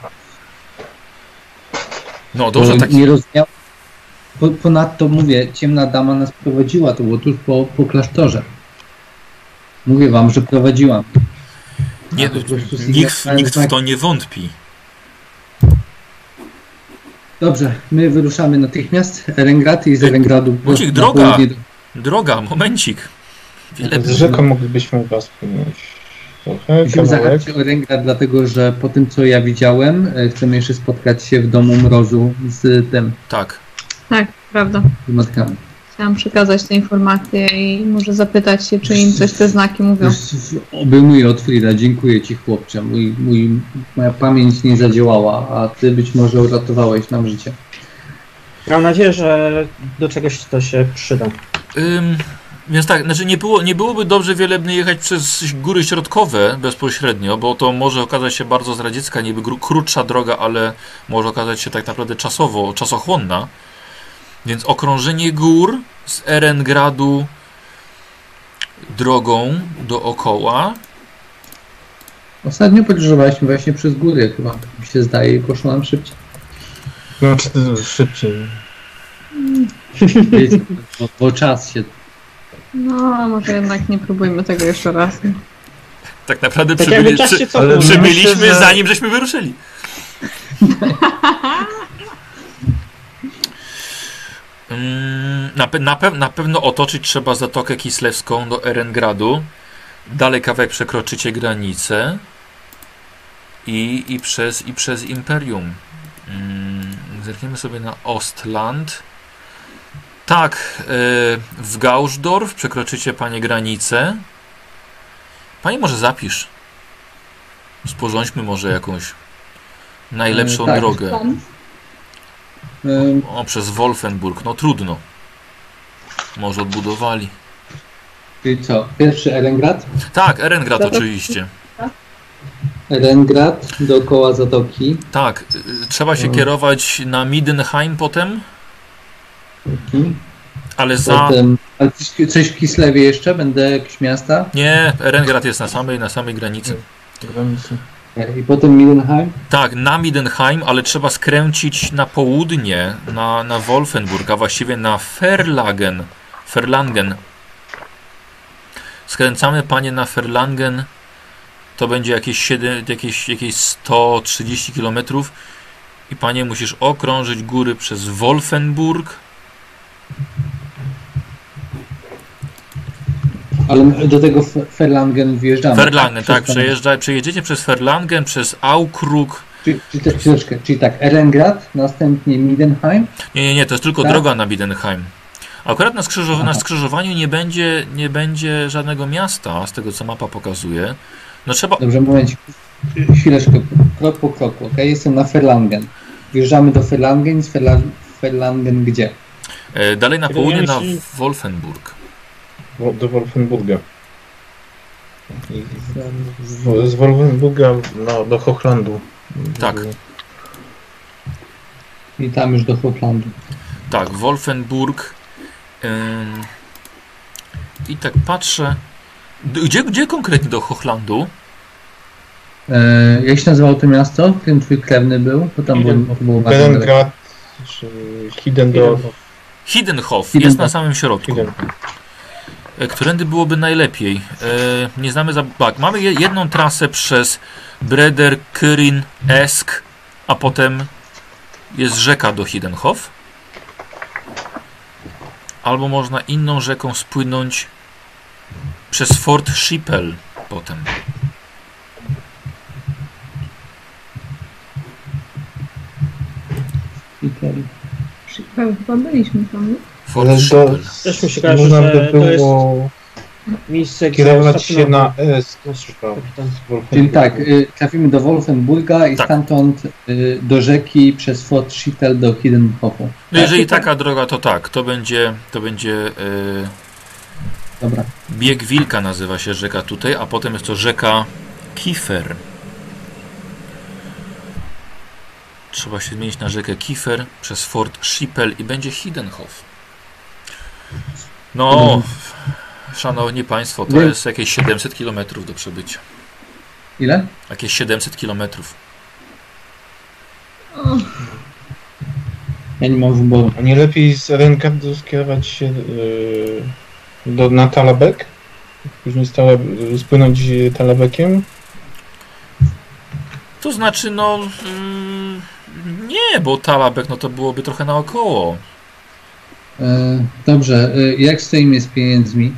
No dobrze, Bo tak. nie rozumiał. Po, ponadto mówię, ciemna dama nas prowadziła, to było tuż po, po klasztorze. Mówię wam, że prowadziłam. Nie, A po prostu nikt, sygnalizowałem nikt w znak. to nie wątpi. Dobrze, my wyruszamy natychmiast. Erengrad i z Erengradu. Wojciech, na droga! południe do- Droga, momencik. Wiele... Z rzeką moglibyśmy chyba spłynąć trochę, Musimy kawałek. zahaczyć o Erengrad, dlatego że po tym, co ja widziałem, e, chcemy jeszcze spotkać się w domu mrozu z tym, Tak. Tak, prawda. z matkami. Chciałam przekazać te informacje i może zapytać się, czy im coś te znaki mówią. Już obejmuję od Frida, dziękuję ci chłopcze. Mój, mój, moja pamięć nie zadziałała, a ty być może uratowałeś nam życie. Mam nadzieję, że do czegoś to się przyda. Ym, więc tak, znaczy nie, było, nie byłoby dobrze wielebnie jechać przez góry środkowe bezpośrednio, bo to może okazać się bardzo zdradziecka, niby gru- krótsza droga, ale może okazać się tak naprawdę czasowo, czasochłonna. Więc okrążenie gór z Erengradu drogą dookoła. Ostatnio podróżowaliśmy właśnie przez góry, chyba mi się zdaje, i poszło nam szybciej. No, czy to szybciej. Wiecie, bo, bo czas się... No, może jednak nie próbujmy tego jeszcze raz. Tak naprawdę Tak przybyli, jakby czas się przy, cofnął. przybyliśmy Myślę, że- zanim żeśmy wyruszyli. Mm, Na, pe- na, pe- na pewno otoczyć trzeba Zatokę Kislewską do Erengradu. Dalej kawałek przekroczycie granicę i, i, przez, i przez Imperium. Mm, zerkniemy sobie na Ostland. Tak, yy, w Gauschdorf przekroczycie panie granicę. Panie może zapisz. Sporządźmy może jakąś najlepszą E, tak. drogę. Ym, O, przez Wolfenburg. No trudno. Może odbudowali. czyli co, pierwszy Erengrad? Tak, Erengrad Zatok- oczywiście. Erengrad dookoła Zatoki. Tak, y, trzeba się No. kierować na Midenheim potem, I ale za... potem, ale coś, coś w Kislewie jeszcze? Będę jakieś miasta? Nie, Erengrad jest na samej, na samej granicy. Granicy. I potem Midenheim? Tak, na Midenheim, ale trzeba skręcić na południe, na, na Wolfenburg, a właściwie na Ferlagen. Ferlangen. Skręcamy, panie, na Ferlangen. To będzie jakieś, siedem, jakieś, jakieś sto trzydzieści kilometrów. I panie, musisz okrążyć góry przez Wolfenburg. Ale do tego F- Ferlangen wjeżdżamy. Ferlangen, tak, Przez- przejeżdża, przejedziecie przez Ferlangen, przez Aukrug. Czyli, czyli, te- chwileczkę, czyli tak, Erengrad, następnie Midenheim. Nie, nie, nie, to jest tylko Tak? droga na Midenheim. Akurat na, skrzyżow- na Aha. skrzyżowaniu nie będzie, nie będzie żadnego miasta, z tego co mapa pokazuje. No trzeba... Dobrze, momencik. Chwileczkę, krok po kroku, ok? Jestem na Ferlangen. Wjeżdżamy do Ferlangen, z Ferla- Ferlangen gdzie? E, dalej na Wydaje południe mi na się- Wolfenburg. Wo- Do Wolfenburga. I z, z Wolfenburga no, do Hochlandu. Tak. I tam już do Hochlandu. Tak, Wolfenburg. Ym, I tak patrzę. D- Gdzie, gdzie konkretnie do Hochlandu? E, jak się nazywało to miasto, w którym twój krewny był? Bo tam było, to było bardzo daleko. Berengrad, czy Hidendorf. Hidenhof, Hidenhof. jest na samym środku. Hidenhof. E, Którędy byłoby najlepiej? E, nie znamy za... Tak, mamy je- jedną trasę przez Breder, Kyrin, Esk, a potem jest rzeka do Hidenhof. Albo można inną rzeką spłynąć przez Fort Schippel. potem. Chyba chyba byliśmy tam, nie? Fort Ale Schiphel. to Też mi się kojarzy, można że by to jest było miejsce, gdzie kierować się na stacjonował S. nasz kapitan. Czyli tak, y, trafimy do Wolfenburga i Tak. stamtąd y, do rzeki przez Fort Schiphel do Hiddenhofu. No jeżeli taka droga, to tak, to będzie, to będzie e, Dobra. Bieg Wilka nazywa się rzeka tutaj, a potem jest to rzeka Kiefer. Trzeba się zmienić na rzekę Kiefer przez Fort Schiphel i będzie Hiddenhof. No, szanowni państwo, to Nie. jest jakieś siedemset kilometrów do przebycia. Ile? Jakieś siedemset kilometrów. O, Ja nie mam wyboru. A nie lepiej z Rengardu skierować się yy, do, na Talabek? Później z Talab, spłynąć Talabekiem? To znaczy, no mm, nie, bo Talabek, no to byłoby trochę naokoło. E, dobrze, e, jak stoimy z pieniędzmi?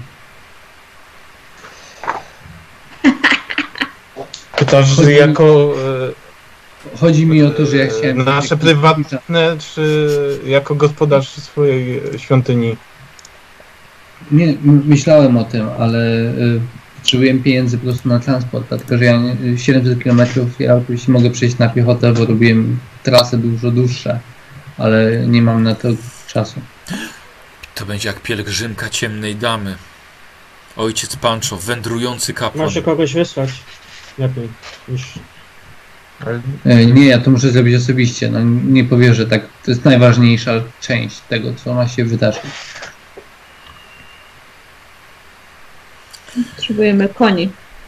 Pytasz, że Chodzi- jako Chodzi mi o to, że ja yy, chciałem... nasze prywatne, czy jako gospodarz swojej świątyni? Nie, m- myślałem o tym, ale y, potrzebujemy pieniędzy po prostu na transport, dlatego że ja nie- siedemset kilometrów, ja oczywiście mogę przejść na piechotę, bo robiłem trasy dużo dłuższe, ale nie mam na to czasu. To będzie jak pielgrzymka ciemnej damy. Ojciec Pancho, wędrujący kapłan. Może kogoś wysłać lepiej niż... Ale E, nie, ja to muszę zrobić osobiście, no nie powierzę, tak, to jest najważniejsza część tego, co ma się wydarzyć. potrzebujemy koni.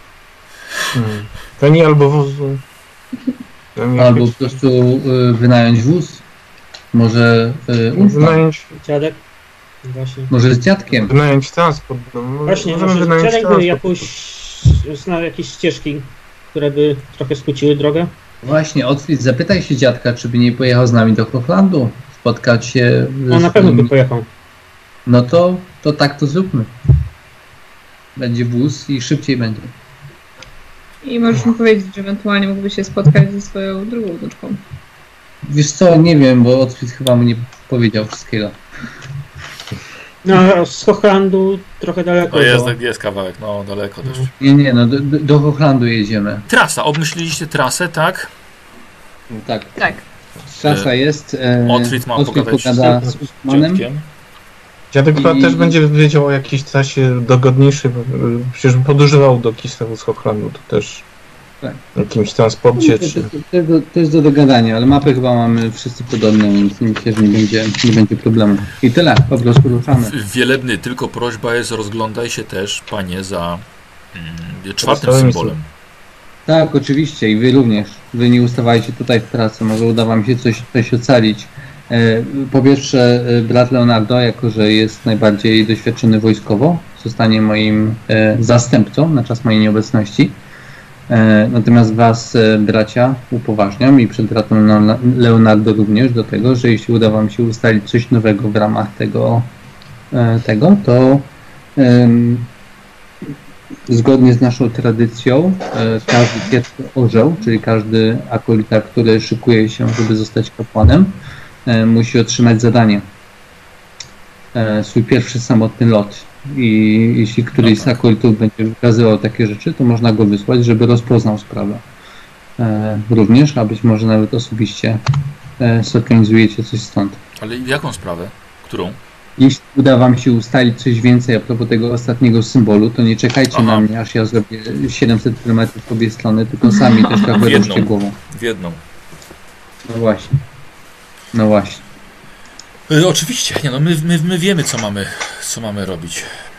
hmm. To nie albo wozu. To nie Albo być- po prostu y, wynająć wóz, może y, Unfan, Wynająć, Dziadek? Właśnie. może z dziadkiem. wynająć transport. No, Właśnie, możemy może wynająć dziadek by transport. jakoś znał jakieś ścieżki, które by trochę skróciły drogę. Właśnie, Otwit, zapytaj się dziadka, czy by nie pojechał z nami do Hochlandu, spotkać się ze On na pewno by swoimi- pojechał. No to, to tak to zróbmy. Będzie wóz i szybciej będzie. I możesz mi powiedzieć, że ewentualnie mógłby się spotkać ze swoją drugą wnuczką. Wiesz co, nie wiem, bo Otwit chyba mu nie powiedział wszystkiego. No, a z Hochlandu trochę daleko. No jest, bo- jest kawałek, no daleko też. Nie, nie, no do, do, do Hochlandu jedziemy. Trasa, obmyśliliście trasę, tak? Tak, Tak. trasa jest. E, Otwit ma Otwit pogadać pogada z- z Usmanem. Dziadkiem. Dziadek chyba I- też będzie wiedział o jakiejś trasie dogodniejszej, bo, y, przecież podróżował do Kislewu z Hochlandu, to też Tak. jakimś transporcie, To, czy... to, to, to, to jest do dogadania, ale mapy chyba mamy wszyscy podobne, więc myślę, że nie będzie, nie będzie problemu. I tyle, po prostu ruszamy. Wielebny, tylko prośba jest, rozglądaj się też, panie, za mm, czwartym Pozostałym symbolem. Tak, oczywiście i wy również. Wy nie ustawajcie tutaj w pracy, może uda wam się coś, coś ocalić. E, po pierwsze, e, brat Leonardo, jako że jest najbardziej doświadczony wojskowo, zostanie moim e, zastępcą na czas mojej nieobecności. E, natomiast was, e, bracia, upoważniam i przed bratem Leona- Leonardo również do tego, że jeśli uda wam się ustalić coś nowego w ramach tego, e, tego to em, zgodnie z naszą tradycją e, każdy pierwszy orzeł, czyli każdy akolita, który szykuje się, żeby zostać kapłanem, e, musi otrzymać zadanie. E, swój pierwszy samotny lot. I jeśli któryś z akolitów będzie wykazywał takie rzeczy, to można go wysłać, żeby rozpoznał sprawę. E, również, a być może nawet osobiście e, zorganizujecie coś stąd. Ale jaką sprawę? Którą? Jeśli uda wam się ustalić coś więcej a propos tego ostatniego symbolu, to nie czekajcie Aha. na mnie, aż ja zrobię siedemset kilometrów w obie strony, tylko sami też trochę Jedną. ruszcie głową. W jedną. No właśnie. No właśnie. E, oczywiście, nie no, my, my, my wiemy, co mamy, co mamy robić.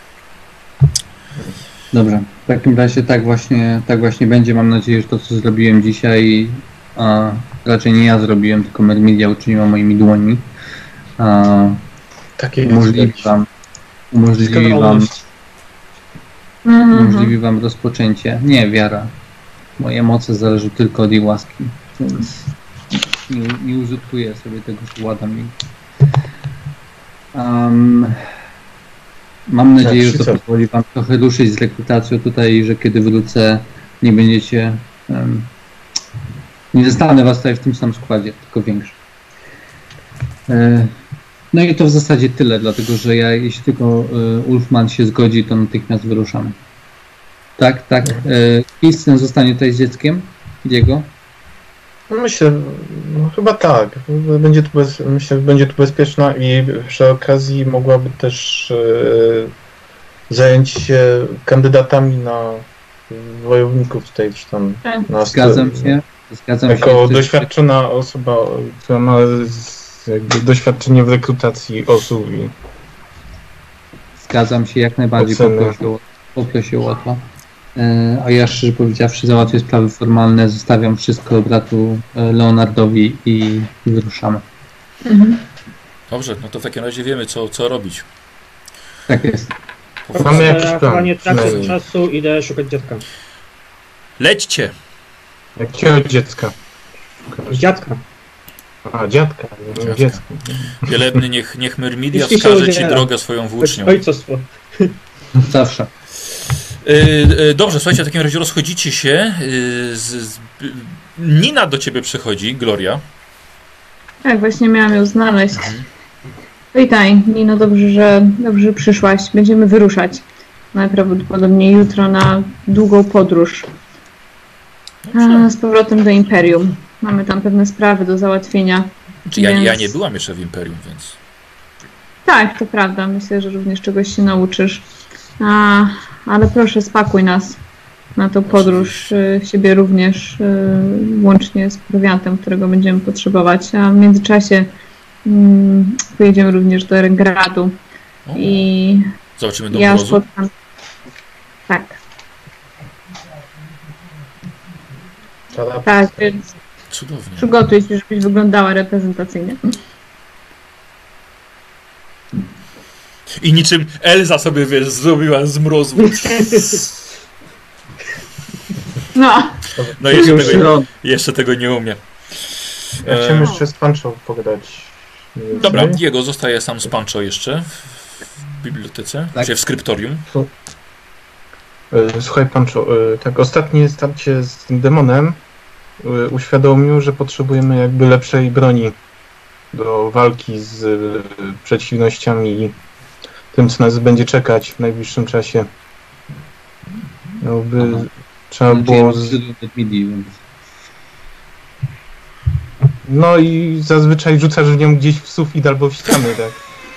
Dobrze. W takim razie tak właśnie, tak właśnie będzie. Mam nadzieję, że to, co zrobiłem dzisiaj, a raczej nie ja zrobiłem, tylko Mermidia uczyniła moimi dłoni. A, Takie umożliwi wam, umożliwi wam Mhm. umożliwi wam rozpoczęcie. Nie, wiara. Moje moce zależą tylko od jej łaski. Więc nie, nie uzurpuję sobie tego, co ładam jej. Um, Mam nadzieję, Tak, że to pozwoli wam trochę ruszyć z rekrutacją tutaj i że kiedy wrócę nie będziecie... Um, nie zostanę was tutaj w tym samym składzie, tylko większy. E, no i to w zasadzie tyle, dlatego że ja, jeśli tylko e, Ulfman się zgodzi, to natychmiast wyruszamy. Tak, tak. E, Kirsten zostanie tutaj z dzieckiem? Diego? No myślę, no chyba tak. Będzie tu bez, myślę, że będzie tu bezpieczna i przy okazji mogłaby też e, zająć się kandydatami na wojowników tutaj gdzieś tam. Tak. Na Zgadzam się. Zgadzam jako się. doświadczona osoba, która ma z, jakby doświadczenie w rekrutacji osób i Zgadzam się jak najbardziej, Oceny. poprosił, poprosił o to. E, a ja szczerze powiedziawszy załatwię sprawy formalne, zostawiam wszystko bratu e, Leonardowi i, i wyruszamy. Mhm. Dobrze, no to w takim razie wiemy, co, co robić. Tak jest. Mamy jakiś plan, Zachowanie traktu przynajmniej. czasu, idę szukać dziadka. Lećcie! jakiego dziecka? Dziadka. A, dziadka, Dziadka. dziecka. Wielebny niech, niech Myrmidia Jeśli się wskaże ci udziela. drogę swoją włócznią. Ojcostwo. Zawsze. Yy, yy, dobrze, słuchajcie, w takim razie rozchodzicie się. Yy, z, z, yy, Nina do ciebie przychodzi, Gloria. Tak, właśnie miałam ją znaleźć. Witaj, Nino, dobrze, że dobrze, że przyszłaś. Będziemy wyruszać najprawdopodobniej jutro na długą podróż a, z powrotem do Imperium. Mamy tam pewne sprawy do załatwienia. Czy ja, ja Więc- nie byłam jeszcze w Imperium, więc... Tak, to prawda. Myślę, że również czegoś się nauczysz. A, ale proszę, spakuj nas na tą podróż. y, Siebie również, y, łącznie z prowiantem, którego będziemy potrzebować. A w międzyczasie mm, pojedziemy również do Erengradu O, i zobaczymy do ja mrozu. spotkam... Tak, tak, więc Cudownie. przygotuj się, żebyś wyglądała reprezentacyjnie. I niczym Elza sobie, wiesz, zrobiła z mrozu. No, No jeszcze Już tego, ron. jeszcze tego nie umie. Ja chciałem E, jeszcze z Panczą pogadać. Dobra, Diego zostaje sam z Pancho jeszcze w bibliotece, Tak. czy w skryptorium. E, Słuchaj Pancho, e, tak ostatnie starcie z tym demonem e, uświadomił, że potrzebujemy jakby lepszej broni do walki z e, przeciwnościami i tym, co nas będzie czekać w najbliższym czasie. No, by Aha. trzeba Znaczy, było... ja Z... mam midi, więc... No i zazwyczaj rzucasz w nią gdzieś w sufit albo w ściany, tak?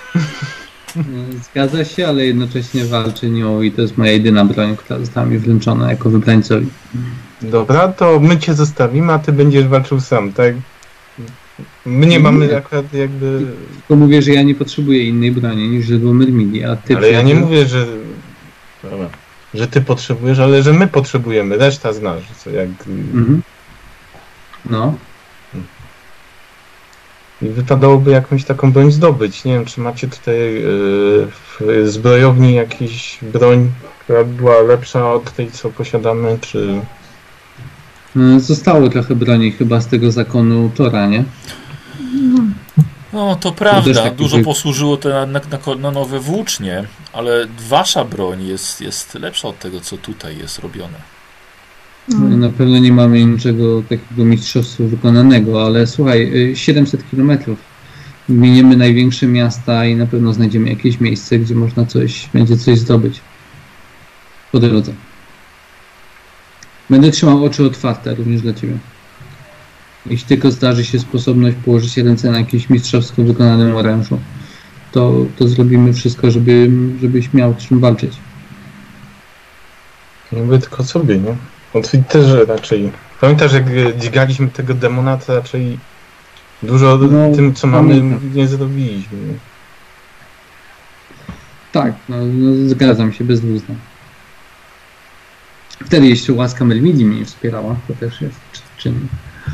Zgadza się, ale jednocześnie walczy nią i to jest moja jedyna broń, która została mi wręczona jako wybrańcowi. Dobra, to my cię zostawimy, a ty będziesz walczył sam, tak? My nie mamy Nie. akurat jakby... Tylko mówię, że ja nie potrzebuję innej broni niż źródło Myrmidii, a ty... Ale ja nie przyjaciel, mówię, że... Dobra, że ty potrzebujesz, ale że my potrzebujemy, reszta znasz, co jak... Mhm. No, I wypadałoby jakąś taką broń zdobyć. Nie wiem, czy macie tutaj yy, w zbrojowni jakąś broń, która była lepsza od tej, co posiadamy, czy... y, zostało trochę broni chyba z tego zakonu Tora, nie? No to też prawda, taki dużo wy- posłużyło to na, na, na, na nowe włócznie, ale wasza broń jest, jest lepsza od tego, co tutaj jest robione. No, na pewno nie mamy niczego takiego mistrzostwa wykonanego, ale słuchaj, y, siedemset kilometrów. Miniemy największe miasta i na pewno znajdziemy jakieś miejsce, gdzie można coś, będzie coś zdobyć po drodze. Będę trzymał oczy otwarte również dla Ciebie. Jeśli tylko zdarzy się sposobność położyć ręce na jakimś mistrzowsko wykonanym orężu, to, to zrobimy wszystko, żeby, żebyś miał czym walczyć. Jakby tylko sobie, nie? No Twitterze raczej. Pamiętasz, jak dźgaliśmy tego demona, to raczej dużo No, tym, co mamy, pamiętam. nie zrobiliśmy. Tak, no, no zgadzam się, bez dwóch zdań. Wtedy jeszcze łaska Myrmidii mnie wspierała, to też jest czynnik.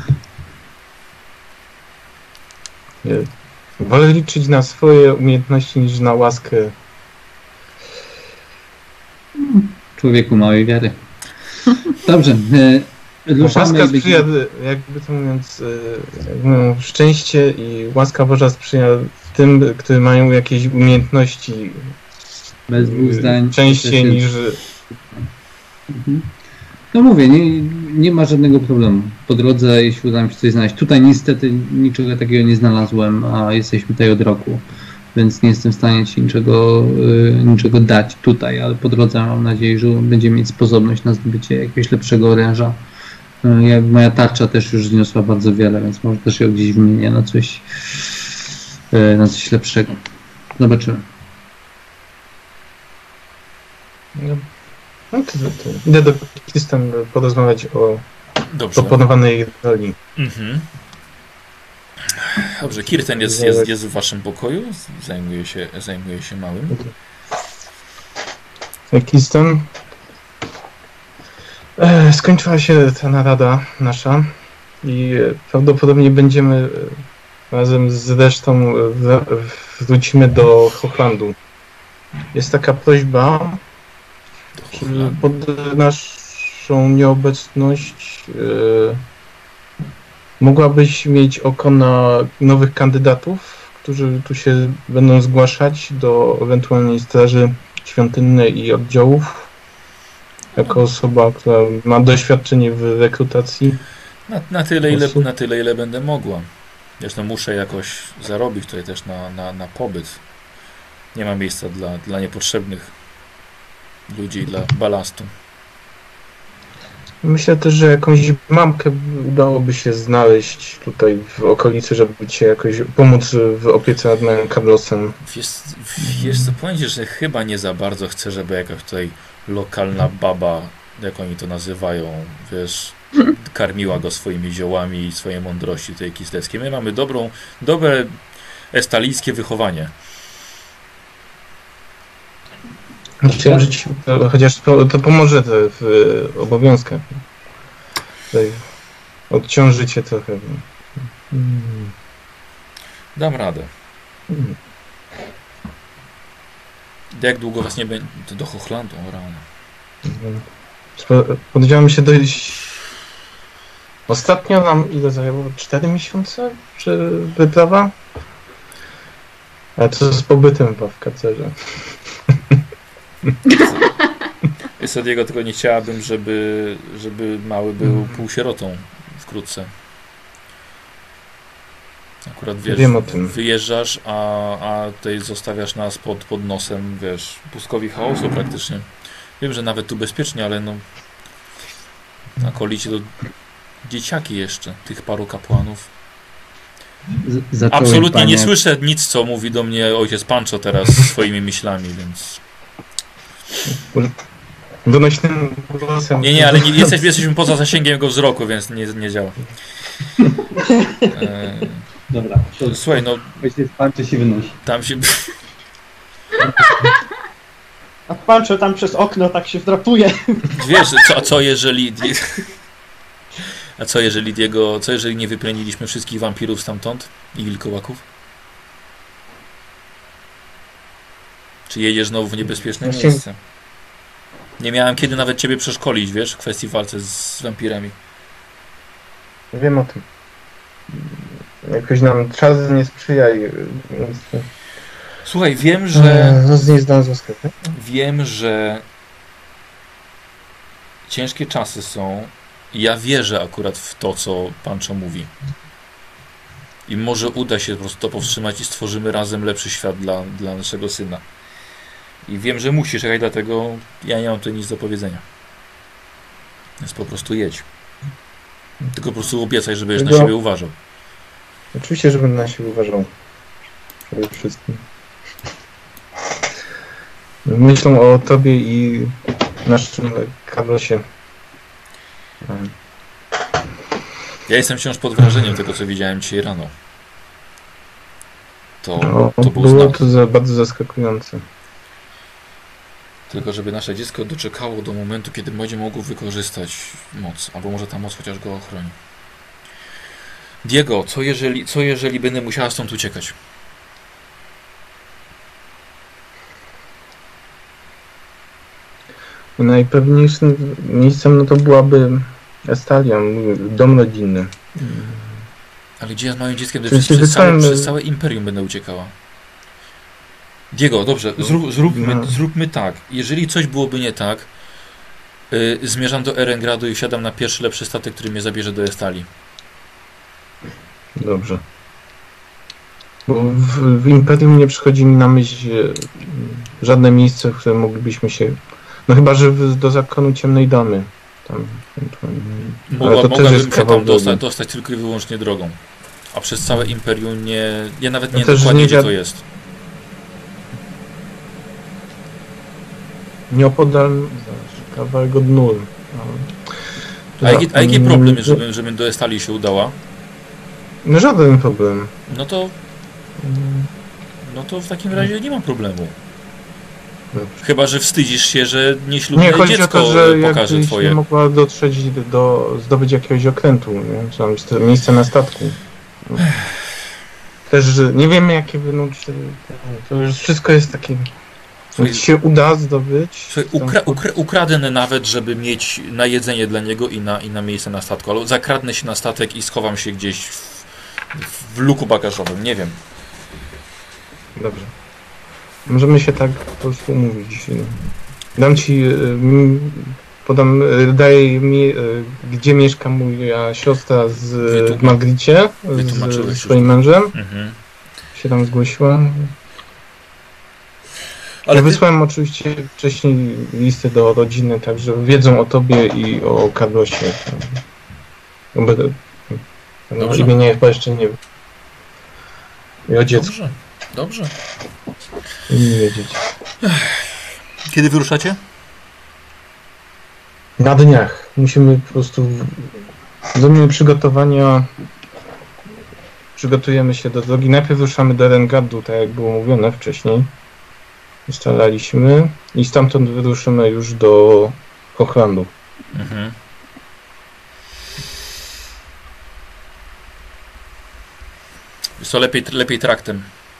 Nie. Wolę liczyć na swoje umiejętności niż na łaskę. Człowieku małej wiary. Dobrze, e, ruszamy. Łaska i sprzyja, będziemy- jakby to mówiąc, e, jak mówią, szczęście i łaska Boża sprzyja tym, którzy mają jakieś umiejętności Bez dwóch zdań. Częściej niż... Mhm. No mówię, nie, nie ma żadnego problemu. Po drodze, jeśli uda mi się coś znaleźć. Tutaj niestety niczego takiego nie znalazłem, a jesteśmy tutaj od roku, więc nie jestem w stanie ci niczego, y, niczego dać tutaj, ale po drodze mam nadzieję, że będziemy mieć sposobność na zdobycie jakiegoś lepszego oręża. Y, jak moja tarcza też już zniosła bardzo wiele, więc może też ją gdzieś wymienię na coś, y, na coś lepszego. Zobaczymy. No, no to, to, to. Idę do Kirsten porozmawiać o Dobrze. proponowanej roli. Mhm. Dobrze, Kirsten jest, jest, jest w waszym pokoju, zajmuje się, zajmuje się małym. Kirsten, e, skończyła się ta narada nasza i prawdopodobnie będziemy razem z resztą w, wrócimy do Hochlandu. Jest taka prośba, czy pod naszą nieobecność e, mogłabyś mieć oko na nowych kandydatów, którzy tu się będą zgłaszać do ewentualnej straży świątynnej i oddziałów, jako osoba, która ma doświadczenie w rekrutacji. Na, na, tyle, ile, na tyle, ile będę mogła. Zresztą muszę jakoś zarobić tutaj też na, na, na pobyt. Nie ma miejsca dla, dla niepotrzebnych ludzi, dla balastu. Myślę też, że jakąś mamkę udałoby się znaleźć tutaj w okolicy, żeby ci jakoś pomóc w opiece nad małym Carlosem. Wiesz, wiesz co, powiem ci, że chyba nie za bardzo chcę, żeby jakaś tutaj lokalna baba, jak oni to nazywają, wiesz, karmiła go swoimi ziołami i swojej mądrości tej kisleckiej. My mamy dobrą, dobre estalijskie wychowanie. Chciałem, że ci to, chociaż to, to pomoże to w obowiązkach. Tutaj odciążycie trochę. Hmm. Dam radę. Hmm. Jak długo was nie będzie do Hochlandu? O rano. Podejrzewam się dość... Ostatnio nam ile zajęło? cztery miesiące? Czy wyprawa? A co z pobytem w kacerze? Sadiego, tylko nie chciałabym, żeby, żeby mały był półsierotą wkrótce. Akurat wiesz, wiem o tym. Wyjeżdżasz, a, a tutaj zostawiasz nas pod, pod nosem, wiesz, pustkowi chaosu praktycznie. Wiem, że nawet tu bezpiecznie, ale no na kolicie to dzieciaki jeszcze, tych paru kapłanów. Z- Absolutnie panie... nie słyszę nic, co mówi do mnie ojciec Pancho teraz swoimi myślami, więc... Donośnym głosem. Nie, nie, ale nie, jesteś, jesteśmy poza zasięgiem jego wzroku, więc nie, nie działa. E... Dobra. To... Słuchaj, no... Ojciec Pancho się wynosi. Tam się... A Pancho tam przez okno tak się wdrapuje. Wiesz, co, a co jeżeli... A co jeżeli Diego... Co jeżeli nie wypleniliśmy wszystkich wampirów stamtąd i wilkołaków? Czy jedziesz znowu w niebezpieczne Właśnie... miejsce? Nie miałem kiedy nawet ciebie przeszkolić, wiesz, w kwestii walce z wampirami. Wiem o tym. Jakoś nam czas nie sprzyja i... Słuchaj, wiem, że... No z niej zdam zaskoczenie. Wiem, że ciężkie czasy są. Ja wierzę akurat w to, co Pancho mówi. I może uda się po prostu to powstrzymać i stworzymy razem lepszy świat dla, dla naszego syna. I wiem, że musisz jechać, dlatego ja nie mam tu nic do powiedzenia. Więc po prostu jedź. Tylko po prostu obiecaj, że będziesz na siebie uważał. Oczywiście, że będę na siebie uważał. Przede wszystkim. Myślą o tobie i naszym Carlosie. Ja jestem wciąż pod wrażeniem tego, co widziałem dzisiaj rano. To, no, to był było znak. to za, bardzo zaskakujące. Tylko żeby nasze dziecko doczekało do momentu, kiedy będzie mogło wykorzystać moc, albo może ta moc chociaż go ochroni. Diego, co jeżeli, co jeżeli będę musiała stąd uciekać? Najpewniejszym miejscem no to byłaby Estalia, dom rodzinny. Ale gdzie ja z małym dzieckiem? Czyli Przez, przez, wysłałem- całe, przez całe imperium będę uciekała. Diego, dobrze, zrób, zróbmy, No. zróbmy tak. Jeżeli coś byłoby nie tak, yy, zmierzam do Erengradu i wsiadam na pierwszy lepszy statek, który mnie zabierze do Estali. Dobrze. Bo w, w Imperium nie przychodzi mi na myśl e, żadne miejsce, w którym moglibyśmy się... No chyba, że w, do Zakonu Ciemnej Damy. Tam, ewentualnie. Ale Mogła, to też mogłabym jest się kawał tam dostać, drogi. dostać tylko i wyłącznie drogą. A przez całe Imperium nie... Ja nawet nie Ja wiem też dokładnie, nie gdzie wiad- to jest. Nieopodal... Kawałek od Nur. A jaki, a jaki Mm, problem jest, żebym, żebym do Estali się udała? No żaden problem. No to... No to w takim razie nie ma problemu. Dobrze. Chyba, że wstydzisz się, że nieślubne Nie, chodzi o dziecko to, że pokaże jakbyś twoje. nie mogła dotrzeć do, zdobyć jakiegoś okrętu, nie? Czy tam jest to miejsce na statku. Też, że nie wiemy jakie będą, czy, to już wszystko jest takie, Słuchaj, jak się uda zdobyć. Słuchaj, ukra ukra ukradnę nawet, żeby mieć na jedzenie dla niego i na, i na miejsce na statku, ale zakradnę się na statek i schowam się gdzieś w, w luku bagażowym, nie wiem. Dobrze. Możemy się tak po prostu umówić. Dam ci, y, m, podam, y, daję mi, y, gdzie mieszka moja siostra z, Wytłum- w Magricie, wytłumaczyłeś z, już z swoim to. mężem. Mhm. Się tam zgłosiła. Ale Ja ty, wysłałem oczywiście wcześniej listy do rodziny, także wiedzą o tobie i o Carlosie. No, będę- no, Dobrze. imienia chyba jeszcze nie wiem. I o dziecku dobrze, dobrze. nie wiedzieć. Kiedy wyruszacie? Na dniach. Musimy po prostu... Zrobimy przygotowania. Przygotujemy się do drogi. Najpierw ruszamy do Erengardu, tak jak było mówione wcześniej. Ustalaliśmy. I stamtąd wyruszymy już do Hochlandu. Mhm. Wiesz co, lepiej, lepiej traktem.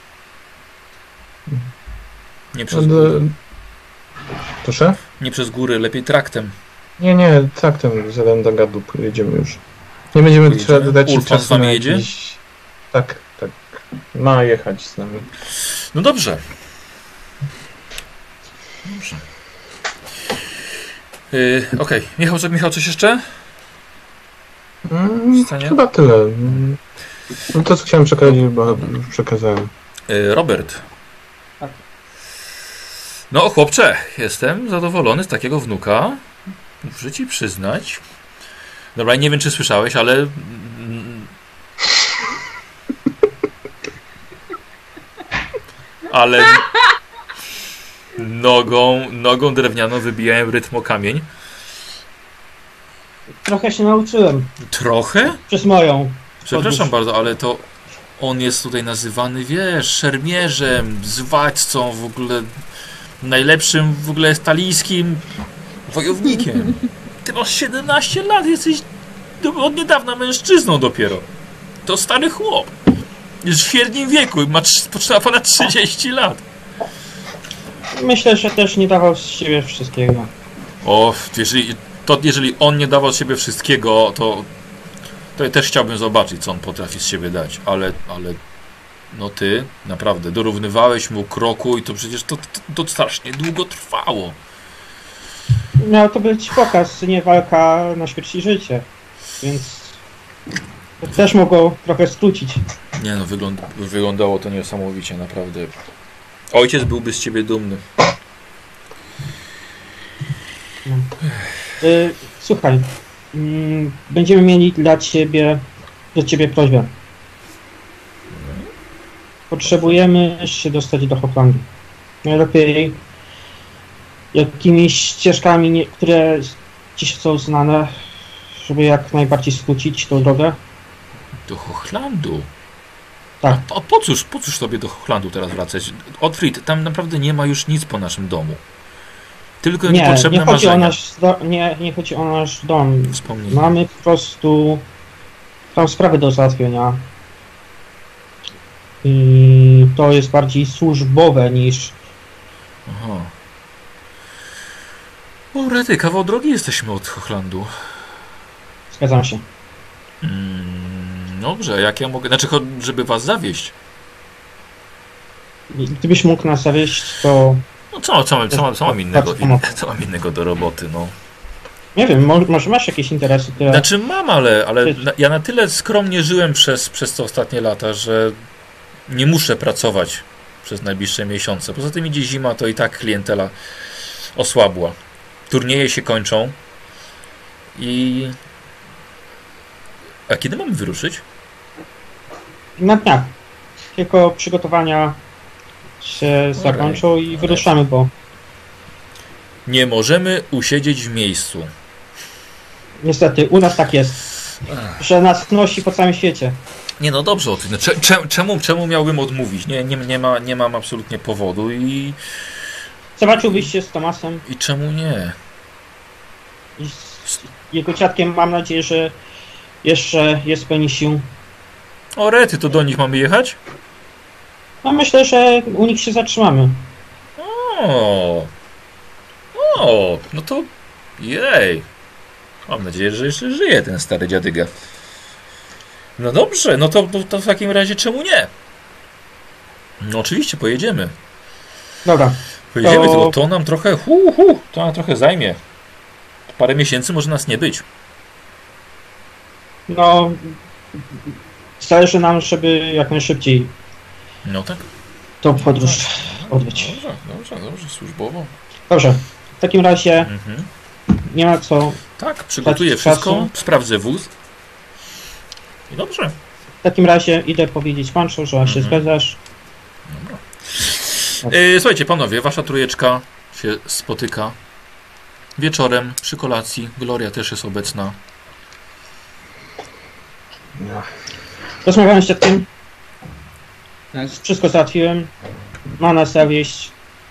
Nie przez Od... góry. Proszę? Nie przez góry, lepiej traktem. Nie, nie, traktem z Erengardu pojedziemy już. Nie będziemy Pojedziemy? trzeba dać Ulfan z czasu wami na jedzie? jakiś... Tak, tak. Ma jechać z nami. No dobrze. Dobrze. Yy, Okej, okay. Michał, co, Michał, coś jeszcze? Mm, Scenie? chyba tyle. Mm, No to, co chciałem przekazać, chyba już przekazałem. Yy, Robert. Tak. No, chłopcze, jestem zadowolony z takiego wnuka. Muszę ci przyznać. Dobra, nie wiem, czy słyszałeś, ale... mm, Ale... Nogą, nogą drewnianą wybijałem rytm o kamień. Trochę się nauczyłem. Trochę? Przez moją. Przepraszam Podróż. bardzo, ale to on jest tutaj nazywany, wiesz, szermierzem, zwadźcą, w ogóle najlepszym w ogóle stalijskim wojownikiem. Ty masz siedemnaście lat, jesteś do- od niedawna mężczyzną dopiero. To stary chłop. Jest w średnim wieku i ma trz- potrzeba ponad trzydzieści lat. Myślę, że też nie dawał z siebie wszystkiego. O, jeżeli, to jeżeli on nie dawał z siebie wszystkiego, to, to ja też chciałbym zobaczyć, co on potrafi z siebie dać, ale, ale no ty naprawdę dorównywałeś mu kroku i to przecież to, to, to strasznie długo trwało. Miał to być pokaz, nie walka na śmierć i życie. Więc to też mogło trochę skrócić. Nie no, wygląd, wyglądało to niesamowicie, naprawdę. Ojciec byłby z ciebie dumny. Y, słuchaj, mm, będziemy mieli dla ciebie, do ciebie prośbę. Potrzebujemy się dostać do Hochlandu. Najlepiej jakimiś ścieżkami, nie, które ci są znane, żeby jak najbardziej skrócić tą drogę. Do Hochlandu? Tak. A, a po cóż, po cóż sobie do Hochlandu teraz wracać? Otfried, tam naprawdę nie ma już nic po naszym domu. Tylko Nie, niepotrzebne nie chodzi o marzenia. nasz, do, nie, nie chodzi o nasz dom. Wspomnienia. Mamy po prostu tam sprawy do załatwienia. I to jest bardziej służbowe niż... Aha. O rety, kawał drogi jesteśmy od Hochlandu. Zgadzam się. Mm, dobrze, jak ja mogę... Znaczy, cho- żeby was zawieźć. gdybyś mógł nas zawieść, to... No co, co, co, co, mam innego, in, co mam innego do roboty, no. Nie wiem, może, może masz jakieś interesy, które... Znaczy mam, ale, ale na, ja na tyle skromnie żyłem przez, przez te ostatnie lata, że nie muszę pracować przez najbliższe miesiące. Poza tym idzie zima, to i tak klientela osłabła. Turnieje się kończą i... A kiedy mamy wyruszyć? Na dniach. Tylko przygotowania się zakończą i wyruszamy, bo... Nie możemy usiedzieć w miejscu. Niestety, u nas tak jest, że nas nosi po całym świecie. Nie no dobrze, o tym. No, cze, cze, czemu, czemu miałbym odmówić? Nie, nie, nie, ma, nie mam absolutnie powodu i... Zobaczyłbyś się z Tomasem I czemu nie? i z jego dziadkiem. Mam nadzieję, że jeszcze jest pełni sił. O rety, to do nich mamy jechać? No myślę, że u nich się zatrzymamy. O, o, no to jej. Mam nadzieję, że jeszcze żyje ten stary dziadyga. No dobrze, no to, to, to w takim razie czemu nie? No oczywiście, pojedziemy. Dobra. Pojedziemy, To- tylko to nam trochę, hu, hu, to nam trochę zajmie. Parę miesięcy może nas nie być. No, zależy nam, żeby jak najszybciej No tak. tą podróż odbyć. Dobrze, dobrze, dobrze, służbowo. Dobrze. W takim razie Mhm. nie ma co. Tak, przygotuję Tracić wszystko, czasu. sprawdzę wóz. I dobrze. W takim razie idę powiedzieć Pancho, że się Mhm. zgadzasz. Dobra. E, słuchajcie, panowie, wasza trójeczka się spotyka wieczorem przy kolacji. Gloria też jest obecna. Rozmawiałem z dziadkiem, Tak. wszystko załatwiłem. Ma nas zawieść.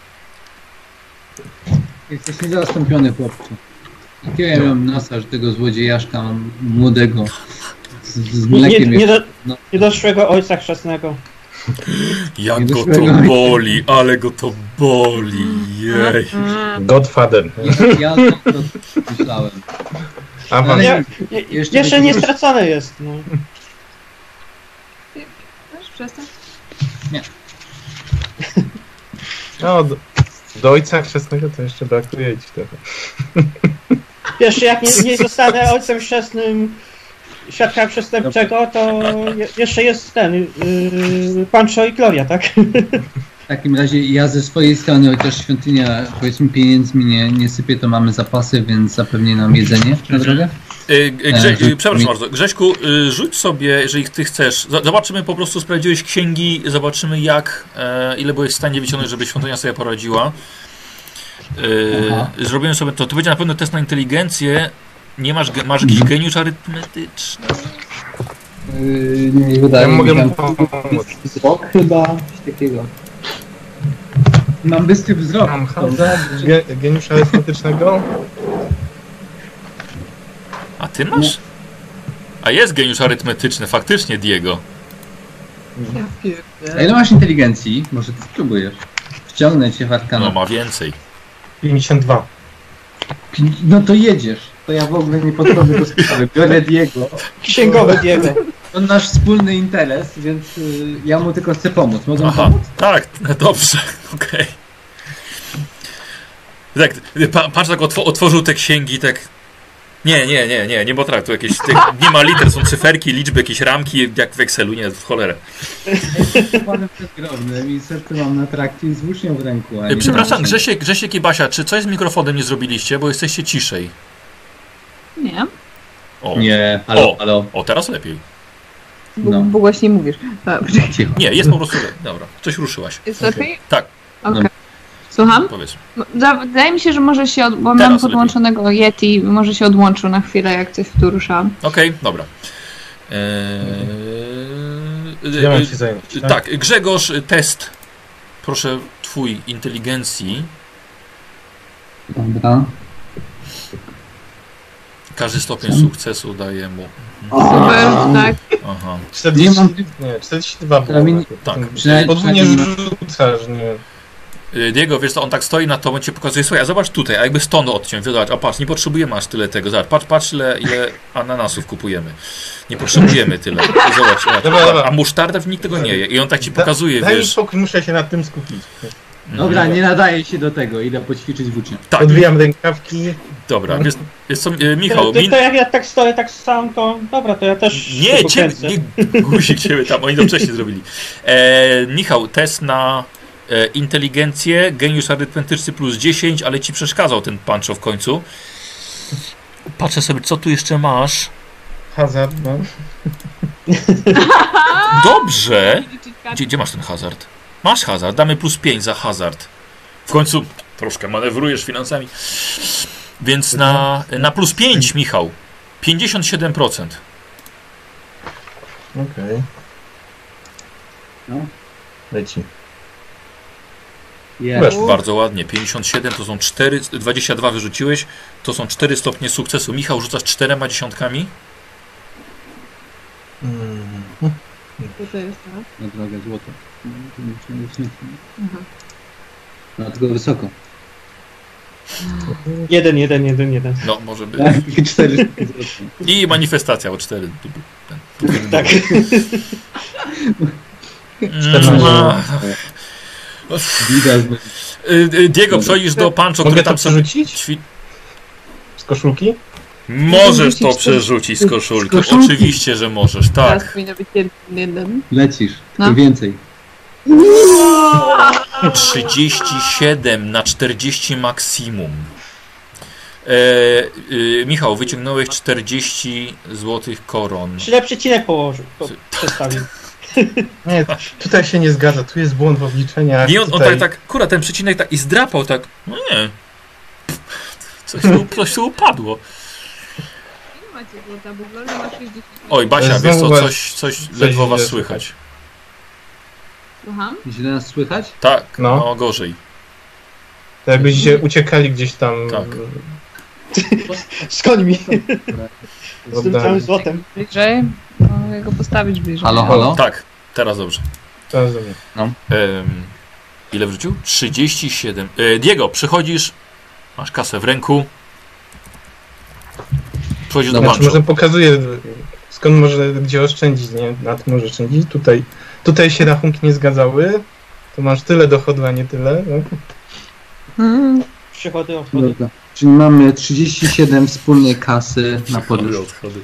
Jesteś niezastąpiony, chłopcze. Jakiego ja miałem nosa, że tego złodziejaszka młodego z, z Nie, mlekiem nie, jeszcze. do, No. niedoszłego ojca chrzestnego. Jak Nie go to doszłego. boli, ale go to boli. Jej. Godfather. Ja, ja to myślałem. Awans. Ale- Nie, nie, Jeszcze jeszcze będzie- nie stracone jest. No. Możesz przestać? No, do, do ojca chrzestnego to jeszcze brakuje ci trochę. Wiesz, jak nie, nie zostanę ojcem chrzestnym świadka przestępczego, to je, jeszcze jest ten yy, Pancho i Gloria, tak? W takim razie ja ze swojej strony, chociaż świątynia powiedzmy pieniędzmi nie, nie sypie, to mamy zapasy, więc zapewni nam jedzenie na drogę. E, Grze, E, że- przepraszam bardzo. Grześku, y, rzuć sobie, jeżeli ty chcesz. Z- Zobaczymy, po prostu sprawdziłeś księgi, zobaczymy jak, e, ile byłeś w stanie wyciągnąć, żeby świątynia sobie poradziła. Aha. E, zrobiłem sobie to. To będzie na pewno test na inteligencję. Nie masz, ge- masz jakiś geniusz arytmetyczny? Yy, nie wydaje Ja mi mogę się. mu pomóc. Wzrok chyba, coś takiego. Mam bystry wzrok. Mam handel ge, geniusza arystmetycznego. A ty masz? A jest geniusz arytmetyczny, faktycznie, Diego. A ile masz inteligencji? Może ty spróbujesz. Wciągnę cię w arkana. No ma więcej. pięćdziesiąt dwa. No to jedziesz. To ja w ogóle nie podchodzę do sprawy. Biorę Diego. Księgowe Diego. To nasz wspólny interes, więc y, ja mu tylko chcę pomóc. Mogę mu Aha, pomóc? tak, no dobrze, okej. Tak, pa, patrz, tak otw otworzył te księgi, tak. Nie, nie, nie, nie, nie potraktuj jakieś. Te, nie ma liter, są cyferki, liczby, jakieś ramki, jak w Excelu, nie, w cholerę. Panem przezgromnym i serce mam na trakcie i z włócznią w ręku. a nie Przepraszam, na Grzesiek, Grzesiek i Basia, czy coś z mikrofonem nie zrobiliście, bo jesteście ciszej? Nie. O, Nie, halo, O. halo. o teraz lepiej. Bo, No. bo głośniej mówisz. A, poczekaj. Cicho. Nie, jest po prostu lepiej. Dobra, coś ruszyłaś. Jest lepiej? Tak, Okej. No. Słucham? powiedz. Za- Wydaje mi się, że może się, od... bo mam Teraz podłączonego Yeti, może się odłączył na chwilę, jak coś tu ruszałam. Okej, dobra. Eee, Ja mam się zająć. tak? tak, Grzegorz, test. Proszę, twój inteligencji. Dobra. Każdy stopień sukcesu daje mu. Super, tak. Aha. czterdzieści, Nie mam- nie, czterdzieści dwa było. Przynajmniej- Tak. Tak. Przynajmniej- Podwójnie przynajmniej- rzucasz, nie. Diego, wiesz co, on tak stoi na to, on ci pokazuje, słuchaj, a zobacz tutaj, a jakby stąd odciąć, zobacz, a patrz, nie potrzebujemy aż tyle tego, zobacz, patrz, patrz ile, ile ananasów kupujemy. Nie potrzebujemy tyle. Zobacz, zobacz Dobra, dobra. a musztarda nikt tego nie je. I on tak ci Da- pokazuje, Daj mi wiesz. spokój, muszę się nad tym skupić. Dobra, nie nadaje się do tego, idę poćwiczyć włócznie. Tak, Odwijam rękawki. dobra, jest, jest co, e, Michał, To, min... to jak ja tak stoję, tak sam, to dobra, to ja też się Nie, ciebie, pokręcę. nie, guzik ciebie tam, oni to wcześniej zrobili. E, Michał, test na e, inteligencję, geniusz arytmetyczny plus dziesięć, ale ci przeszkadzał ten Pancho w końcu. Patrzę sobie, co tu jeszcze masz. Hazard, no. Dobrze. Gdzie, gdzie masz ten hazard? Masz hazard, damy plus pięć za hazard. W końcu troszkę manewrujesz finansami. Więc na, na plus pięć, Michał. pięćdziesiąt siedem procent. Okej. No. Leci. Jest. Weszło. Bardzo ładnie. pięćdziesiąt siedem to są cztery, dwadzieścia dwa wyrzuciłeś. To są cztery stopnie sukcesu. Michał, rzucasz czterema dziesiątkami. Mm. Co to jest teraz? Na drogę złoto. No tylko wysoko. Jeden, jeden, jeden, jeden. No, może być. Tak, cztery sztuki złoto. I manifestacja o cztery. Tak. Widać. Diego, przechodzisz do Pancho, który Mogę tam to sobie przerzucić? ćwi... Z koszulki? Możesz to przerzucić z koszulki. Z koszulki? Oczywiście, że możesz, Teraz tak. powinno być jeden, jeden. Lecisz. No. I więcej. trzydzieści siedem na czterdzieści maksimum. E, e, Michał, wyciągnąłeś czterdzieści złotych koron. Źle przecinek położył, po, przestawił. Nie, tutaj się nie zgadza, tu jest błąd w obliczeniach. Nie, on, on tutaj... tak, tak, kurwa, ten przecinek tak i zdrapał tak. No nie. Coś tu, coś tu upadło. Ile macie złota, bo Gloria ma sześćdziesiąt. Oj, Basia, Znowu wiesz co, was- coś, coś coś ledwo was źle słychać. Słucham? Źle nas słychać? Tak, No. no gorzej. To jakbyście uciekali gdzieś tam. Tak. Z końmi, z tym Oddali. całym złotem. Bliżej? Mogę go postawić bliżej. Halo, halo? Tak, teraz dobrze. To rozumiem. Em, ile wrzucił? trzydzieści siedem. E, Diego, przychodzisz, masz kasę w ręku. Przychodzisz do Dobra, Znaczy, Pancho. może pokazuje, skąd może, gdzie oszczędzić, nie? Na tym może oszczędzić. Tutaj, tutaj się rachunki nie zgadzały. To masz tyle dochodu, a nie tyle. No. Mm. Przychody, odchody. Dobra. Czyli mamy trzydzieści siedem wspólnej kasy na podróż. Odchody.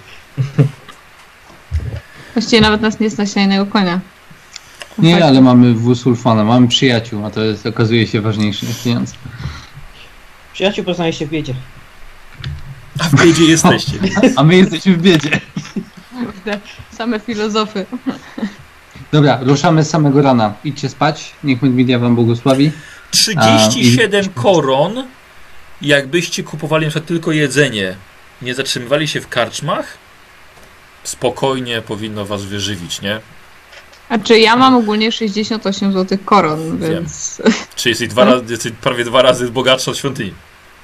Właściwie nawet nas nie stać na innego konia. Nie, ale mamy wóz Ulfana, mamy przyjaciół, a to jest, okazuje się ważniejsze niż pieniądze. Przyjaciół poznaje się w biedzie. A w biedzie jesteście. A my jesteśmy w biedzie. Kurde, same filozofy. Dobra, ruszamy z samego rana. Idźcie spać, niech Medmedia wam błogosławi. trzydzieści siedem koron, jakbyście kupowali na przykład tylko jedzenie, nie zatrzymywali się w karczmach, spokojnie powinno was wyżywić, nie? A czy ja mam ogólnie sześćdziesiąt osiem złotych koron, więc Czy jesteś, dwa razy, jesteś prawie dwa razy bogatsza od świątyni?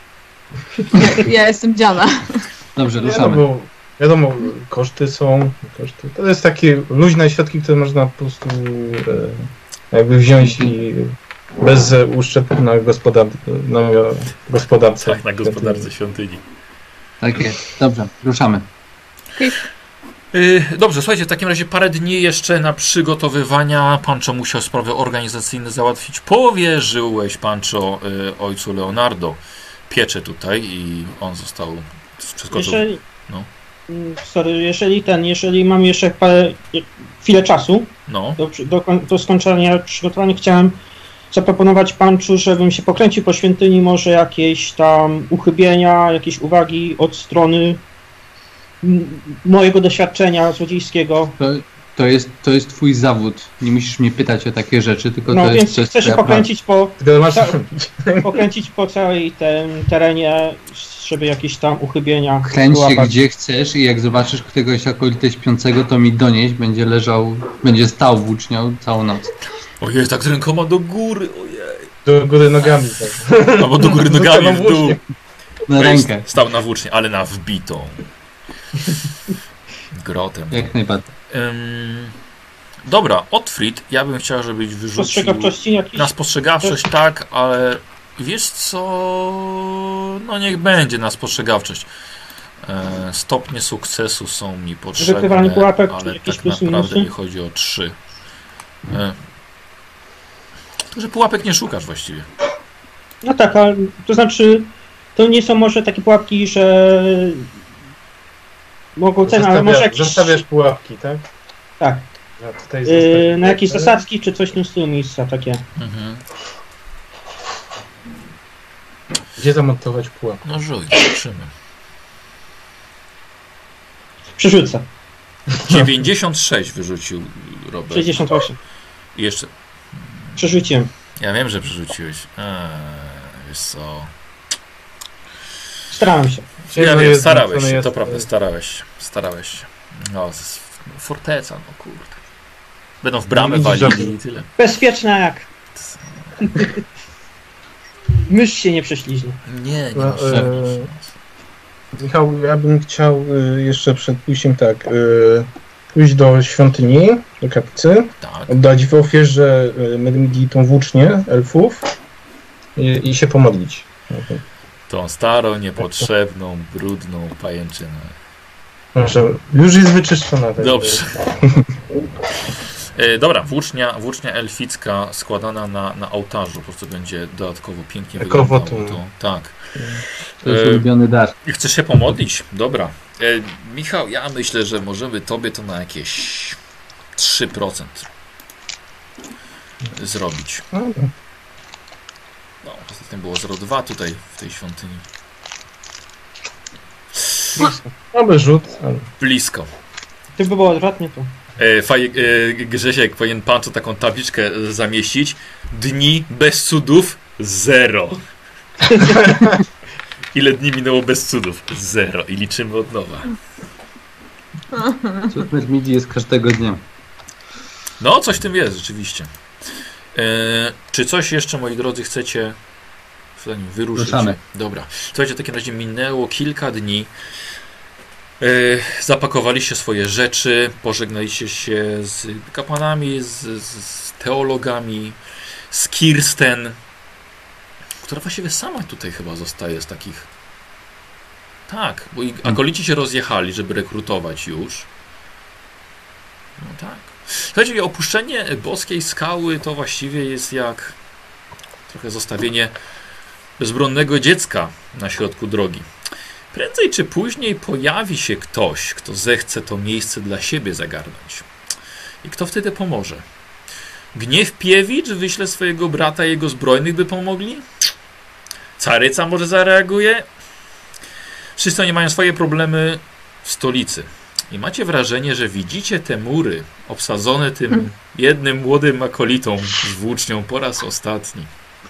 ja, ja jestem dziana. Dobrze, ruszamy. Wiadomo, wiadomo, koszty są. Koszty. To jest takie luźne środki, które można po prostu e, jakby wziąć i bez uszczepu na, gospodar na gospodarce. Tak, na gospodarce świątyni. Tak jest. Dobrze, ruszamy. Yy, dobrze, słuchajcie, w takim razie parę dni jeszcze na przygotowywania. Pancho musiał sprawy organizacyjne załatwić. Powierzyłeś, Pancho, yy, ojcu Leonardo pieczę tutaj i on został przeskoczył. Jeżeli, No. Mm, sorry, jeżeli ten, jeżeli mam jeszcze parę, chwilę czasu No, do, do, do skończenia przygotowania, chciałem zaproponować Panczu, żebym się pokręcił po świątyni, może jakieś tam uchybienia, jakieś uwagi od strony m, mojego doświadczenia złodziejskiego. To, to, jest, to jest twój zawód. Nie musisz mnie pytać o takie rzeczy, tylko No to jest, więc to jest chcę się twoja pokręcić po, Tylko masz, Tak. pokręcić po całej tym terenie, żeby jakieś tam uchybienia Kręć się wyłapać. gdzie chcesz i jak zobaczysz któregoś akolitę śpiącego, to mi donieś, będzie leżał, będzie stał włócznią całą noc. ojej, tak z rękoma do góry, ojej. do góry nogami. Tak. Albo do góry nogami w dół. Na rękę, Stał na włócznie, ale na wbitą. Grotem. jak najbardziej. Ym, Dobra, Otfrid, ja bym chciał, żebyś wyrzucił... Spostrzegawczości jakieś? Na spostrzegawczość tak, ale wiesz co... No niech będzie na spostrzegawczość. E, stopnie sukcesu są mi potrzebne, Wykrywanie pułapek, ale jakieś tak plusy, naprawdę minusy? nie chodzi o trzy. E, to, że pułapek nie szukasz właściwie. No tak, ale to znaczy, to nie są może takie pułapki, że mogą ten, ale może jakieś... Zostawiasz pułapki, tak? Tak. Ja tutaj Yy, zostawię- na jakieś zasadzki czy coś w tym stylu miejsca takie. Mhm. Gdzie zamontować pułapkę? No rzuć, zobaczymy. Przerzucę. dziewięćdziesiąt sześć wyrzucił Robert. sześćdziesiąt osiem. I jeszcze... Przerzuciłem. Ja wiem, że przerzuciłeś. Eee, wiesz co... Starałem się. Ja No wiem, jest- starałeś no się, jest- to prawda, starałeś się. Starałeś się. No, to jest forteca, no kurde. Będą w bramę No, widzisz, walili że- i tyle. Bezpieczna jak. Mysz się nie prześliźnie. Nie, nie No, masz e, żadnych. Michał, ja bym chciał y, jeszcze przed pójściem tak, y, pójść do świątyni, do kaplicy, Tak. oddać w ofierze y, Medmidi tą włócznię elfów i, i się pomodlić. Tą starą, niepotrzebną, brudną pajęczynę. Proszę, już jest wyczyszczona. Tak. Dobrze. E, dobra, włócznia, włócznia elficka składana na, na ołtarzu. Po prostu będzie dodatkowo pięknie Jako wyglądało wotum. to. Tak. To jest E, ulubiony dar. I chcesz się pomodlić? Dobra. E, Michał, ja myślę, że możemy tobie to na jakieś trzy procent zrobić. No, No, ostatnio było zero przecinek dwa tutaj w tej świątyni. Dobry rzut, ale Blisko. Gdyby było odwrotnie, to... E, faj, e, Grzesiek powinien pan tu taką tabliczkę zamieścić. Dni bez cudów zero. Ile dni minęło bez cudów? Zero. I liczymy od nowa. Cud Medmidi jest każdego dnia. No, coś w tym jest, rzeczywiście. E, czy coś jeszcze, moi drodzy, chcecie zanim wyruszyć? Ruszamy. Dobra. Słuchajcie, w takim razie minęło kilka dni. E, zapakowaliście swoje rzeczy, pożegnaliście się z kapłanami, z, z, z teologami, z Kirsten, która właściwie sama tutaj chyba zostaje z takich... Tak, bo i akolici się rozjechali, żeby rekrutować już. No tak. Słuchajcie, opuszczenie boskiej skały to właściwie jest jak trochę zostawienie bezbronnego dziecka na środku drogi. Prędzej czy później pojawi się ktoś, kto zechce to miejsce dla siebie zagarnąć. I kto wtedy pomoże? Gniew Piewicz wyśle swojego brata i jego zbrojnych, by pomogli? Caryca może zareaguje? Wszyscy oni mają swoje problemy w stolicy. I macie wrażenie, że widzicie te mury obsadzone tym jednym młodym akolitą z włócznią po raz ostatni.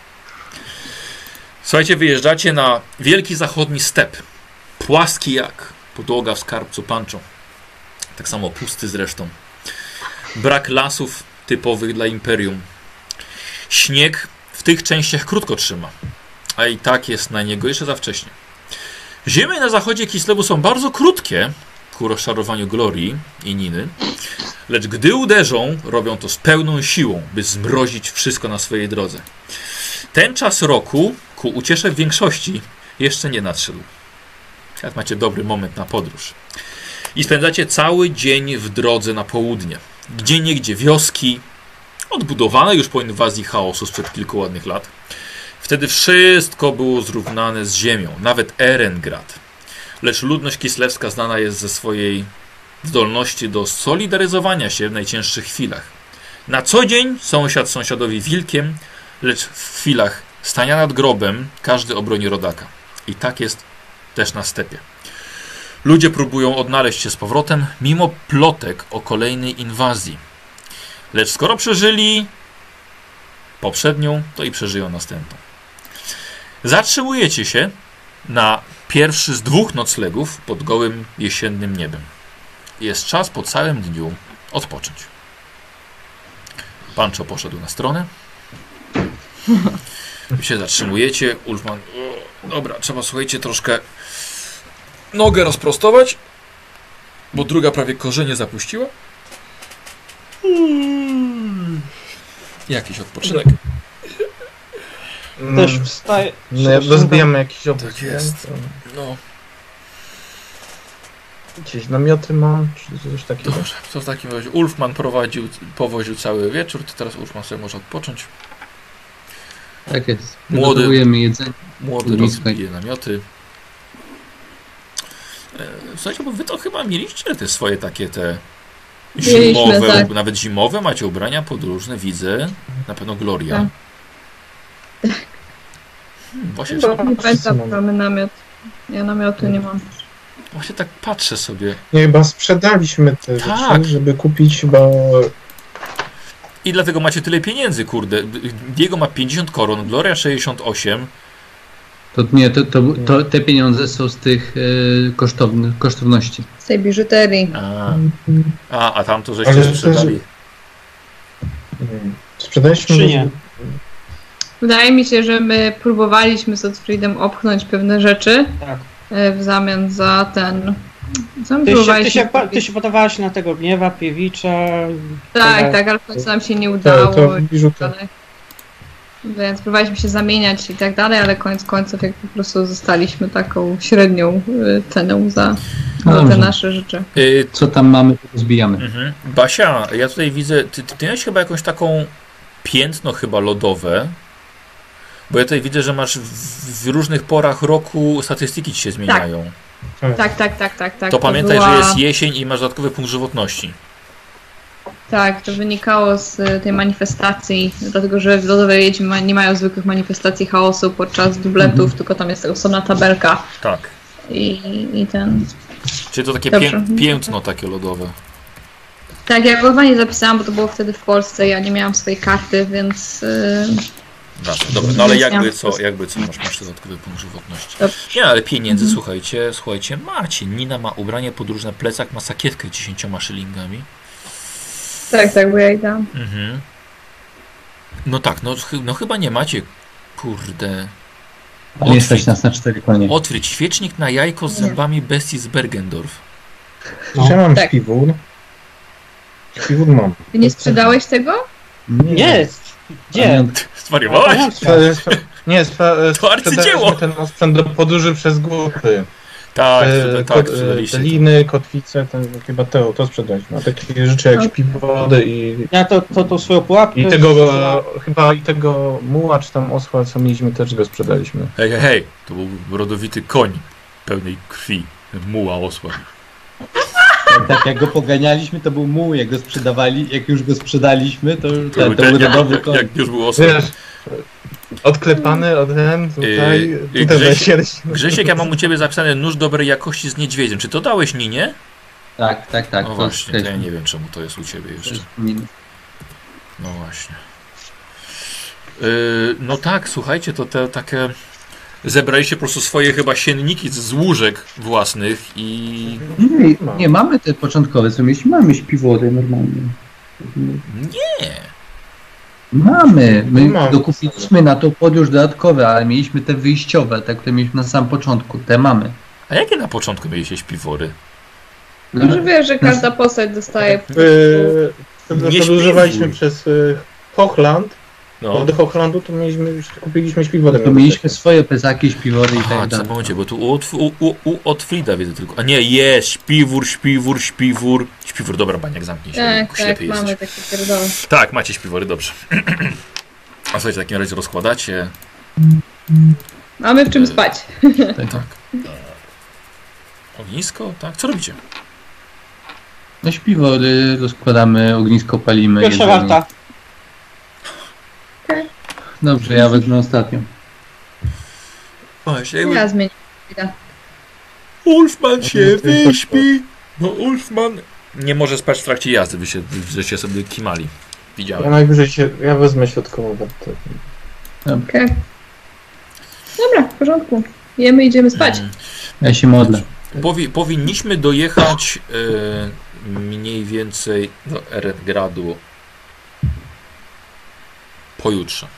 Słuchajcie, wyjeżdżacie na wielki zachodni step. Płaski jak podłoga w skarbcu Pancho. Tak samo pusty zresztą. Brak lasów typowych dla Imperium. Śnieg w tych częściach krótko trzyma, a i tak jest na niego jeszcze za wcześnie. Ziemie na zachodzie Kislewu są bardzo krótkie ku rozczarowaniu Glorii i Niny, lecz gdy uderzą, robią to z pełną siłą, by zmrozić wszystko na swojej drodze. Ten czas roku, ku uciesze większości, jeszcze nie nadszedł. Teraz macie dobry moment na podróż. I spędzacie cały dzień w drodze na południe. Gdzieniegdzie wioski, odbudowane już po inwazji chaosu sprzed kilku ładnych lat. Wtedy wszystko było zrównane z ziemią, nawet Erengrad. Lecz ludność kislewska znana jest ze swojej zdolności do solidaryzowania się w najcięższych chwilach. Na co dzień sąsiad sąsiadowi wilkiem, lecz w chwilach stania nad grobem każdy obroni rodaka. I tak jest też na stepie. Ludzie próbują odnaleźć się z powrotem, mimo plotek o kolejnej inwazji. Lecz skoro przeżyli poprzednią, to i przeżyją następną. Zatrzymujecie się na pierwszy z dwóch noclegów pod gołym jesiennym niebem. Jest czas po całym dniu odpocząć. Pancho poszedł na stronę. Wy się zatrzymujecie. Ulfman, o, dobra, trzeba, słuchajcie, troszkę nogę rozprostować, bo druga prawie korzenie zapuściła. Jakiś odpoczynek. Też wstaję. No, ja rozbijamy jakiś obóz. Tak jest. No. Gdzieś namioty mam, czy coś takiego. Dobrze, to w takim razie Ulfman prowadził, powoził cały wieczór, to teraz Ulfman sobie może odpocząć. Tak jest. Młody. Przygotowujemy jedzenie. Młody Ognisko. rozbije namioty. E, Słuchajcie, bo wy to chyba mieliście te swoje takie te Mieliśmy, zimowe, tak. nawet zimowe macie ubrania podróżne, widzę. Na pewno Gloria. Tak. Hmm, właśnie, Dobra. Nie pamiętam, mam. mamy namiot. Ja namiotu nie mam. właśnie tak patrzę sobie. Nie, chyba sprzedaliśmy te Tak. rzeczy, żeby kupić chyba... I dlatego macie tyle pieniędzy, kurde. Diego ma pięćdziesiąt koron, Gloria sześćdziesiąt osiem. To nie, to, to, to te pieniądze są z tych e, kosztownych, kosztowności. Z tej biżuterii. A, a, a tam to żeście Ale sprzedali. Hmm, Sprzedaliśmy... Czy nie? Wydaje mi się, że my próbowaliśmy z Otfriedem opchnąć pewne rzeczy Tak. e, w zamian za ten... Co my Ty się, ty, próbowaliśmy się, zrobić? ty się podawałaś na tego gniewa, piewicza. Tak, tyle. tak, ale w końcu nam się nie To, udało. to i biżuteria. tak dalej. Więc próbowaliśmy się zamieniać i tak dalej, ale koniec końców jak po prostu zostaliśmy taką średnią y, ceną za, No za te dobrze. nasze rzeczy. Y, Co tam mamy, to rozbijamy. mhm. Basia, ja tutaj widzę, ty, ty miałeś chyba jakąś taką piętno chyba lodowe, bo ja tutaj widzę, że masz w, w różnych porach roku statystyki ci się zmieniają. Tak, tak, tak, tak, tak. To pamiętaj, była- że jest jesień i masz dodatkowy punkt żywotności. Tak, to wynikało z y, tej manifestacji, dlatego że w Lodowej Wiedźmy ma- nie mają zwykłych manifestacji chaosu podczas dubletów, Mhm. tylko tam jest osobna tabelka Tak. i, i ten... Czyli to takie Dobrze. pię, piętno takie lodowe. Tak, ja go chyba nie zapisałam, bo to było wtedy w Polsce, ja nie miałam swojej karty, więc... Y, Dobra, dobra, no ale Więc jakby miałam co, po jakby co, masz, masz dodatkowy punkt żywotności. Dobrze. Nie, ale pieniędzy, Mhm. słuchajcie, słuchajcie, macie. Nina ma ubranie podróżne, plecak, ma sakiewkę dziesięcioma szylingami. tak, tak, bo ja i dam. Mhm. No tak, no, chy- no chyba nie macie, kurde. Nie Otwórz, stać nas na cztery konie. otwórz świecznik na jajko z Nie. zębami bestii z Bergendorf. No. Ja mam Tak. śpiwór. Śpiwór mam. Ty nie sprzedałeś tego? Nie, gdzie? Pamięt- Zwariowałeś? Spe- spe- Nie, spe- To arcydzieło! sprzedaliśmy ten sprzęt do podróży przez grupy. Tak, E, sprzeda- ko- tak, e, sprzedaliście. Te to. liny, kotwice, ten, chyba to, to sprzedaliśmy. A takie rzeczy jak No. śpiwody i, Ja to, to, to swoją pułapkę. i tego, e, chyba i tego muła, czy tam osła, co mieliśmy, też go sprzedaliśmy. Hej, hej, hej, to był rodowity koń pełnej krwi, muła osła. Tak, jak go poganialiśmy, to był muł, jak go sprzedawali, jak już go sprzedaliśmy, to ten, to Ten, był jak, rodowy jak, koń. jak już był osłem. Wiesz, odklepany od ten, tutaj, Yy, tutaj Grześ- wlecieliśmy. Grzesiek, ja mam u Ciebie zapisane nóż dobrej jakości z niedźwiedziem. Czy to dałeś Ninie? Tak, tak, tak. No to właśnie, to też- ja nie wiem czemu to jest u Ciebie jeszcze. też nie- No właśnie. Yy, no tak, słuchajcie, to te takie... Zebraliście po prostu swoje chyba sienniki z łóżek własnych i... Nie, nie, mamy te początkowe, co mieliśmy, mamy śpiwory normalnie. Nie! Mamy, my Mamy. dokupiliśmy na tą podróż dodatkowe, ale mieliśmy te wyjściowe, te, które mieliśmy na samym początku, te mamy. A jakie na początku mieliście śpiwory? Może wiesz, że każda postać dostaje po prostu... Yy, Nie podróżowaliśmy śpiwór. przez yy, Hochland. No. Do Hochlandu to mieliśmy, już kupiliśmy śpiwory. To mieliśmy swoje pezaki, śpiwory i Aha, tak co dalej. momencie, bo tu u, Otf- u, u, u Otfrida widzę tylko. A nie, jest, śpiwór, śpiwór, śpiwór. Śpiwór, dobra, Baniak, zamknij się, Tak, tak, ślepy mamy jesteś. takie pierdoły. Tak, macie śpiwory, dobrze. A słuchajcie, w takim razie rozkładacie. Mamy w czym spać. Tak. Ognisko, tak? Co robicie? No śpiwory, rozkładamy, ognisko palimy. Pierwsza jedzenie. warta. Dobrze, ja wezmę ostatnią. Właśnie, Ja zmienię. Ulfman się wyśpi, bo Ulfman nie może spać w trakcie jazdy, wy się, wy się sobie kimali. Ja Widziałem. najwyżej się, ja wezmę środkową wartę. Okej. Dobra, w porządku. Jemy, idziemy spać. Mm. Ja się modlę. Powi, powinniśmy dojechać e, mniej więcej do Erengradu pojutrze.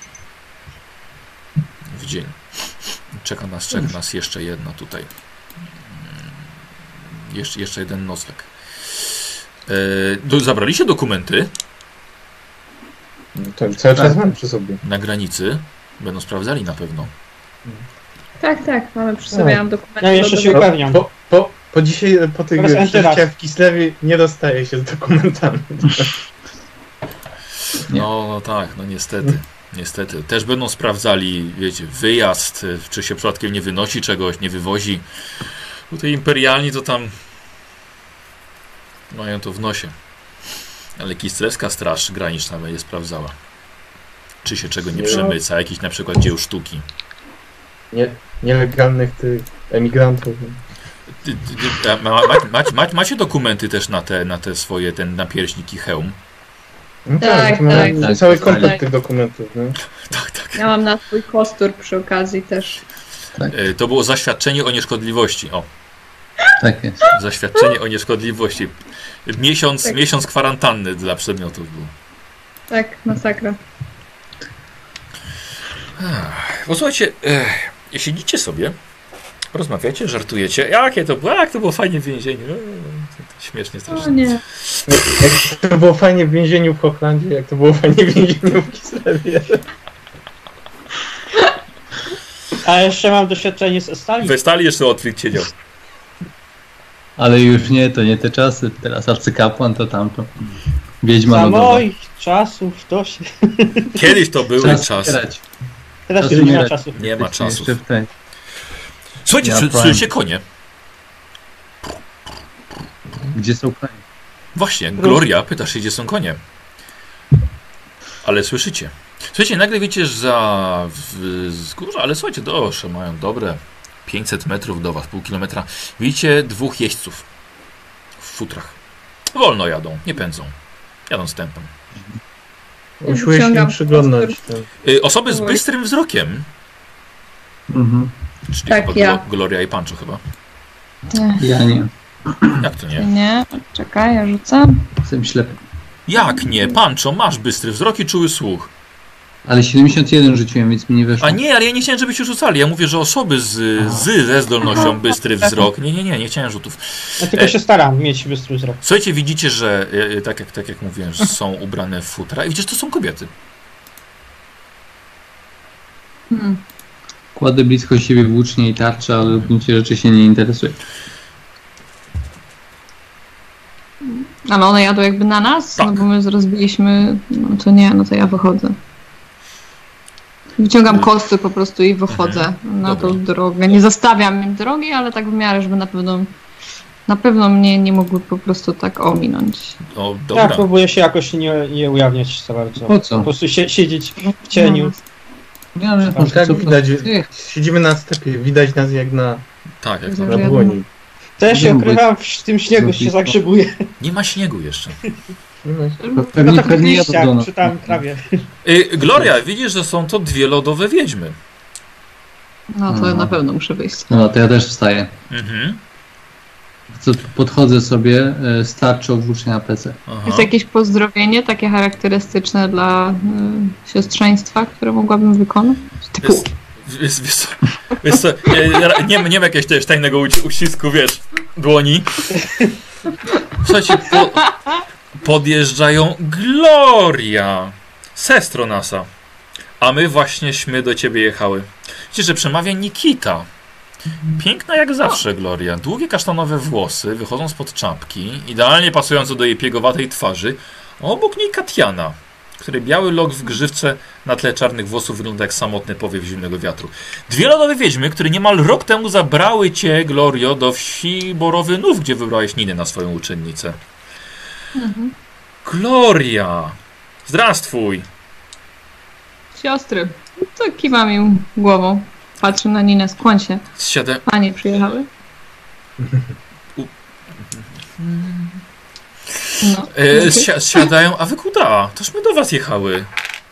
W dzień. Czeka nas, czeka nas jeszcze jedno tutaj. Mm, Jeszcze, jeszcze jeden nocleg. do, zabraliście dokumenty To cały czas mam przy sobie. na granicy. Będą sprawdzali na pewno. Tak, tak, mamy przy sobie Tak. mam dokumenty. Ja jeszcze się do- upewniam. Po, po, po dzisiaj, po tych Teraz Enteras. przeżyciach w Kislewie nie dostaje się z dokumentami. No, no tak, no niestety. Niestety. Też będą sprawdzali, wiecie, wyjazd, czy się przypadkiem nie wynosi czegoś, nie wywozi. Tutaj imperialni to tam mają to w nosie. Ale kislewska straż graniczna będzie sprawdzała, czy się czego nie No. przemyca, jakiś na przykład dzieł sztuki. Nie, nielegalnych tych emigrantów. Ty- ty- ty- a ma, ma, ma, ma, macie dokumenty też na te, na te swoje, ten napierśnik i hełm? No Tak, to mamy tak. cały Tak, komplet tak. tych dokumentów. No. Tak, tak. Ja mam na twój kostur przy okazji też. E, To było zaświadczenie o nieszkodliwości. O, Tak jest. zaświadczenie o nieszkodliwości. Miesiąc, Tak. miesiąc kwarantanny dla przedmiotów był. Tak, masakra. Posłuchajcie, e, siedzicie sobie, rozmawiacie, żartujecie. Jakie to było? Jak to było fajnie w więzieniu? E, to śmiesznie O strasznie. nie. Jak to było fajnie w więzieniu w Hochlandzie, jak to było fajnie w więzieniu w Kislewie. A jeszcze mam doświadczenie z Estali. We stali jeszcze Otwik siedział. Ale już nie, to nie te czasy. Teraz arcykapłan to tamto. Wiedźma Za lodowa. moich czasów to się... Kiedyś to były Czas czasy. umierać. Teraz Czas już nie ma umierać. czasu. Nie ma czasów. Jeszcze w ten. Słuchajcie, Ja sły- prime. słyszycie konie. Gdzie są konie? Właśnie, Gloria, pytasz się, gdzie są konie. Ale słyszycie. Słuchajcie, nagle wiecie, że za w- wzgórza, ale słuchajcie, dosze mają dobre pięćset metrów do was, pół kilometra. Widzicie dwóch jeźdźców w futrach. Wolno jadą, nie pędzą. Jadą z tempem. Musiałeś się Wyciągam przyglądać. Y, osoby z bystrym wzrokiem, Mhm. czyli Tak, chyba ja. Glo- Gloria i Pancho chyba. Ja nie. Jak to nie? Nie, czekaj, ja rzucę. Jestem ślepy. Jak nie? Pancho, masz bystry wzrok i czuły słuch. Ale siedemdziesiąt jeden rzuciłem, więc mi nie weszło. A nie, ale ja nie chciałem, żebyście rzucali. Ja mówię, że osoby z, z ze zdolnością bystry wzrok. Nie, nie, nie, nie chciałem rzutów. Ja tylko się staram mieć bystry wzrok. Słuchajcie, widzicie, że e, tak jak, tak jak mówiłem, że są ubrane w futra i widzicie, że to są kobiety. Hmm. Kładę blisko siebie włócznie i tarczę, ale w gruncie rzeczy się nie interesuje. Ale one jadą jakby na nas? Tak. No bo my rozbiliśmy, no to nie, no to ja wychodzę. Wyciągam kostur po prostu i wychodzę Mhm. na Dobra. tą drogę. Nie zostawiam drogi, ale tak w miarę, żeby na pewno na pewno mnie nie mogły po prostu tak ominąć. O, Ja dobra. próbuję się jakoś nie, nie ujawniać za bardzo. Po co? Po prostu sie, siedzieć w cieniu. Nie, ale Tak, Tak co- widać, Ech, siedzimy na stepie, widać nas jak na, Tak, jak to. Że na ja- dłoni. To ja się Nie ukrywam w tym śniegu, się zagrzebuję. Nie ma śniegu jeszcze. to pewnie, No to pewnie w jadą do liściach, nas. przy tam trawie. Y, Gloria, widzisz, że są to dwie lodowe wiedźmy. No to Mhm. na pewno muszę wyjść. No to ja też wstaję. Mhm. Co, podchodzę sobie, e, starczą włócznie na plecy. Aha. Jest jakieś pozdrowienie takie charakterystyczne dla y, siostrzeństwa, które mogłabym wykonać? Typu, Wiesz, wiesz, wiesz, co, wiesz co, nie, nie, nie ma jakiegoś też tajnego uci- uścisku, wiesz, dłoni. Słuchajcie, po, podjeżdżają Gloria, sestro nasa, a my właśnieśmy do ciebie jechały. Widzicie, że przemawia Nikita. Piękna jak zawsze Gloria, długie kasztanowe włosy wychodzą spod czapki, idealnie pasujące do jej piegowatej twarzy, a obok niej Katiana, której biały lok w grzywce na tle czarnych włosów wygląda jak samotny powiew zimnego wiatru. Dwie lodowe wiedźmy, które niemal rok temu zabrały cię, Glorio, do wsi Borowy Nów, gdzie wybrałeś Ninę na swoją uczennicę. mhm. Gloria! Zdrastwój! Siostry. To kiwam im głową. Patrzę na Ninę, skłoń się. Zsiada... Panie przyjechały? No. E, zsia zsiadają, a wy kuda? Toż my do was jechały.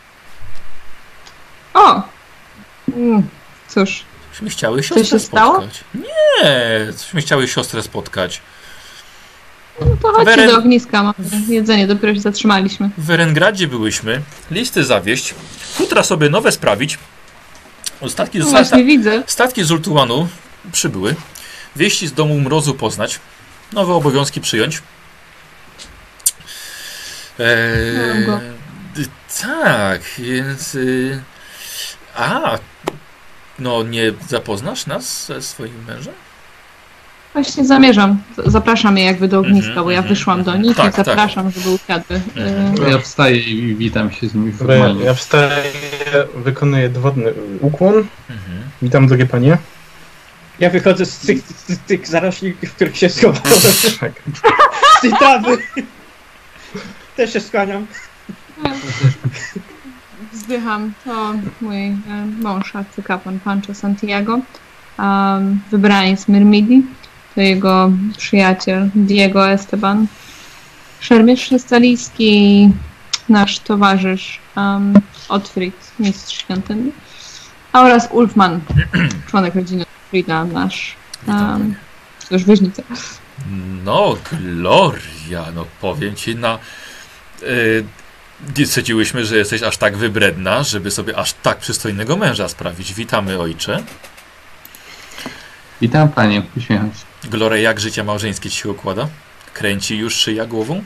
O! Mm, cóż, Myśmy chciały siostrę się stało? spotkać. Nie, myśmy chciały siostrę spotkać. no to chodźcie Weren- do ogniska, mamy jedzenie, dopiero się zatrzymaliśmy. W Werengradzie byłyśmy, listy zawieść, futra sobie nowe sprawić. Statki, No z, właśnie widzę. statki z Ultuanu przybyły. Wieści z domu mrozu poznać. Nowe obowiązki przyjąć. Eee, Mam go. tak, więc... Y, a, no nie zapoznasz nas ze swoim mężem? Właśnie zamierzam. Zapraszam je jakby do ogniska, Mhm, bo ja mhm, wyszłam do mhm. nich Tak, i zapraszam, żeby usiadły. Mhm. Y, Ja wstaję i witam się z nimi Dobra, formalnie. ja wstaję, wykonuję dowodny ukłon. Mhm. Witam, drogie panie. Ja wychodzę z tych, z tych zarośników, w których się schowałem. Tak. Z tej trawy. Też się skłaniam. Wzdycham. To mój e, mąż, arcykapłan Pancho Santiago, um, wybraniec Myrmidii. To jego przyjaciel Diego Esteban, szermierz estalijski, nasz towarzysz um, Otfrid, mistrz świątyni, oraz Ulfman, członek rodziny Otfrida, nasz um, też woźnica. No, Gloria, no powiem ci, na... Yy, nie sądziłyśmy, że jesteś aż tak wybredna, żeby sobie aż tak przystojnego męża sprawić. Witamy, ojcze. Witam panie, uśmiecham się. Gloria, jak życie małżeńskie ci się układa? Kręci już szyja głową?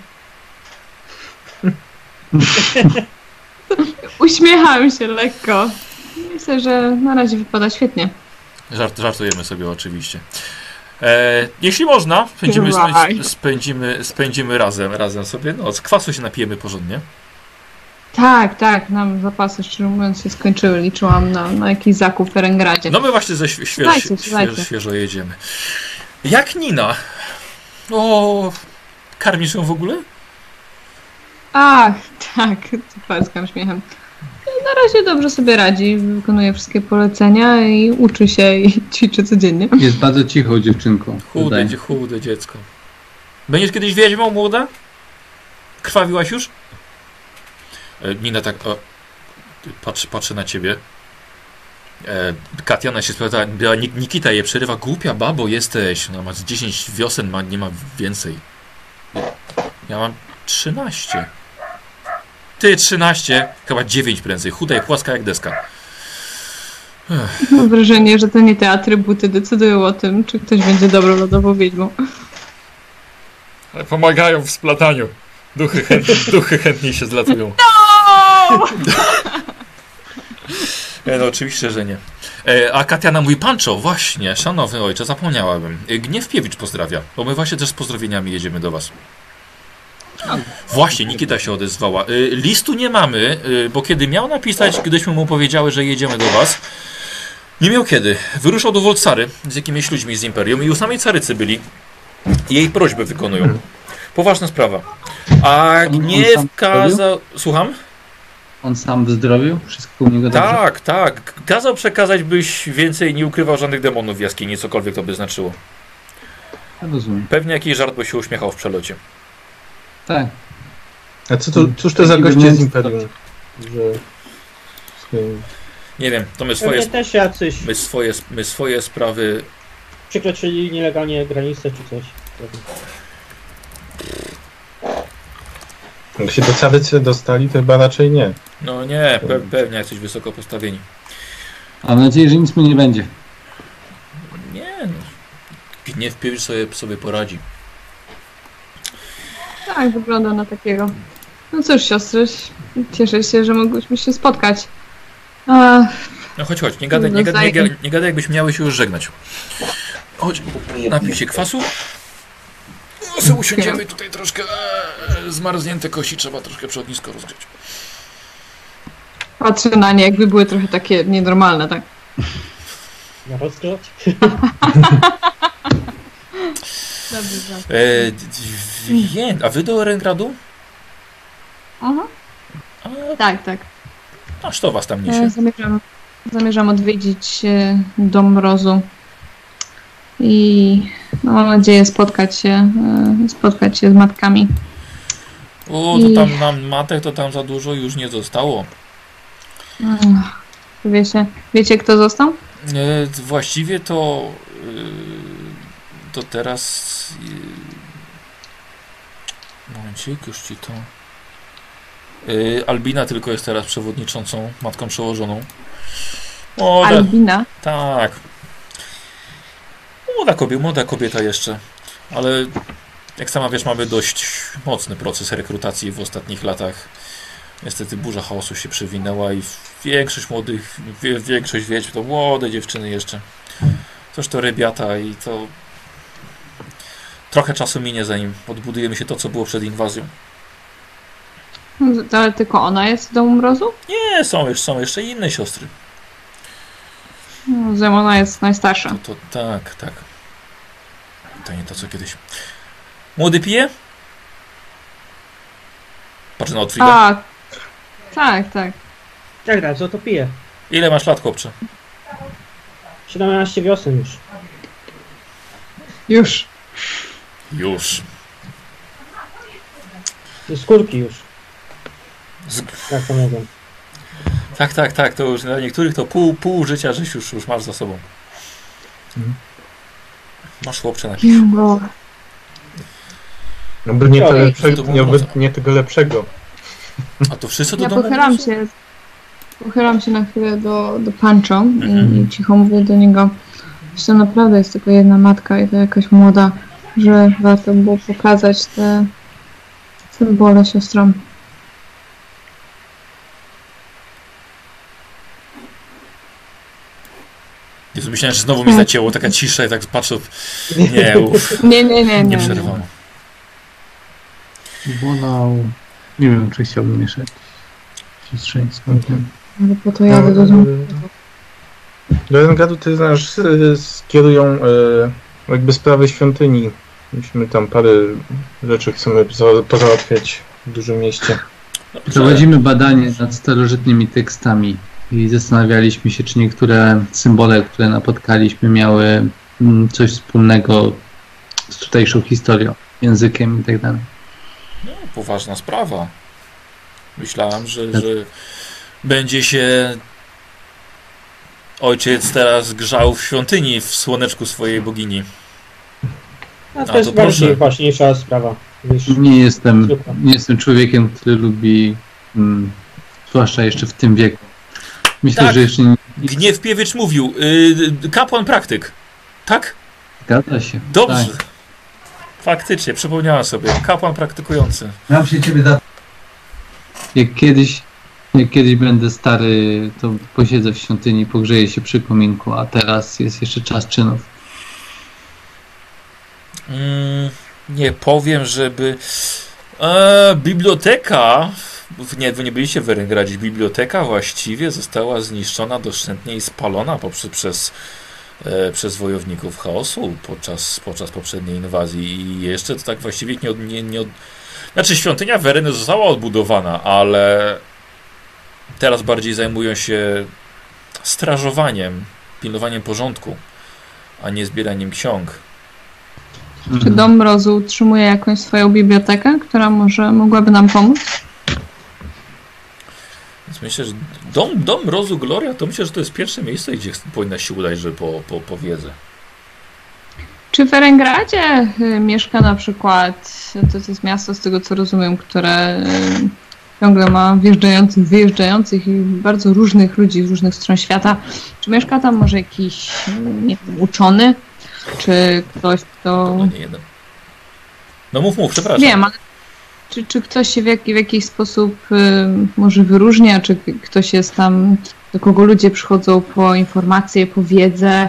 Uśmiecham się lekko. Myślę, że na razie wypada świetnie. Żart, żartujemy sobie oczywiście. E, jeśli można, spędzimy, spędzimy, spędzimy, spędzimy razem, razem sobie. No, z kwasu się napijemy porządnie. Tak, tak, nam zapasy, szczerze mówiąc, się skończyły. Liczyłam na, na jakiś zakup w Erengradzie. No my właśnie ze świe, śwież, Słuchajcie, śwież, słuchajcie. świeżo jedziemy. Jak Nina? O, karmisz ją w ogóle? Ach, tak, płaskam śmiechem. Na razie dobrze sobie radzi, wykonuje wszystkie polecenia i uczy się i ćwiczy codziennie. Jest bardzo cicho dziewczynką. Chude, Wydaje. dzie- chude dziecko. Będziesz kiedyś wiedźmą, młoda? Krwawiłaś już? E, Nina tak o, patrzy, patrzy na ciebie. E, Katiana się sprawdza, Nik- Nikita je przerywa. Głupia babo jesteś. Ona ma z dziesięć wiosen, ma, nie ma więcej. Ja mam trzynaście. Ty trzynaście, chyba dziewięć prędzej. Chuda i płaska jak deska. Mam wrażenie, że to nie te atrybuty decydują o tym, czy ktoś będzie dobrą lodową wiedźmą. Ale pomagają w splataniu. Duchy, chęt, duchy chętniej się zlatują. E, no oczywiście, że nie. E, a Katiana mówi, Pancho, właśnie, szanowny ojcze, zapomniałabym. E, Gniewkiewicz pozdrawia, bo my właśnie też z pozdrowieniami jedziemy do was. Właśnie, Nikita się odezwała. E, listu nie mamy, e, bo kiedy miał napisać, gdyśmy mu powiedziały, że jedziemy do was, nie miał kiedy. Wyruszał do Wolcary z jakimiś ludźmi z Imperium i u samej Carycy byli. I jej prośby wykonują. Poważna sprawa. A Gniew kazał... Słucham? On sam w zdrowiu? Wszystko u niego dobrze? Tak, tak. Kazał przekazać, byś więcej nie ukrywał żadnych demonów w jaskini, cokolwiek to by znaczyło. Rozumiem. Pewnie jakiś żart by się uśmiechał w przelocie. Tak. A co to, cóż to za Taki goście z wymięt- Imperium? Że... Nie wiem, to my Pewnie swoje, też jacyś my swoje, my swoje sprawy... przekroczyli nielegalnie granicę czy coś. Jak się do Carycy dostali, to chyba raczej nie. No nie, pe pewnie jacyś wysoko postawieni. Mam nadzieję, że nic mu nie będzie. Nie, no. Gniew Piewicz sobie, sobie poradzi. Tak, wygląda na takiego. No cóż, siostry, cieszę się, że mogłyśmy się spotkać. A, No chodź, chodź, nie gadaj, nie, gadaj, nie, gadaj, nie gadaj jakbyśmy miały się już żegnać. Chodź, napij się kwasu. No sobie usiądziemy tutaj troszkę. Eee, zmarznięte kości trzeba troszkę przy ognisko rozgrzeć. patrzę na nie, jakby były trochę takie nienormalne, tak? Na rozgrzać? Dobrze. Eee, wie, a wy do Erengradu? Aha. A, Tak, tak. aż to was tam E, niesie. Zamierzam, zamierzam odwiedzić e, Dom Mrozu i no, mam nadzieję spotkać się, e, spotkać się z matkami. O, to tam nam matek to tam za dużo już nie zostało. Mm, Wiecie, wiecie kto został? E, właściwie to e, to teraz e, momencik, już ci to e, Albina tylko jest teraz przewodniczącą, matką przełożoną. Młoda, Albina. tak. Młoda kobieta, młoda kobieta jeszcze, ale Jak sama wiesz, mamy dość mocny proces rekrutacji w ostatnich latach. Niestety burza chaosu się przewinęła i większość młodych, wie, większość wiedźm to młode dziewczyny jeszcze. Coś to rybiata i to trochę czasu minie, zanim odbudujemy się to, co było przed inwazją. Ale tylko ona jest w domu mrozu? Nie, są, już, są jeszcze inne siostry. No, ona jest najstarsza. To, to tak, tak. To nie to, co kiedyś. Młody pije? Patrzę na Otfrida. A, tak, tak. Jak grać, co to piję? Ile masz lat, chłopcze? siedemnaście wiosen już. Już. Już. I skórki już. Z... Jak to mówią. Tak, tak, tak. To już dla niektórych to pół, pół życia żyć już, już masz za sobą. Mhm. Masz chłopcze na kimś. No by nie, to Ej, lepszego, nie, by, nie tego lepszego. A to wszyscy do Ja domu? pochylam się, pochylam się na chwilę do, do Pancho Mhm. i, i cicho mówię do niego, że to naprawdę jest tylko jedna matka i to jakaś młoda, że warto było pokazać te symbole siostrom. Jezu, myślałem, że znowu mi zacięło, taka cisza i tak patrzę. Nie, uff, Nie, nie, nie, nie nie. przerwało. Wolał... Nie wiem, czy chciałbym mieszać siostrzeństwo. Ale po to jadę do domu. Do Erengardu ty znasz, y, skierują y, jakby sprawy świątyni. Myśmy tam parę rzeczy chcemy za- pozałatwiać w dużym mieście. Prowadzimy badanie nad starożytnymi tekstami i zastanawialiśmy się, czy niektóre symbole, które napotkaliśmy, miały mm, coś wspólnego z tutejszą historią, językiem i tak dalej. No, poważna sprawa. Myślałem, że, że będzie się ojciec teraz grzał w świątyni w słoneczku swojej bogini. A to A, jest to bardziej proszę. ważniejsza sprawa. Niż... Nie jestem, Super. nie jestem człowiekiem, który lubi, mm, zwłaszcza jeszcze w tym wieku. Myślę, Tak. że jeszcze nie Gniew Piewicz mówił, yy, kapłan praktyk. Tak? zgadza się. Dobrze. Tak. Faktycznie, przypomniałem sobie. Kapłan praktykujący. Mam się ciebie za... Jak kiedyś, jak kiedyś będę stary, to posiedzę w świątyni, pogrzeję się przy kominku, a teraz jest jeszcze czas czynów. Mm, nie powiem, żeby... E, biblioteka... Nie, wy nie byliście w Erengradzie. Biblioteka właściwie została zniszczona doszczętnie i spalona poprzez, przez, e, przez wojowników chaosu podczas, podczas poprzedniej inwazji. I jeszcze to tak właściwie nie, od, nie, nie od... Znaczy świątynia Wereny została odbudowana, ale teraz bardziej zajmują się strażowaniem, pilnowaniem porządku, a nie zbieraniem ksiąg. Czy Dom Mrozu utrzymuje jakąś swoją bibliotekę, która może mogłaby nam pomóc? Więc myślę, że dom, dom Mrozu Gloria to myślę, że to jest pierwsze miejsce, gdzie powinna się udać, żeby po, po, po wiedzę. Czy w Erengradzie y, mieszka na przykład, to jest miasto z tego co rozumiem, które y, ciągle ma wjeżdżających, wyjeżdżających i bardzo różnych ludzi z różnych stron świata. Czy mieszka tam może jakiś, nie wiem, uczony? Czy ktoś, kto... No nie jeden. No mów, mów, przepraszam. Wiem, ale czy, czy ktoś się w, jak, w jakiś sposób y, może wyróżnia, czy k- ktoś jest tam, do kogo ludzie przychodzą po informacje, po wiedzę?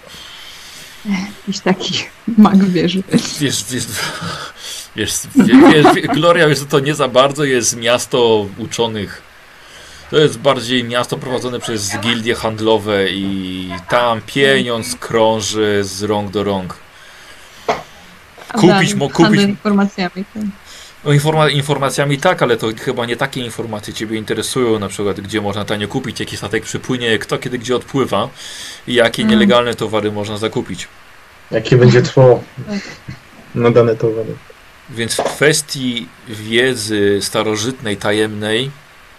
Jakiś taki mag wieży. Wiesz, wiesz, wiesz, wiesz, wiesz Gloria, wiesz, to nie za bardzo jest miasto uczonych. To jest bardziej miasto prowadzone przez gildie handlowe i tam pieniądz krąży z rąk do rąk. Kupić, mo, kupić. Handel informacjami. Tak. No, informa informacjami tak, ale to chyba nie takie informacje Ciebie interesują, na przykład gdzie można tanio kupić, jaki statek przypłynie, kto kiedy gdzie odpływa i jakie Mm. nielegalne towary można zakupić. Jakie będzie tło na dane towary. Więc w kwestii wiedzy starożytnej, tajemnej,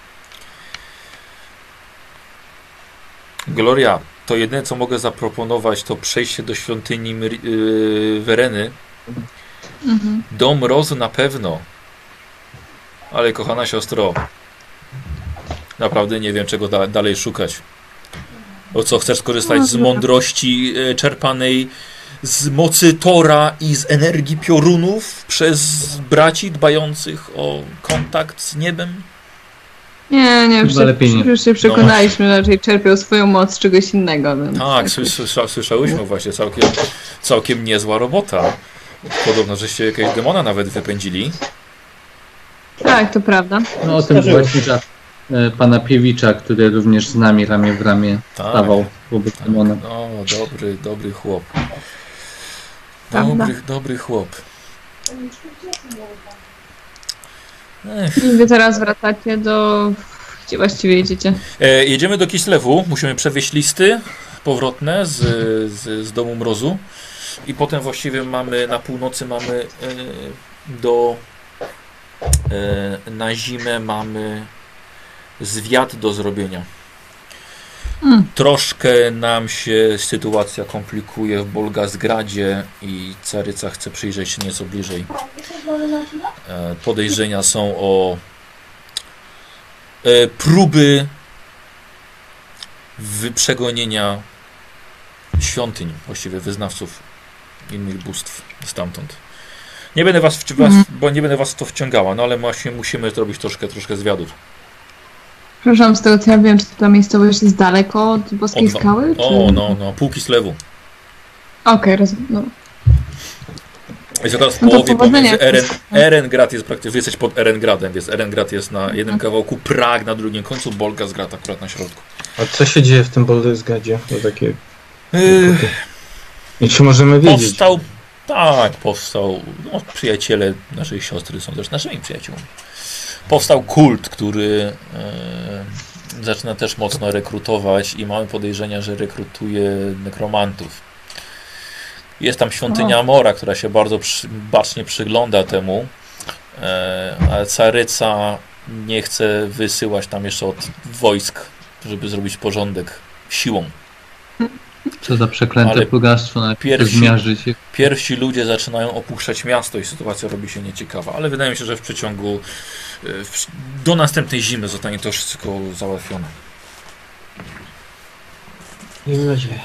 Gloria, to jedyne co mogę zaproponować to przejście do świątyni Myri- yy, Wereny. Mhm. Dom Mrozu na pewno. Ale kochana siostro, naprawdę nie wiem czego da dalej szukać. O co, chcesz skorzystać z mądrości e, czerpanej z mocy Tora i z energii piorunów przez braci dbających o kontakt z niebem? Nie, nie, już Chyba lepiej nie. się, już się przekonaliśmy, raczej czerpiał swoją moc z czegoś innego. Więc Tak, słysza, słyszałyśmy właśnie, całkiem, całkiem niezła robota. Podobno, żeście jakiegoś demona nawet wypędzili. Tak, to prawda. No o tym właśnie czas e, pana Piewicza, który również z nami ramię w ramię Tak. stawał wobec demona. No, dobry, dobry chłop. Prawda. Dobry, dobry chłop. Ech. I wy teraz wracacie do... Gdzie właściwie jedziecie? E, jedziemy do Kislewu, musimy przewieźć listy powrotne z, z, z Domu Mrozu i potem właściwie mamy na północy mamy e, do e, na zimę mamy zwiat do zrobienia. Mm. Troszkę nam się sytuacja komplikuje w Bolgazgradzie i Caryca chce przyjrzeć się nieco bliżej. E, podejrzenia są o e, próby wyprzegonienia świątyń, właściwie wyznawców innych bóstw stamtąd. Nie będę was, w, was bo nie będę was w to wciągała, no ale właśnie musimy zrobić troszkę, troszkę zwiadów. Przepraszam, z tego co ja wiem, czy ta miejscowość jest daleko od Boskiej Od- Skały? Czy... O, no, no, pół Kislewu. Okej, rozumiem. No. Jest akurat w No to połowie powodzenia. pomiędzy Eren, Erengrad jest praktycznie, wy jesteś pod Erengradem, więc Erengrad jest na jednym Mhm. kawałku, Prag na drugim końcu, Bolgazgrad akurat na środku. A co się dzieje w tym Baldur's To takie... Yy, I czy możemy wiedzieć? powstał, tak, powstał, no, przyjaciele naszej siostry są też naszymi przyjaciółmi. Powstał kult, który e, zaczyna też mocno rekrutować i mamy podejrzenia, że rekrutuje nekromantów. Jest tam świątynia Amora, która się bardzo przy, bacznie przygląda temu, e, ale Caryca nie chce wysyłać tam jeszcze od wojsk, żeby zrobić porządek siłą. Co za przeklęte Ale bogactwo, na pierwsi- zmiażdżyć się. Pierwsi ludzie zaczynają opuszczać miasto i sytuacja robi się nieciekawa, ale wydaje mi się, że w przeciągu e, w, do następnej zimy zostanie to wszystko załatwione. Miejmy nadzieję.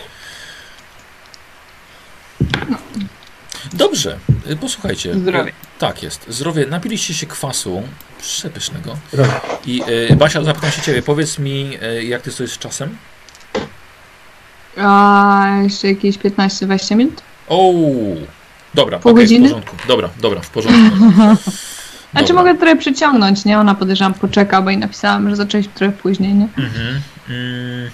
Dobrze, y, posłuchajcie. Zdrowie. Tak jest. Zdrowie. Napiliście się kwasu przepysznego. Zdrowie. I y, Basia, zapytam się ciebie, powiedz mi, y, jak ty stoisz z czasem? A jeszcze jakieś piętnaście dwadzieścia minut? O, dobra, Pół okej, godziny? w porządku. Dobra, dobra, w porządku. Znaczy Dobra. mogę trochę przyciągnąć, nie? Ona podejrzewam poczeka, bo jej napisałam, że zaczęliśmy trochę później, nie? Mhm. Mm.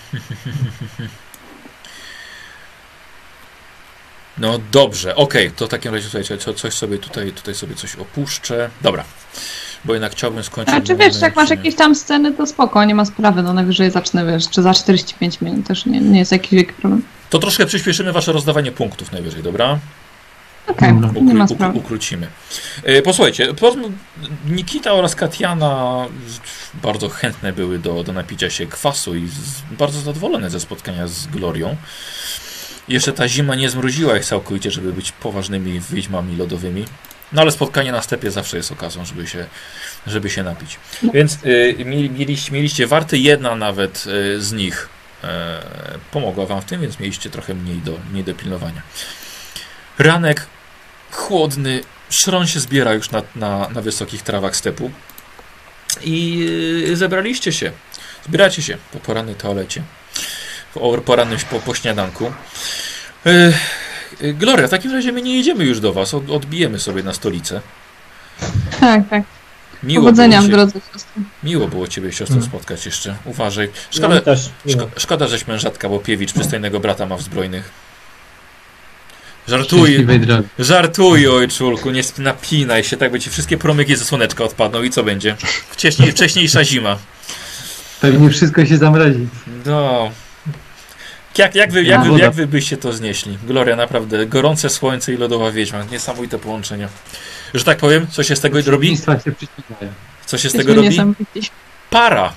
No dobrze, okej, to w takim razie słuchajcie, co, coś sobie tutaj, tutaj sobie coś opuszczę. Dobra, bo jednak chciałbym skończyć. Znaczy wiesz, jak masz jakieś tam sceny, to spoko, nie ma sprawy, no najwyżej zacznę, wiesz, czy za czterdzieści pięć minut też nie, nie jest jakiś wielki problem. To troszkę przyspieszymy wasze rozdawanie punktów najwyżej, dobra? Okej, Dobra. nie ma Ukru- sprawy. ukrócimy. E, Posłuchajcie, powiedzmy, Nikita oraz Katiana z- bardzo chętne były do, do napicia się kwasu i z, bardzo zadowolone ze spotkania z Glorią. Jeszcze ta zima nie zmroziła ich całkowicie, żeby być poważnymi wiedźmami lodowymi. No ale spotkanie na stepie zawsze jest okazją, żeby się, żeby się napić. Więc y, mieli, mieliście, mieliście warty, jedna nawet y, z nich y, pomogła wam w tym, więc mieliście trochę mniej do, mniej do pilnowania. Ranek chłodny, szron się zbiera już na, na, na wysokich trawach stepu i y, zebraliście się, zbieracie się po porannej toalecie, po porannym po, po śniadanku. Y, y, Gloria, w takim razie my nie jedziemy już do was, od, odbijemy sobie na stolicę. Tak, tak. Miło Powodzenia w było, cię, drodze, siostro. miło było ciebie, siostro, Mm. spotkać jeszcze. Uważaj. Ja Szkoda, też. szko, szkoda żeś mężatka, bo Piewicz przystojnego brata ma w zbrojnych. Żartuję. Szczęśliwej drogi. Żartuj, ojczulku, nie sp- napinaj się, tak by ci wszystkie promyki ze słoneczka odpadną i co będzie? Wcześniej, wcześniejsza zima. Pewnie wszystko się zamrozi. No. Jak, jak, wy, jak, wy, Woda. jak wy byście to znieśli? Gloria, naprawdę, gorące słońce i lodowa wiedźma, niesamowite połączenie. Że tak powiem, co się z tego robi? Przeciwieństwa się przyciągają. Co się z Jesteśmy tego robi? niesamowici. Para!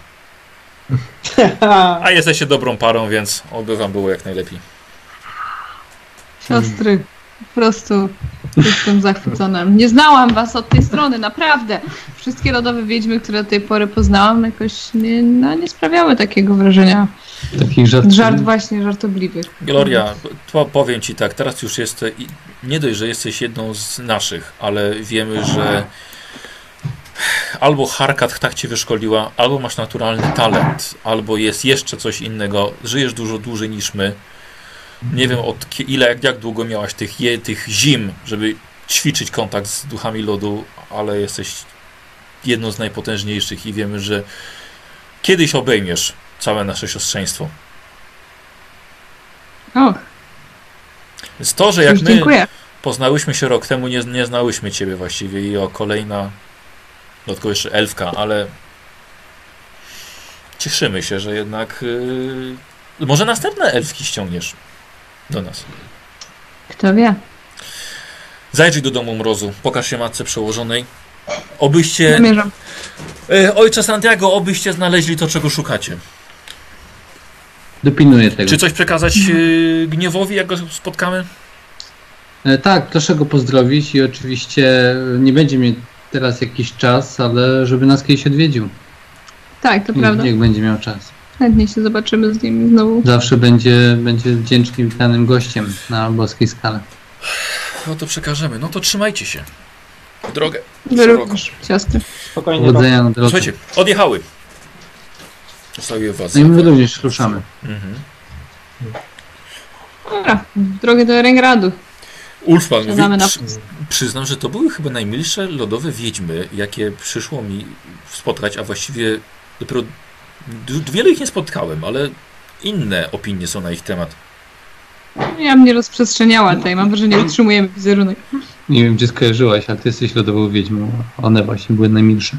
A jesteście dobrą parą, więc oby wam było jak najlepiej. Siostry, po prostu jestem zachwycona. Nie znałam was od tej strony, naprawdę. Wszystkie lodowe wiedźmy, które do tej pory poznałam, jakoś nie, no, nie sprawiały takiego wrażenia. Takich żartów. Żart właśnie, żartobliwy. Gloria, to powiem ci tak, teraz już jesteś, nie dość, że jesteś jedną z naszych, ale wiemy, że albo Harkat tak cię wyszkoliła, albo masz naturalny talent, albo jest jeszcze coś innego, żyjesz dużo dłużej niż my. Nie wiem od ki- ile, jak, jak długo miałaś tych, je, tych zim, żeby ćwiczyć kontakt z duchami lodu, ale jesteś jedną z najpotężniejszych i wiemy, że kiedyś obejmiesz całe nasze siostrzeństwo. Och, Więc to, że jak już my dziękuję. poznałyśmy się rok temu, nie, nie znałyśmy ciebie właściwie i o kolejna, dodatkowo jeszcze elfka, ale cieszymy się, że jednak yy, może następne elfki ściągniesz do nas. Kto wie? Zajrzyj do domu mrozu, pokaż się matce przełożonej. Obyście, Zamierzam. yy, ojcze Santiago, obyście znaleźli to, czego szukacie. Dopilnuję tego. Czy coś przekazać yy, Gniewowi, jak go spotkamy? E, tak, proszę go pozdrowić i oczywiście nie będzie mieć teraz jakiś czas, ale żeby nas kiedyś odwiedził. Tak, to I- prawda. Jak będzie miał czas. Chętnie się zobaczymy z nim znowu. Zawsze będzie, będzie wdzięcznym, witanym gościem na boskiej skale. No to przekażemy. No to trzymajcie się. W drogę. Wy również, siostry. Spokojnie. Powodzenia na drodze. Słuchajcie, odjechały. Zostawię was. No i my również ruszamy. Mhm. Dobra, w drogę do Erengradu. Ulfman mówi, Siadamy na przy, przyznam, że to były chyba najmilsze lodowe wiedźmy, jakie przyszło mi spotkać, a właściwie dopiero d- wiele ich nie spotkałem, ale inne opinie są na ich temat. Ja mnie rozprzestrzeniała tutaj, mam wrażenie, że utrzymujemy wizerunek. Nie wiem, gdzie skojarzyłaś, ale ty jesteś lodową wiedźmą. One właśnie były najmilsze.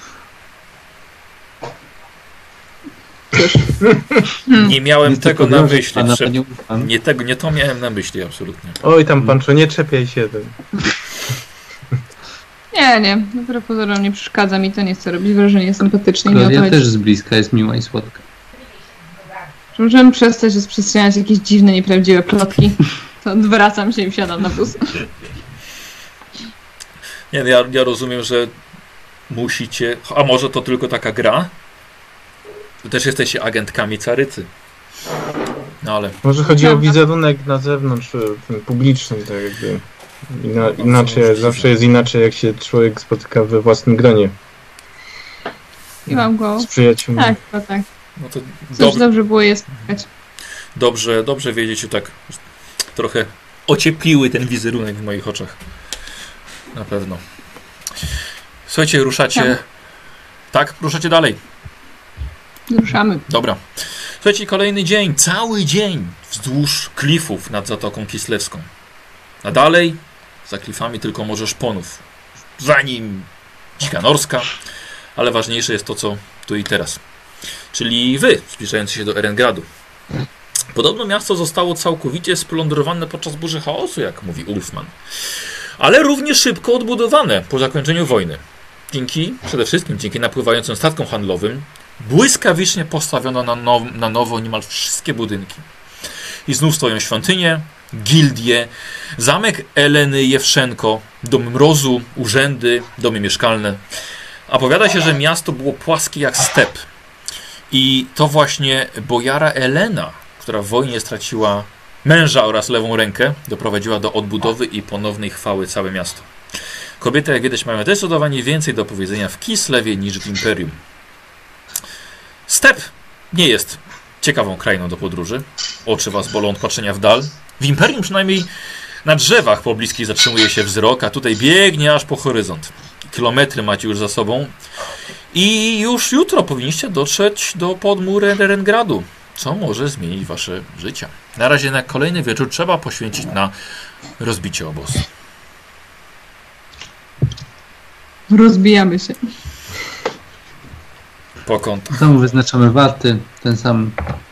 Nie miałem Niestety tego na proszę myśli. pana, Prze- panie Ulfman. nie, tego, nie to miałem na myśli, absolutnie. Oj tam Pancho, nie czepiaj się. Nie, nie, dopiero pozorom nie przeszkadza mi to, nie chcę robić wrażenia sympatycznej, nie o to Klaudia chodzi. też z bliska jest miła i słodka. Czy możemy przestać rozprzestrzeniać jakieś dziwne, nieprawdziwe plotki? To odwracam się i wsiadam na bus. Nie, no ja, ja rozumiem, że musicie... A może to tylko taka gra? Wy też jesteście agentkami Carycy. No ale... Może chodzi o Prawda. wizerunek na zewnątrz, ten publiczny, tak jakby. Ina, inaczej, zawsze jest inaczej, jak się człowiek spotyka we własnym gronie I mam go. z przyjaciółmi. Tak, to tak. No to Cóż, dob- dobrze było je spotkać. dobrze, dobrze wiedzieć, że tak trochę ociepliły ten wizerunek w moich oczach. Na pewno. Słuchajcie, ruszacie... Tak. Tak? Ruszacie dalej. Ruszamy. Dobra. Słuchajcie, kolejny dzień, cały dzień wzdłuż klifów nad Zatoką Kislewską. A dalej, za klifami tylko Morze Szponów. Za nim Dzika Norska, ale ważniejsze jest to, co tu i teraz. Czyli wy, zbliżający się do Erengradu. Podobno miasto zostało całkowicie splądrowane podczas burzy chaosu, jak mówi Ulfman. Ale równie szybko odbudowane po zakończeniu wojny. Dzięki, przede wszystkim dzięki napływającym statkom handlowym, błyskawicznie postawiono na, now, na nowo niemal wszystkie budynki. I znów stoją świątynie, gildie, zamek Eleny Jewszenko, dom mrozu, urzędy, domy mieszkalne. A powiada się, że miasto było płaskie jak step. I to właśnie bojara Elena, która w wojnie straciła męża oraz lewą rękę, doprowadziła do odbudowy i ponownej chwały całe miasto. Kobiety, jak widać, mają zdecydowanie więcej do powiedzenia w Kislewie niż w Imperium. Step nie jest ciekawą krainą do podróży. Oczy was bolą od patrzenia w dal. W Imperium przynajmniej na drzewach pobliskich zatrzymuje się wzrok, a tutaj biegnie aż po horyzont. Kilometry macie już za sobą i już jutro powinniście dotrzeć do podmur Erengradu, co może zmienić wasze życie. Na razie na kolejny wieczór trzeba poświęcić na rozbicie obozu. Rozbijamy się. Po kątach. W domu wyznaczamy warty, ten sam.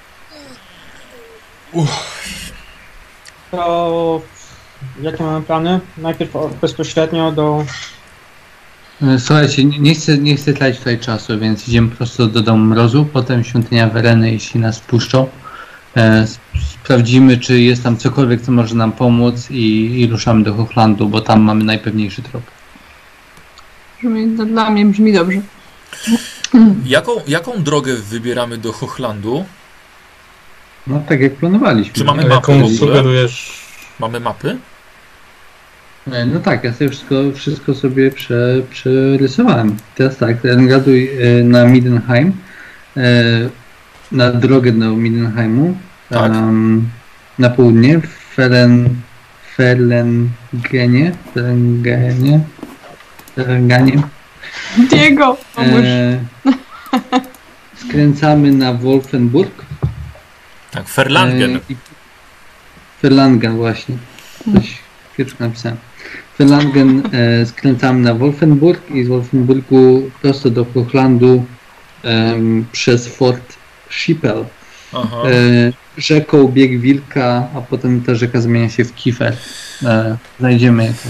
To jakie mamy plany? Najpierw o- bezpośrednio do... E, Słuchajcie, nie nie chcę, nie chcę tracić tutaj czasu, więc idziemy prosto do domu mrozu, potem świątynia Wereny, jeśli nas wpuszczą. E, sp- sprawdzimy, czy jest tam cokolwiek, co może nam pomóc i, i ruszamy do Hochlandu, bo tam mamy najpewniejszy trop. Brzmi, to dla mnie brzmi dobrze. Jaką, jaką drogę wybieramy do Hochlandu? No tak jak planowaliśmy. Czy mamy A mapy jaką w ogóle? sugerujesz? Mamy mapy? No tak, ja sobie wszystko, wszystko sobie prze, przerysowałem. Teraz tak, Erengradu na Middenheim, na drogę do Middenheimu, Tak. um, na południe, w Feren, Ferlengenie, Ferlengenie, Ferlenganie. Diego, pomóż. E, skręcamy na Wolfenburg. Tak, Ferlangen. E, i- Ferlangen właśnie. Coś kiepsko napisałem. Ferlangen e, skręcamy na Wolfenburg i z Wolfenburgu prosto do Hochlandu em, przez Fort Schiphel. Aha. E, rzeką bieg Wilka, a potem ta rzeka zmienia się w Kifer. E, znajdziemy jakąś.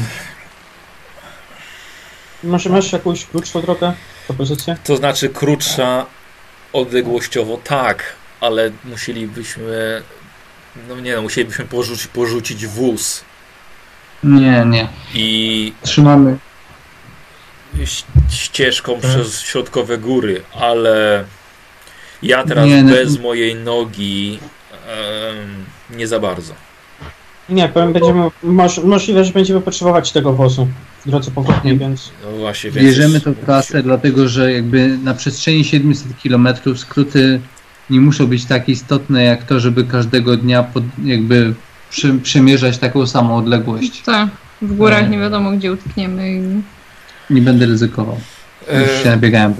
Może masz jakąś krótszą drogę, propozycję? To znaczy krótsza odległościowo tak, ale musielibyśmy, no nie no, musielibyśmy porzucić, porzucić wóz Nie, nie. i Trzymamy. ś- ścieżką przez środkowe góry, ale ja teraz Nie, no- bez mojej nogi em, nie za bardzo. Nie, powiem, będziemy, moż, możliwe, że będziemy potrzebować tego wozu w drodze powrotnej, więc... No właśnie, więc Bierzemy tą trasę, dlatego że jakby na przestrzeni siedemset kilometrów skróty nie muszą być tak istotne jak to, żeby każdego dnia pod, jakby przy, przemierzać taką samą odległość. Tak, w górach nie wiadomo gdzie utkniemy. I... Nie będę ryzykował. Już się E, nabiegałem.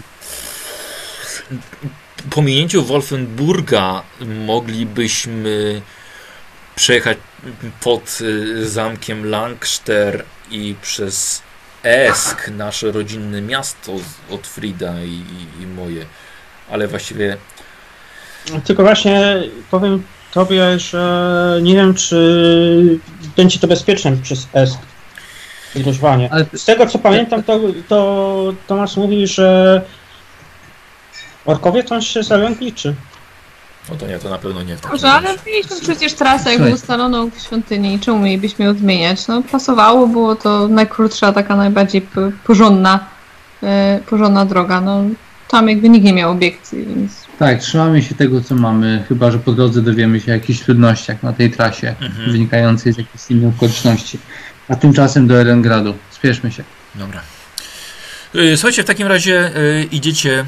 po minięciu Wolfenburga moglibyśmy przejechać pod y, zamkiem Langster i przez Esk, nasze rodzinne miasto z- od Frida i, i, i moje. Ale właściwie Tylko właśnie powiem tobie, że nie wiem, czy będzie to bezpieczne przez Esk podróżowanie. Ale Z tego co pamiętam, to, to Tomasz mówi, że orkowie tam się zalękli, czy? no to nie, to na pewno nie w takim Może, ale razie. mieliśmy przecież trasę jakby Słuchaj. ustaloną w świątyni. Czemu mielibyśmy ją zmieniać? No pasowało, było to najkrótsza, taka najbardziej p- porządna, e, porządna droga. No tam jakby nikt nie miał obiekcji, więc... tak, trzymamy się tego, co mamy, chyba że po drodze dowiemy się o jakichś trudnościach na tej trasie, Mhm. wynikającej z jakichś innych okoliczności. A tymczasem do Erengradu. Spieszmy się. Dobra. Y, Słuchajcie, w takim razie y, idziecie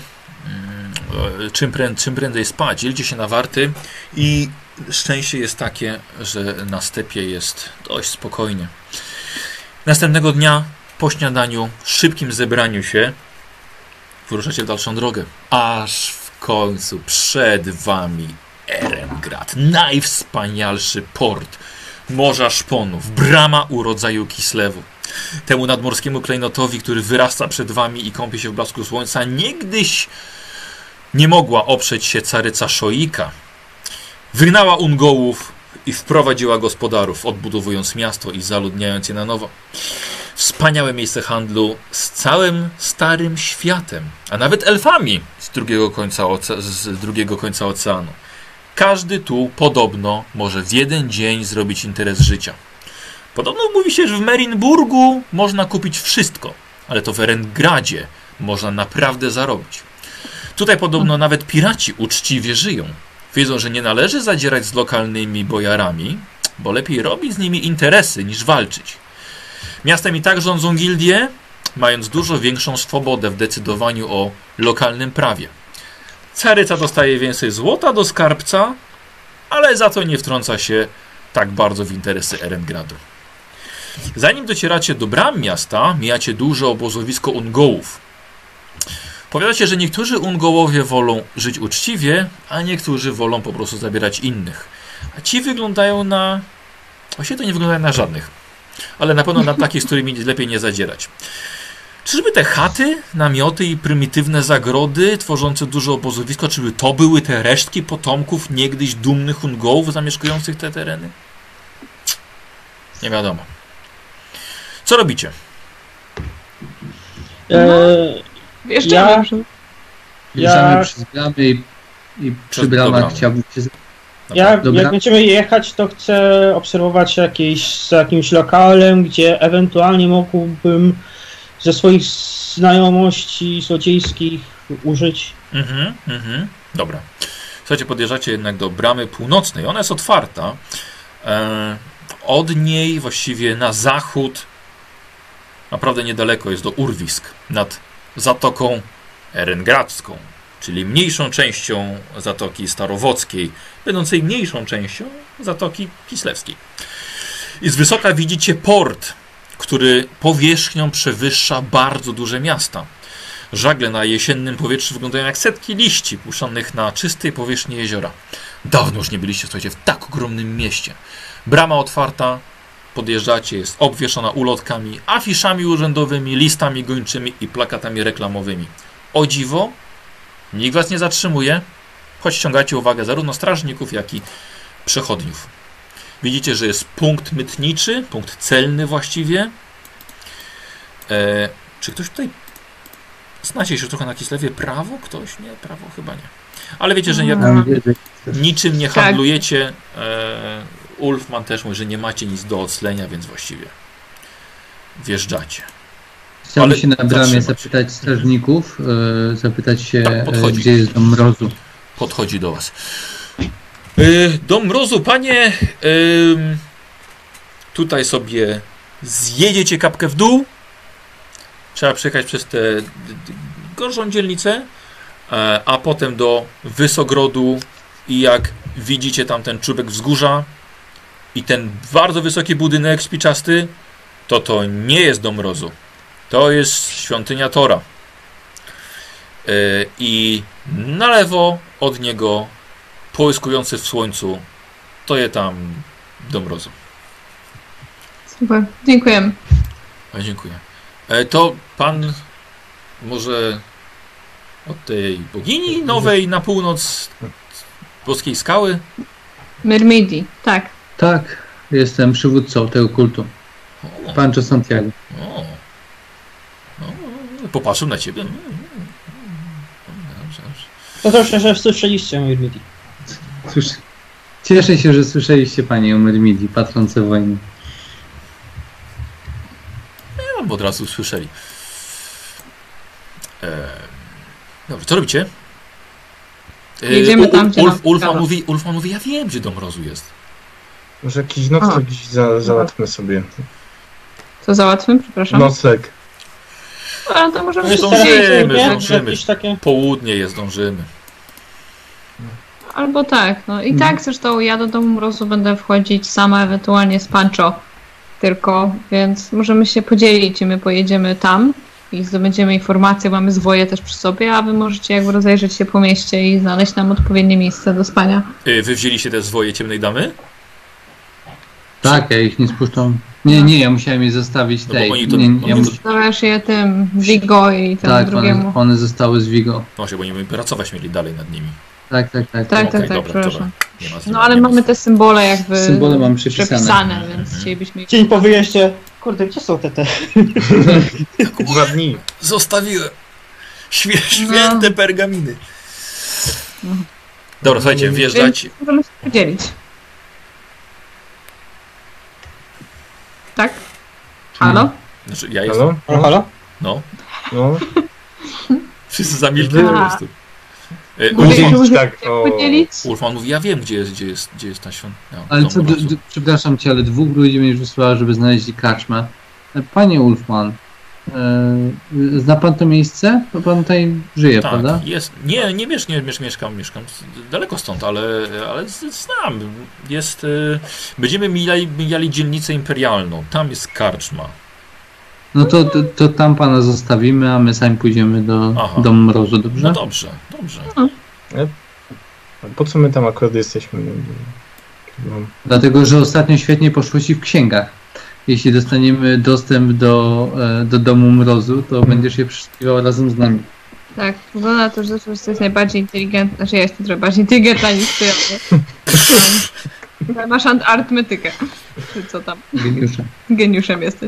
y, czym, pręd, czym prędzej spać, dzielicie się na warty i szczęście jest takie, że na stepie jest dość spokojnie. Następnego dnia po śniadaniu, szybkim zebraniu się wyruszacie w dalszą drogę. Aż w końcu przed wami Erengrad, najwspanialszy port Morza Szponów, brama u rodzaju Kislewu. Temu nadmorskiemu klejnotowi, który wyrasta przed wami i kąpie się w blasku słońca, niegdyś nie mogła oprzeć się caryca Szoika. Wygnała Ungołów i wprowadziła gospodarów, odbudowując miasto i zaludniając je na nowo. Wspaniałe miejsce handlu z całym starym światem, a nawet elfami z drugiego końca, oce- z drugiego końca oceanu. Każdy tu podobno może w jeden dzień zrobić interes życia. Podobno mówi się, że w Merinburgu można kupić wszystko, ale to w Erengradzie można naprawdę zarobić. Tutaj podobno nawet piraci uczciwie żyją. Wiedzą, że nie należy zadzierać z lokalnymi bojarami, bo lepiej robić z nimi interesy niż walczyć. Miastem i tak rządzą gildie, mając dużo większą swobodę w decydowaniu o lokalnym prawie. Caryca dostaje więcej złota do skarbca, ale za to nie wtrąca się tak bardzo w interesy Erengradu. Zanim docieracie do bram miasta, mijacie duże obozowisko Ungołów. Powiadacie, że niektórzy Ungołowie wolą żyć uczciwie, a niektórzy wolą po prostu zabierać innych. A ci wyglądają na... Właściwie to nie wyglądają na żadnych, ale na pewno na takich, z którymi lepiej nie zadzierać. Czyżby te chaty, namioty i prymitywne zagrody tworzące duże obozowisko, czyby to były te resztki potomków niegdyś dumnych Ungołów zamieszkujących te tereny? Nie wiadomo. Co robicie? Eee, Wiesz, Ja- że... Jeżdżamy Ja- przez bramy i, i Przez przy bramach bramy. chciałbym się... Ja, Dobra. jak będziemy jechać, to chcę obserwować jakieś, z jakimś lokalem, gdzie ewentualnie mógłbym ze swoich znajomości złodziejskich użyć. Mhm, mhm. Dobra. Słuchajcie, podjeżdżacie jednak do bramy północnej. Ona jest otwarta. E, od niej właściwie na zachód, naprawdę niedaleko jest do urwisk nad Zatoką Erengradzką, czyli mniejszą częścią Zatoki Starowockiej, będącej mniejszą częścią Zatoki Kislewskiej. I z wysoka widzicie port, który powierzchnią przewyższa bardzo duże miasta. Żagle na jesiennym powietrzu wyglądają jak setki liści puszczonych na czystej powierzchni jeziora. Dawno już nie byliście, słuchajcie, w tak ogromnym mieście. Brama otwarta, podjeżdżacie, jest obwieszona ulotkami, afiszami urzędowymi, listami gończymi i plakatami reklamowymi. O dziwo, nikt was nie zatrzymuje, choć ściągacie uwagę zarówno strażników, jak i przechodniów. Widzicie, że jest punkt mytniczy, punkt celny właściwie. E, czy ktoś tutaj... Znacie się trochę na Kislewie prawo? Ktoś? Nie, prawo chyba nie. Ale wiecie, że jak niczym nie handlujecie, e, Ulfman też mówi, że nie macie nic do oclenia, więc właściwie wjeżdżacie. Chciałbym Ale się na bramie zatrzymać. zapytać strażników, e, zapytać się, Tak, e, podchodzi. gdzie jest dom mrozu. Podchodzi do was. Y, dom mrozu, panie, y, tutaj sobie zjedziecie kapkę w dół. Trzeba przejechać przez tę d- d- gorszą dzielnicę, e, a potem do Wysogrodu i jak widzicie tam ten czubek wzgórza i ten bardzo wysoki budynek spiczasty, to to nie jest dom mrozu. To jest świątynia Tora. E, I na lewo od niego połyskujący w słońcu, to je tam dom mrozu. Super, dziękujemy. A, dziękuję. E, to pan może od tej bogini nowej na północ boskiej skały? Myrmidii, tak. Tak, jestem przywódcą tego kultu. O, Pancho Santiago. o, o, popatrzył na ciebie. Dobrze, dobrze. To dobrze, że słyszeliście, mój Midi. Cóż, cieszę się, że słyszeliście panie o Myrmidii, patronce wojny. No, bo od razu usłyszeli. E, dobrze, co robicie? E, Jedziemy tam, gdzie Ulf, nam Ulfman kawa. mówi, Ulfman mówi, ja wiem, gdzie dom mrozu jest. Może jakiś nocleg dziś za, załatwmy sobie. Co załatwmy, przepraszam? Nocleg. Ale to możemy My się zdążymy, zdzielić, nie? zdążymy. Jakieś takie... Południe je zdążymy. Albo tak, no i tak zresztą ja do domu mrozu będę wchodzić sama, ewentualnie z Pancho tylko, więc możemy się podzielić i my pojedziemy tam i zdobędziemy informacje, mamy zwoje też przy sobie, a wy możecie jakby rozejrzeć się po mieście i znaleźć nam odpowiednie miejsce do spania. E, wy wzięliście te zwoje ciemnej damy? Tak, ja ich nie spuszczam. Nie, nie, ja musiałem je zostawić No bo tej. oni to- nie, oni ja to- mus... Zostawiasz je tym Vigo i temu Tak, drugiemu. one, one zostały z Vigo. No właśnie, bo nie będziemy pracować mieli dalej nad nimi. Tak, tak, tak. Tak, Okej, tak, tak, dobra, przepraszam. Nie ma, No ale mamy te symbole jakby Symbole mam przypisane. więc chcielibyśmy ich... Dzień po wyjeździe. Kurde, gdzie są te te? Dwa dni. Zostawiłem. Świe, No. święte pergaminy. No. Dobra, słuchajcie, wjeżdżacie. Więc możemy się podzielić. Tak? Halo? Znaczy, ja jestem. Halo? Halo, halo? No, No. wszyscy zamilkli po A. prostu. E, Mówię, Ulfman, że możemy tak, się o. podzielić? Ulfman mówi, ja wiem, gdzie jest, gdzie jest, gdzie jest ta świątynia. Ale co, d- d- przepraszam cię, ale dwóch ludzi mnie już wysłała, żeby znaleźli karczmę. E, Panie Ulfman, e, zna pan to miejsce? Bo pan tutaj żyje, Tak, prawda? jest. Nie, nie, miesz, nie miesz, mieszkam, mieszkam z- daleko stąd, ale, ale z- znam. Jest. y, Będziemy mijali, mijali dzielnicę imperialną. Tam jest karczma. No to, to, to tam pana zostawimy, a my sami pójdziemy do Aha. domu mrozu, dobrze? No dobrze, dobrze. A po co my tam akurat jesteśmy? No. Dlatego, że ostatnio świetnie poszło ci w księgach. Jeśli dostaniemy dostęp do, e, do domu mrozu, to będziesz je przeszukiwał razem z nami. Tak, wygląda na to, że to jest najbardziej inteligentna, znaczy ja jestem trochę bardziej inteligentna niż ty. Ale masz ant- arytmetykę. Czy co tam? Geniusze. Geniuszem jesteś.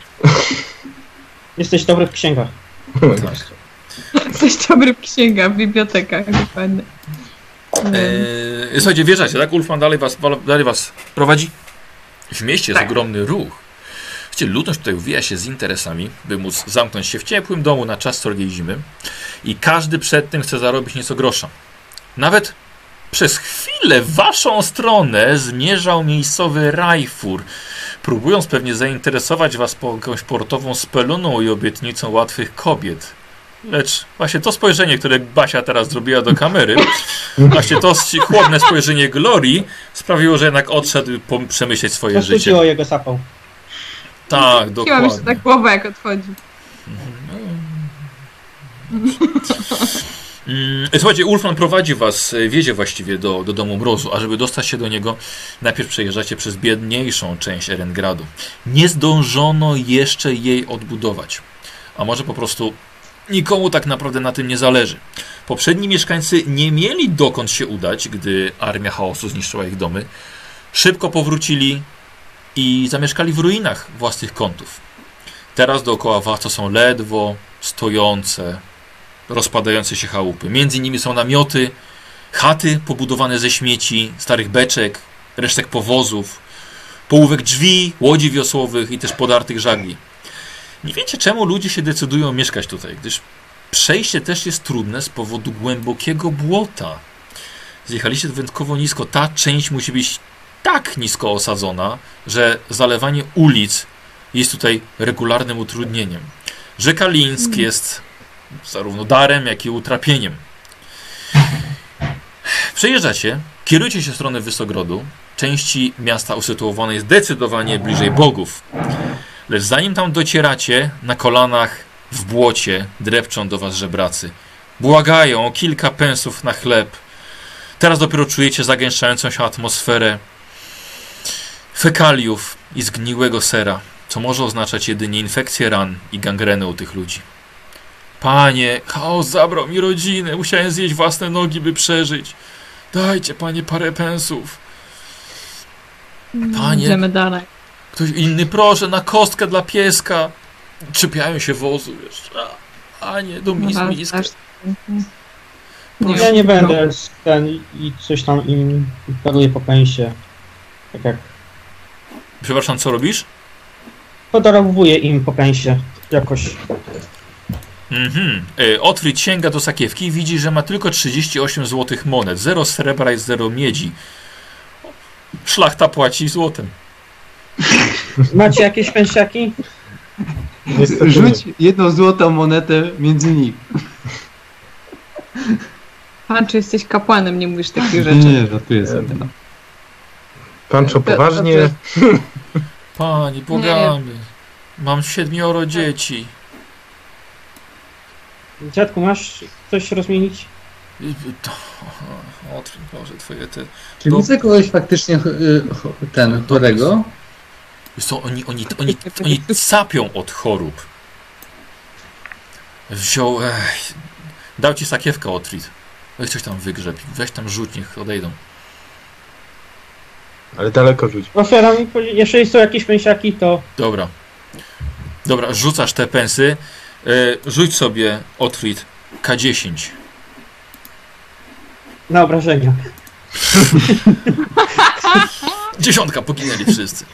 Jesteś dobry w księgach. Tak. Jesteś dobry w księgach, w bibliotekach, dokładnie. Eee, słuchajcie, wjeżdżacie, tak? Ulfman dalej was, dalej was prowadzi. W mieście jest Tak. ogromny ruch. Wiecie, ludność tutaj uwija się z interesami, by móc zamknąć się w ciepłym domu na czas srogiej zimy. I każdy przed tym chce zarobić nieco grosza. Nawet Przez chwilę w waszą stronę zmierzał miejscowy Rajfur, próbując pewnie zainteresować was po jakąś portową speluną i obietnicą łatwych kobiet. Lecz właśnie to spojrzenie, które Basia teraz zrobiła do kamery, właśnie to chłodne spojrzenie Glorii sprawiło, że jednak odszedł po przemyśleć swoje życie. Zrzuciło jego sapą. Tak, Chciałam jeszcze dokładnie. tak głowę, jak odchodzi. Mm, Słuchajcie, Ulfman prowadzi was, wiezie właściwie do, do domu Mrozu, a żeby dostać się do niego, najpierw przejeżdżacie przez biedniejszą część Erengradu. Nie zdążono jeszcze jej odbudować, a może po prostu nikomu tak naprawdę na tym nie zależy. Poprzedni mieszkańcy nie mieli dokąd się udać, gdy armia chaosu zniszczyła ich domy. Szybko powrócili i zamieszkali w ruinach własnych kątów. Teraz dookoła was to są ledwo stojące, rozpadające się chałupy. Między nimi są namioty, chaty pobudowane ze śmieci, starych beczek, resztek powozów, połówek drzwi, łodzi wiosłowych i też podartych żagli. Nie wiecie, czemu ludzie się decydują mieszkać tutaj, gdyż przejście też jest trudne z powodu głębokiego błota. Zjechaliście wyjątkowo nisko. Ta część musi być tak nisko osadzona, że zalewanie ulic jest tutaj regularnym utrudnieniem. Rzeka Lińsk hmm. jest zarówno darem, jak i utrapieniem. Przejeżdżacie, kierujcie się w stronę Wysogrodu, części miasta usytuowanej zdecydowanie bliżej bogów. Lecz zanim tam docieracie, na kolanach, w błocie, drepczą do was żebracy. Błagają o kilka pensów na chleb. Teraz dopiero czujecie zagęszczającą się atmosferę fekaliów i zgniłego sera, co może oznaczać jedynie infekcję ran i gangrenę u tych ludzi. Panie, chaos zabrał mi rodzinę, musiałem zjeść własne nogi, by przeżyć. Dajcie, panie, parę pensów. Panie, idziemy dalej. Ktoś inny, proszę, na kostkę dla pieska. Czepiają się wozu, wiesz. A, a nie, do mis, No, miskę. aż- Nie, ja nie będę ten i coś tam im daruję po pensie. Tak jak Przepraszam, co robisz? podarowuję im po pensie jakoś. Mhm. E, Otwryt sięga do sakiewki i widzi, że ma tylko trzydzieści osiem złotych monet. Zero srebra i zero miedzi. Szlachta płaci złotem. Macie jakieś pensiaki? Rzuć jedną złotą monetę między nich. Pan, czy jesteś kapłanem, nie mówisz takich rzeczy. Nie, żartuję sobie. No. Pancho, poważnie? Pani, błagamy. Mam siedmioro dzieci. Dziadku, masz coś rozmienić? I- to- Otwryt, Boże, twoje te... Czy No. widzę kogoś faktycznie y, ten chorego? Wiesz co, oni, oni, oni, oni capią od chorób. Wziął... Ech, dał ci sakiewkę, Otwryt. Weź coś tam wygrzeb. Weź tam rzuć, niech odejdą. Ale daleko rzuć. Otwieram i powiedzieć, jeżeli są jakieś pensiaki, to Dobra. Dobra, rzucasz te pensy. E, rzuć sobie, Otwryt, K dziesięć. na obrażenia. Dziesiątka, poginęli wszyscy.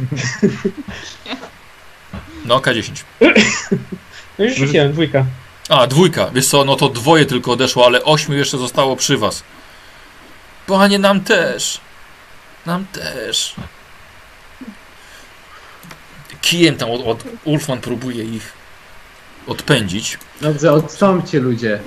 No, K dziesięć. No już rzuciłem, dwójka. A, dwójka. Wiesz co, no to dwoje tylko odeszło, ale ośmiu jeszcze zostało przy was. Panie, nam też. Nam też. Kijem tam od, od Ulfman próbuje ich odpędzić. Dobrze, odstąpcie ludzie.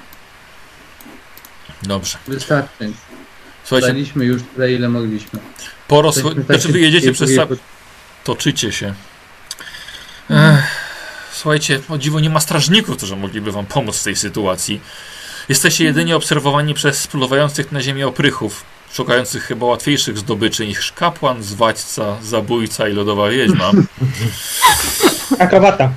Dobrze. Wystarczy. Słuchajcie, Daliśmy już tyle, ile mogliśmy. po rozcho- Tak znaczy się wy jedziecie dziękuję. przez... Sa- toczycie się. Ech, słuchajcie, o dziwo nie ma strażników, którzy mogliby wam pomóc w tej sytuacji. Jesteście jedynie obserwowani przez spluwających na ziemię oprychów, szukających chyba łatwiejszych zdobyczy niż kapłan, zwadźca, zabójca i lodowa wiedźma. Akrobata.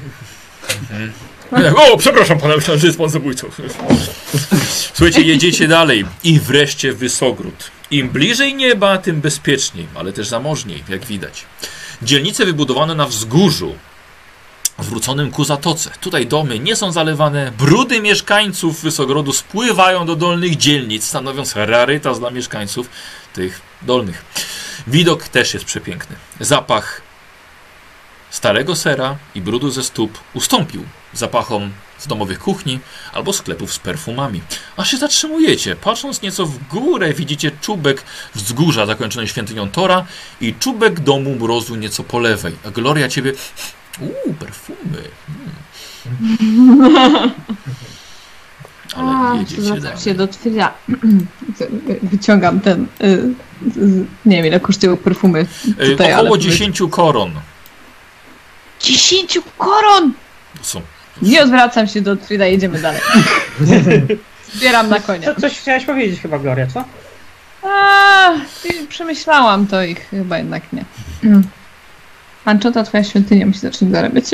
O, przepraszam pana, myślałem, że jest pan zabójcą. Słuchajcie, jedziecie dalej i wreszcie Wysogród. Im bliżej nieba, tym bezpieczniej, ale też zamożniej, jak widać. Dzielnice wybudowane na wzgórzu, zwróconym ku zatoce. Tutaj domy nie są zalewane, brudy mieszkańców Wysogrodu spływają do dolnych dzielnic, stanowiąc rarytas dla mieszkańców tych dolnych. Widok też jest przepiękny. Zapach starego sera i brudu ze stóp ustąpił zapachom z domowych kuchni albo sklepów z perfumami. Aż się zatrzymujecie. Patrząc nieco w górę, widzicie czubek wzgórza zakończony świątynią Tora i czubek domu mrozu nieco po lewej. A Gloria ciebie... Uuu, perfumy. Hmm. Ale jedziecie Zwracam dalej. się do Twilia. Wyciągam ten... Y, y, nie wiem, ile kosztują perfumy tutaj, Y, Około ale... dziesięciu koron. Dziesięciu koron! Są. Nie odwracam się do Twila, jedziemy dalej. Zbieram na konia. Co, coś chciałaś powiedzieć chyba, Gloria, co? A, przemyślałam to i chyba jednak nie. Pancho, ta twoja świątynia musi zacząć zarabiać.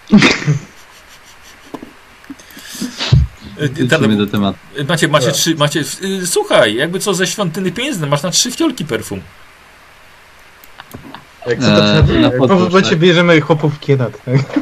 Wrócimy do tematu. Macie, macie trzy, macie, y, słuchaj, jakby co ze świątyny pieniężnej, masz na trzy wciolki perfum. Jak co to Eee, na eee, podróż, po robocie tak. bierzemy chłopów kierat.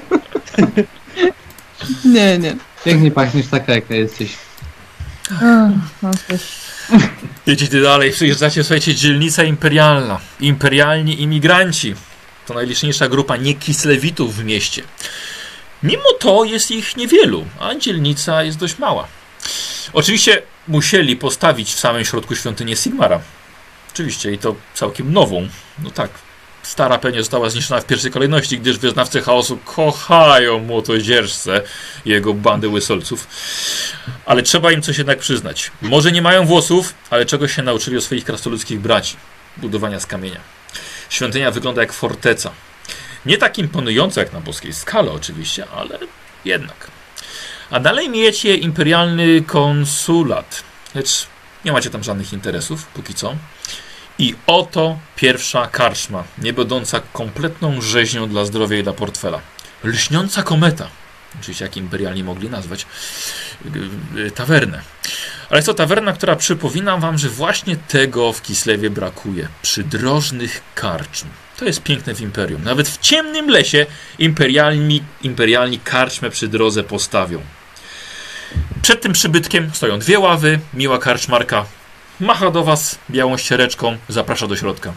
Nie, nie. Pięknie pachniesz taka, jaka jesteś. Ach, no cóż. Jedziecie dalej, przyjeżdżacie, słuchajcie, dzielnica imperialna. Imperialni imigranci. To najliczniejsza grupa niekislewitów w mieście. Mimo to jest ich niewielu, a dzielnica jest dość mała. Oczywiście musieli postawić w samym środku świątynię Sigmara. Oczywiście i to całkiem nową. No tak, stara pewnie została zniszczona w pierwszej kolejności, gdyż wyznawcy chaosu kochają młotodzieżcę i jego bandy łysolców. Ale trzeba im coś jednak przyznać. Może nie mają włosów, ale czegoś się nauczyli od swoich krasnoludzkich braci. Budowania z kamienia. Świątynia wygląda jak forteca. Nie tak imponująca jak na boskiej skale oczywiście, ale jednak. A dalej mijecie imperialny konsulat. Lecz nie macie tam żadnych interesów, póki co. I oto pierwsza karczma, nie będąca kompletną rzeźnią dla zdrowia i dla portfela. Lśniąca kometa. Oczywiście jak imperialni mogli nazwać yy, tawernę. Ale jest to tawerna, która przypomina wam, że właśnie tego w Kislewie brakuje. Przydrożnych karczm. To jest piękne w Imperium. Nawet w ciemnym lesie imperialni, imperialni karczmę przy drodze postawią. Przed tym przybytkiem stoją dwie ławy. Miła karczmarka macha do was białą ściereczką, zaprasza do środka.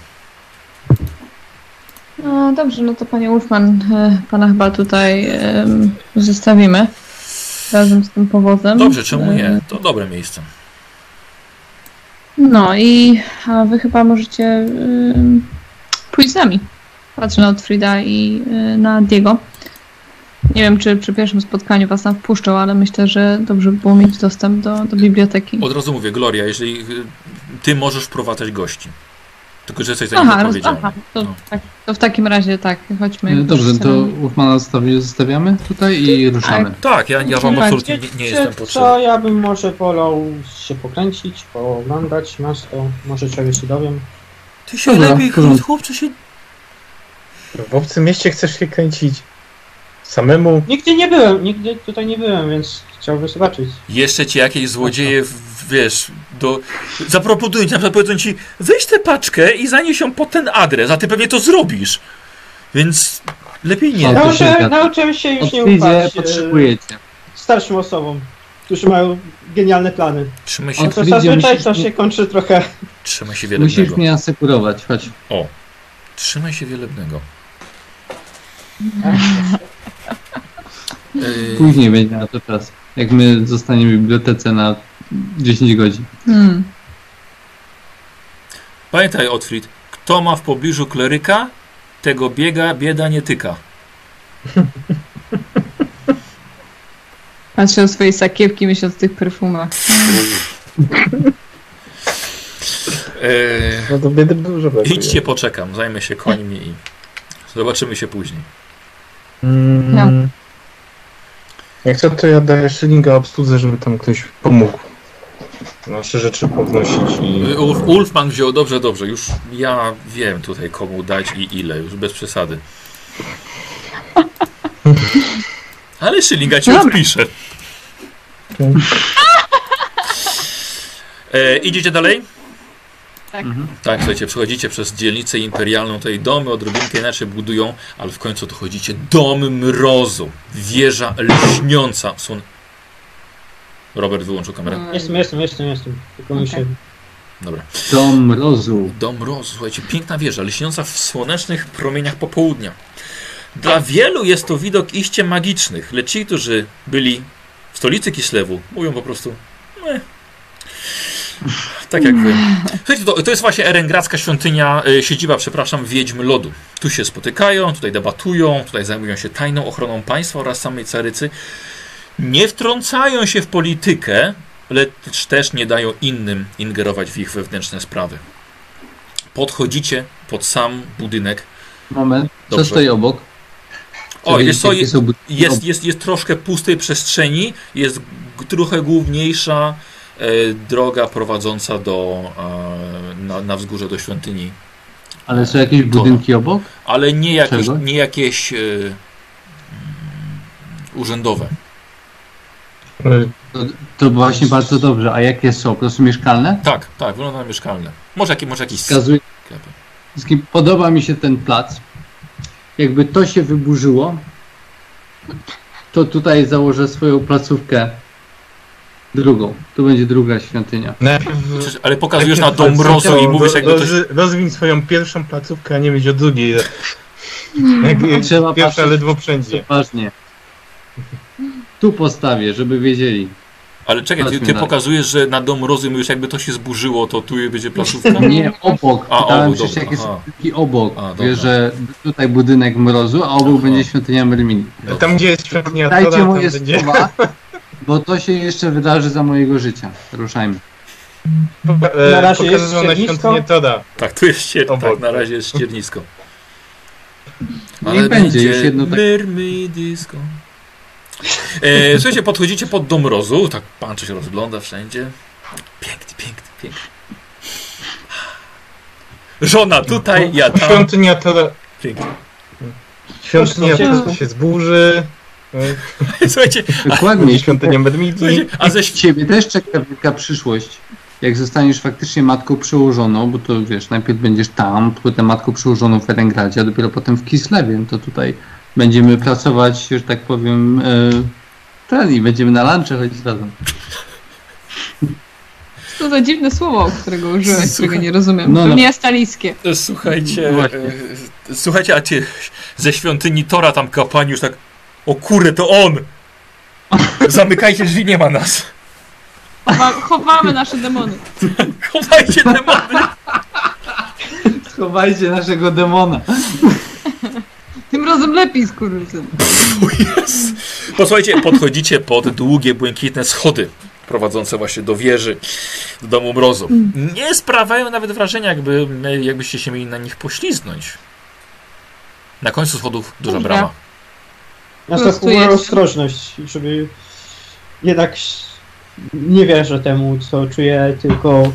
No dobrze, no to panie Wolfman, e, pana chyba tutaj e, zostawimy razem z tym powozem. Dobrze, czemu E, nie? To dobre miejsce. No i a wy chyba możecie e, pójść z nami. Patrzę na Otfrida i e, na Diego. Nie wiem, czy przy pierwszym spotkaniu was tam wpuszczą, ale myślę, że dobrze by było mieć dostęp do, do biblioteki. Od razu mówię, Gloria, jeżeli y, ty możesz wprowadzać gości. Tylko, że jesteś za Aha, nimi roz, odpowiedzialny. aha to, No. tak, to w takim razie tak, chodźmy. Dobrze, to Staramy. Wolfmana zostawi- zostawiamy tutaj i ruszamy. Tak, ja, ja wam Tak. absolutnie nie, nie jestem Co, potrzebny. ja bym może wolał się pokręcić, pooglądać miasto, może czegoś się dowiem. Ty się Dobra, lepiej, w porządku. chłopcze, się... W obcym mieście chcesz się kręcić samemu? Nigdy nie byłem, nigdy tutaj nie byłem, więc chciałbym zobaczyć. Jeszcze ci jakieś złodzieje, w- wiesz, do... zaproponują ci, na przykład powiedzą ci, weź tę paczkę i zanieś ją pod ten adres, a ty pewnie to zrobisz. Więc lepiej nie. No, to się Nauczyłem, zgadza. nauczyłem się już nie Otwidzie ufać e, potrzebujecie. starszym osobom, którzy mają genialne plany. Trzymaj się, To Otwidzie zazwyczaj musisz to mi- się kończy trochę... trzymaj się Musisz wielebnego. mnie asekurować, chodź. O, trzymaj się wielebnego. Yy, Później będzie na to czas. Jak my zostaniemy w bibliotece na dziesięć godzin. Hmm. Pamiętaj, Otfrid, kto ma w pobliżu kleryka, tego biega, bieda nie tyka. Patrzę o swojej sakiewki, myślę o tych perfumach. Yy, No to biedy dużo brakuje. idźcie, poczekam, zajmę się końmi i zobaczymy się później. Mm. Jak co, to ja daję szylinga obsłudze, żeby tam ktoś pomógł nasze rzeczy podnosić i... Yy, Ulf, Ulfman wziął, dobrze, dobrze, już ja wiem tutaj komu dać i ile, już bez przesady. Ale szylinga ci Dobra. odpiszę. E, idziecie dalej? Tak. Mhm. Tak, słuchajcie, przechodzicie przez dzielnicę imperialną, tutaj domy odrobinkę inaczej budują, ale w końcu dochodzicie dom mrozu. Wieża lśniąca. Są... Robert wyłączył kamerę. Jestem, jestem, jestem, jestem. Tylko mi się... Okej. Dobra. Dom mrozu. Dom mrozu, słuchajcie, piękna wieża, lśniąca w słonecznych promieniach popołudnia. Dla wielu jest to widok iście magicznych, lecz ci, którzy byli w stolicy Kislewu mówią po prostu nie. Tak jak wy. Słuchajcie, to, to jest właśnie Erengradzka świątynia, e, siedziba, przepraszam, Wiedźm Lodu. Tu się spotykają, tutaj debatują, tutaj zajmują się tajną ochroną państwa oraz samej carycy. Nie wtrącają się w politykę, lecz też nie dają innym ingerować w ich wewnętrzne sprawy. Podchodzicie pod sam budynek. Moment, Dobrze. co stoi obok? O, jest, co, jest, są jest, jest, jest troszkę pustej przestrzeni, jest g- trochę główniejsza e, droga prowadząca do, e, na, na wzgórze do świątyni. Ale są jakieś budynki obok? Ale nie jakieś, Czego? nie jakieś e, mm, urzędowe. To, to właśnie bardzo dobrze. A jakie są? Po prostu mieszkalne? Tak, tak, wygląda na mieszkalne. Może, jakie, może jakieś Wskazuje. sklepy. Wszystkim podoba mi się ten plac. Jakby to się wyburzyło, to tutaj założę swoją placówkę drugą. Tu będzie druga świątynia. Najpierw, Przecież- Ale pokazujesz na najpierw dom mrozu i ro- mówisz jakby coś... roz- Rozwiń swoją pierwszą placówkę, a nie myśl o drugiej. Jak Trzeba pierwsza patrzeć ledwo wszędzie. Poważnie. Tu postawię, żeby wiedzieli. Ale czekaj, ty, Chodźmy ty dalej. pokazujesz, że na dom mrozu mówisz jakby to się zburzyło, to tu będzie placówka? Nie, obok. A, Pytałem obok, przecież dobra, jakie aha. są budynki obok. A, dobra. Wiesz, że tutaj budynek mrozu, a obok Aha. będzie świątynia Mermini. Tam gdzie jest świątynia Tora, Dajcie tam moje będzie... słowa, bo to się jeszcze wydarzy za mojego życia. Ruszajmy. E, Na razie jest pokazywał na ściernisko. świątynię Tora. Tak, tu jest ścier... Obok. tak, na razie jest ściernisko. Niech będzie już jedno tak. Mermidisko. E, słuchajcie, podchodzicie pod dom mrozu, tak pan się rozgląda wszędzie. Piękny, piękny, piękny. Żona tutaj, ja tam. Świątynia Tora... Piękny. Świątynia Tora się zburzy. Słuchajcie, Dokładnie. Będzie świątynia Medmidi. słuchajcie, a ze świ- Ciebie też czeka wielka przyszłość. Jak zostaniesz faktycznie matką przełożoną, bo to wiesz, najpierw będziesz tam, potem matką przełożoną w Erengradzie, a dopiero potem w Kislewie, to tutaj będziemy pracować, że tak powiem, e, ten i będziemy na lunche chodzić razem. Co za dziwne słowo, którego użyłeś, którego Słuchaj. nie rozumiem. No, no. Pewnie astalijskie. Słuchajcie, Właśnie. e, słuchajcie, a ty ze świątyni Tora tam kapłani już tak, o kurde, to on! Zamykajcie drzwi, nie ma nas. Chowa chowamy nasze demony. Chowajcie demony. Schowajcie naszego demona. Tym razem lepiej, skurwysyn. O jest. Posłuchajcie, podchodzicie pod długie, błękitne schody prowadzące właśnie do wieży, do domu mrozu. Nie sprawiają nawet wrażenia, jakby, jakbyście się mieli na nich pośliznąć. Na końcu schodów duża Dobra. brama. Ja prostu zachowuję jestem. ostrożność, żeby jednak nie wierzę temu, co czuję, tylko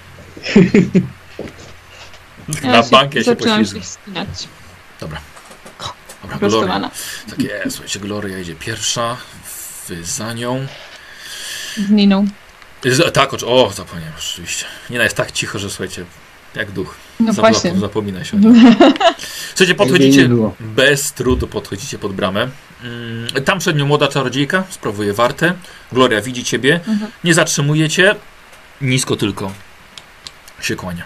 Na bankie się zaczynam się poślizgnąć. wspinać. Dobra, Gloria. Prostowana. Tak jest, słuchajcie, Gloria idzie pierwsza, wy za nią. Z Niną. Z, tak, ocz- o, zapomniałem, oczywiście. Nina jest tak cicho, że słuchajcie, jak duch. No Zapla- właśnie. Zapomina się o nim. Słuchajcie, nie podchodzicie, było. bez trudu podchodzicie pod bramę. Mm, Tam przed nią młoda czarodziejka, sprawuje wartę. Gloria widzi ciebie, Mhm. nie zatrzymujecie, nisko tylko się kłania.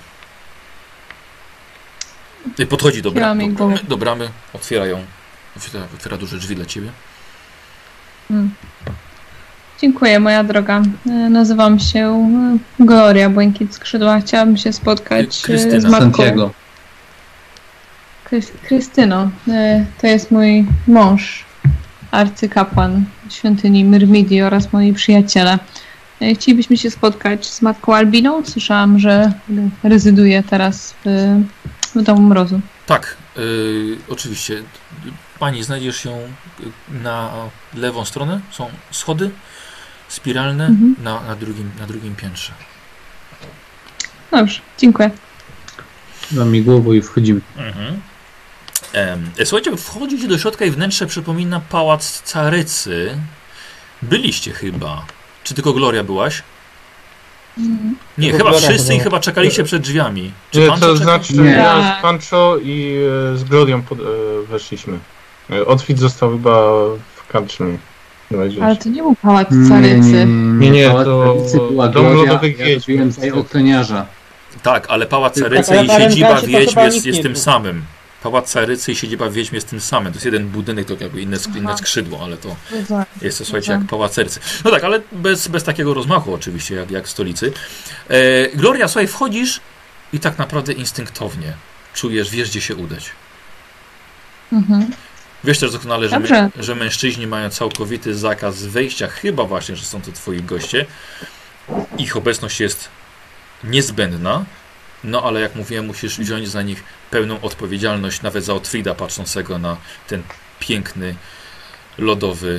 I podchodzi do, bra- Chylam jej do, głowę. bramy, do bramy, otwiera ją, otwiera, otwiera duże drzwi dla ciebie. Mm. Dziękuję, moja droga. E, Nazywam się e, Gloria Błękit Skrzydła. Chciałabym się spotkać e, Krystyna. z matką. Santiago. Krys- Krystyno, e, to jest mój mąż, arcykapłan świątyni Myrmidii oraz moi przyjaciele. E, Chcielibyśmy się spotkać z matką Albiną. Słyszałam, że rezyduje teraz w, w domu mrozu. Tak, yy, oczywiście. Pani, znajdziesz się na lewą stronę. Są schody spiralne Mhm. na, na, drugim, na drugim piętrze. Dobrze, dziękuję. Chyba mi głową i wchodzimy. Mhm. Em, słuchajcie, wchodzicie do środka i wnętrze przypomina pałac carycy. Byliście chyba. Czy tylko Gloria byłaś? Mhm. Nie, Tylko chyba Gloria wszyscy i była. chyba czekaliście przed drzwiami. Czy Nie, pan to czeka? znaczy Nie. ja z Pancho i e, z Glorią pod, e, weszliśmy. E, Otwit został chyba w karczmie. Ale to nie był pałac Nie, carycy. Nie, nie, Pałac to Carycy była dom Gloria, lodowych ja wiedźm. robiłem za ochroniarza. Tak, ale pałac Tak, carycy ale i w Arengradzie siedziba to wiedźm chyba jest, nikt jest nie tym był. samym. Pałac Carycy i siedziba wiedźm jest tym samym. To jest jeden budynek, to jakby inne, inne skrzydło, ale to jest to, słuchajcie, jak Pałac Carycy. No tak, ale bez, bez takiego rozmachu oczywiście, jak, jak w stolicy. E, Gloria, słuchaj, wchodzisz i tak naprawdę instynktownie czujesz, wiesz, gdzie się udać. Mhm. Wiesz też doskonale, że, Dobrze. że mężczyźni mają całkowity zakaz wejścia, chyba właśnie, że są to twoi goście. Ich obecność jest niezbędna, no ale jak mówiłem, musisz wziąć za nich pełną odpowiedzialność, nawet za Otfrida patrzącego na ten piękny, lodowy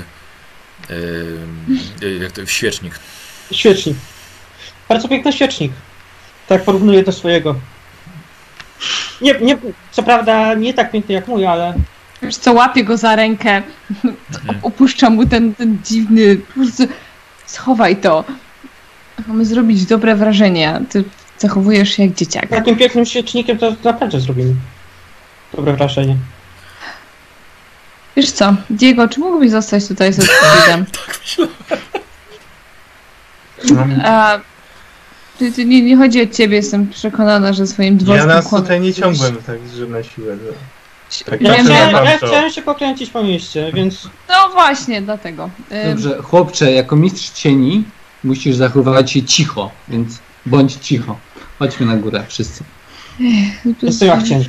yy, jak to, świecznik. Świecznik. Bardzo piękny świecznik. Tak porównuję do swojego. Nie, nie, co prawda nie tak piękny jak mój, ale... Wiesz co, łapię go za rękę, Mhm. opuszczam mu ten, ten dziwny... Po prostu schowaj to. Mamy zrobić dobre wrażenie, a ty zachowujesz się jak dzieciak. Takim pięknym świecznikiem to naprawdę zrobimy dobre wrażenie. Wiesz co, Diego, czy mógłbyś zostać tutaj z Otfridem? A, ty, ty, nie, nie chodzi o ciebie, jestem przekonana, że swoim Ja dworskim nas kłonem tutaj nie jesteś- ciągłem tak, że na siłę. Że... Tak, Ja tak, chciałem, tak, ja to- chciałem się pokręcić po mieście, więc... No właśnie, dlatego. Ym, Dobrze, chłopcze, jako mistrz cieni musisz zachowywać się cicho, więc bądź cicho. Chodźmy na górę, wszyscy. Jest to ja chciałem.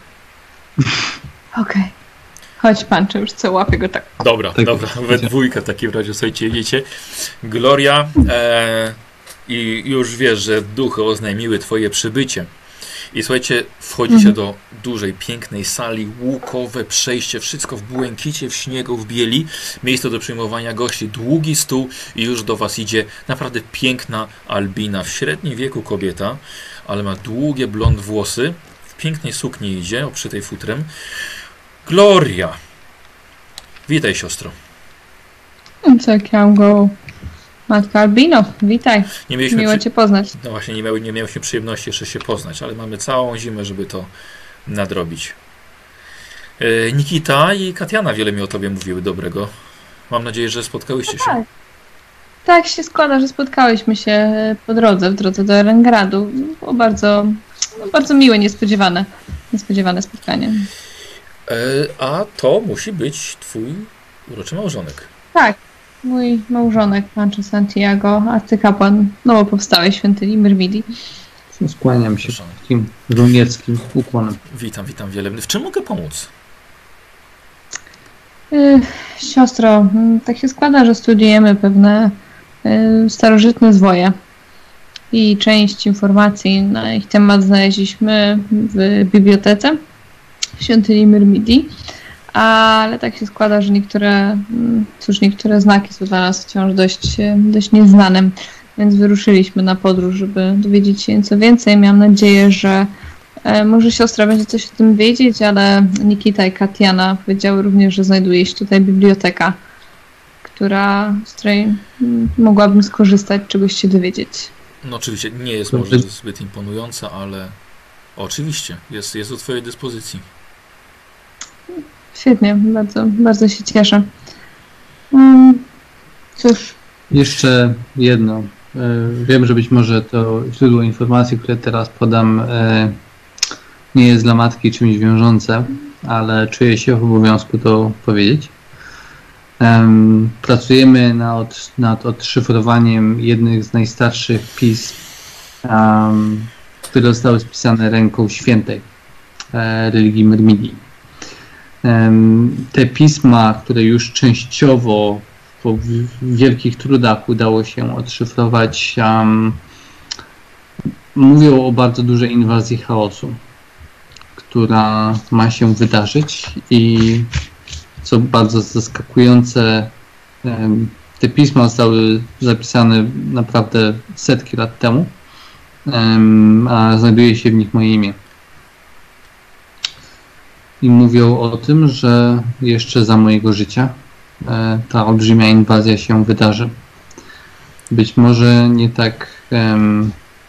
Okej. Chodź, Pancho, już co, łapię go tak. Dobra, Tak, dobra, we dwójkę w takim razie, słuchajcie, jedziecie. Gloria e, i już wiesz, że duchy oznajmiły twoje przybycie. I słuchajcie, wchodzicie Mhm. do dużej, pięknej sali, łukowe przejście, wszystko w błękicie, w śniegu, w bieli. Miejsce do przyjmowania gości, długi stół i już do was idzie naprawdę piękna Albina, w średnim wieku kobieta, ale ma długie blond włosy, w pięknej sukni idzie, oprzytej futrem. Gloria! Witaj, siostro. Co, jak ja mam go... Matka Albino, witaj. Nie mieliśmy Miło przy... cię poznać. No właśnie, nie, miały, nie miałyśmy przyjemności jeszcze się poznać, ale mamy całą zimę, żeby to nadrobić. E, Nikita i Katiana wiele mi o tobie mówiły dobrego. Mam nadzieję, że spotkałyście się. Tak. Tak się składa, że spotkałyśmy się po drodze, w drodze do Erengradu. Było bardzo, no, bardzo miłe, niespodziewane, niespodziewane spotkanie. E, a to musi być twój uroczy małżonek. Tak, mój małżonek, Pancho Santiago, arcykapłan nowo powstałej świątyni Myrmidii. Skłaniam się Proszę. takim żołnierskim ukłonem. Witam, witam wiele. W czym mogę pomóc? Yy, siostro, mm, tak się składa, że studiujemy pewne yy, starożytne zwoje i część informacji na ich temat znaleźliśmy w bibliotece w świątyni Myrmidii, ale tak się składa, że niektóre, mm, cóż, niektóre znaki są dla nas wciąż dość, yy, dość nieznane, więc wyruszyliśmy na podróż, żeby dowiedzieć się nieco więcej. Miałam nadzieję, że E, Może siostra będzie coś o tym wiedzieć, ale Nikita i Katiana powiedziały również, że znajduje się tutaj biblioteka, która, z której mm, mogłabym skorzystać, czegoś się dowiedzieć. No oczywiście nie jest To może ty- zbyt imponująca, ale oczywiście jest, jest do twojej dyspozycji. Świetnie, bardzo, bardzo się cieszę. Mm, Cóż, Jeszcze jedno. E, Wiem, że być może to źródło informacji, które teraz podam, e, nie jest dla matki czymś wiążące, ale czuję się w obowiązku to powiedzieć. Em, Pracujemy nad, nad odszyfrowaniem jednych z najstarszych pism, em, które zostały spisane ręką świętej e, religii Myrmidii. Em, Te pisma, które już częściowo po w- wielkich trudach udało się odszyfrować, um, mówią o bardzo dużej inwazji chaosu, która ma się wydarzyć i co bardzo zaskakujące, em, te pisma zostały zapisane naprawdę setki lat temu, em, a znajduje się w nich moje imię. I mówią o tym, że jeszcze za mojego życia e, ta olbrzymia inwazja się wydarzy. Być może nie tak em,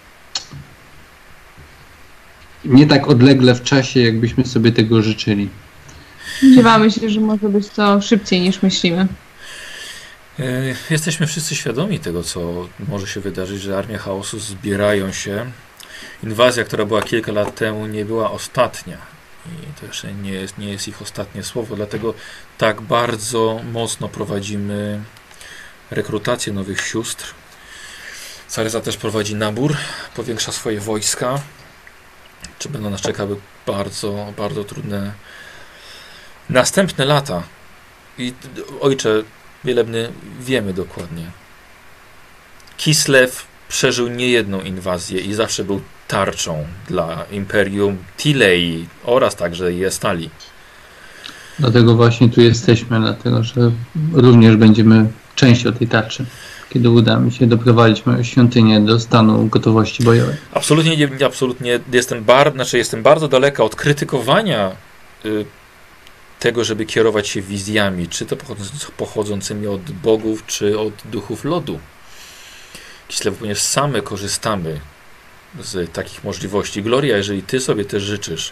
nie tak odlegle w czasie, jakbyśmy sobie tego życzyli. spodziewamy się, że może być to szybciej niż myślimy. E, Jesteśmy wszyscy świadomi tego, co może się wydarzyć, że armie chaosu zbierają się. Inwazja, która była kilka lat temu, nie była ostatnia. I to jeszcze nie jest, nie jest ich ostatnie słowo, dlatego tak bardzo mocno prowadzimy rekrutację nowych sióstr. Sareza też prowadzi nabór, powiększa swoje wojska. Czy będą nas czekały bardzo, bardzo trudne następne lata. I ojcze Wielebny, wiemy dokładnie. Kislev przeżył niejedną inwazję i zawsze był tarczą dla Imperium Tilei oraz także i Estali. Dlatego właśnie tu jesteśmy, dlatego że również będziemy częścią tej tarczy, kiedy uda mi się doprowadzić moją świątynię do stanu gotowości bojowej. Absolutnie, nie, absolutnie jestem, bar, znaczy jestem bardzo daleka od krytykowania y, tego, żeby kierować się wizjami, czy to pochodzącymi od bogów, czy od duchów lodu. Kislev, ponieważ same korzystamy z takich możliwości. Gloria, jeżeli ty sobie też życzysz,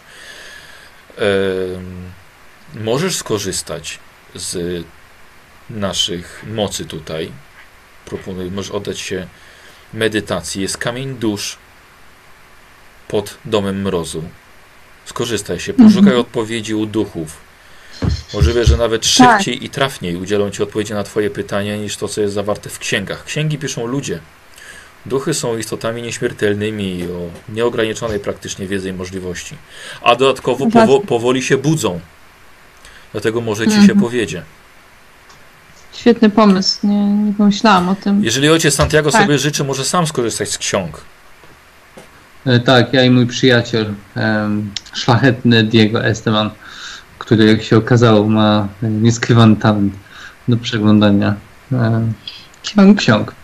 yy, możesz skorzystać z naszych mocy tutaj. Proponuję, możesz oddać się medytacji. Jest kamień dusz pod domem mrozu. Skorzystaj się, poszukaj mhm. odpowiedzi u duchów. Możliwe, że nawet szybciej tak. i trafniej udzielą ci odpowiedzi na twoje pytania niż to, co jest zawarte w księgach. Księgi piszą ludzie. Duchy są istotami nieśmiertelnymi o nieograniczonej praktycznie wiedzy i możliwości. A dodatkowo powo powoli się budzą. Dlatego może ci mhm. się powiedzie. Świetny pomysł. Nie, nie pomyślałam o tym. Jeżeli ojciec Santiago tak. sobie życzy, może sam skorzystać z ksiąg. E, tak, ja i mój przyjaciel, e, szlachetny Diego Esteban, który, jak się okazało, ma nieskrywany talent do przeglądania e, ksiąg. ksiąg.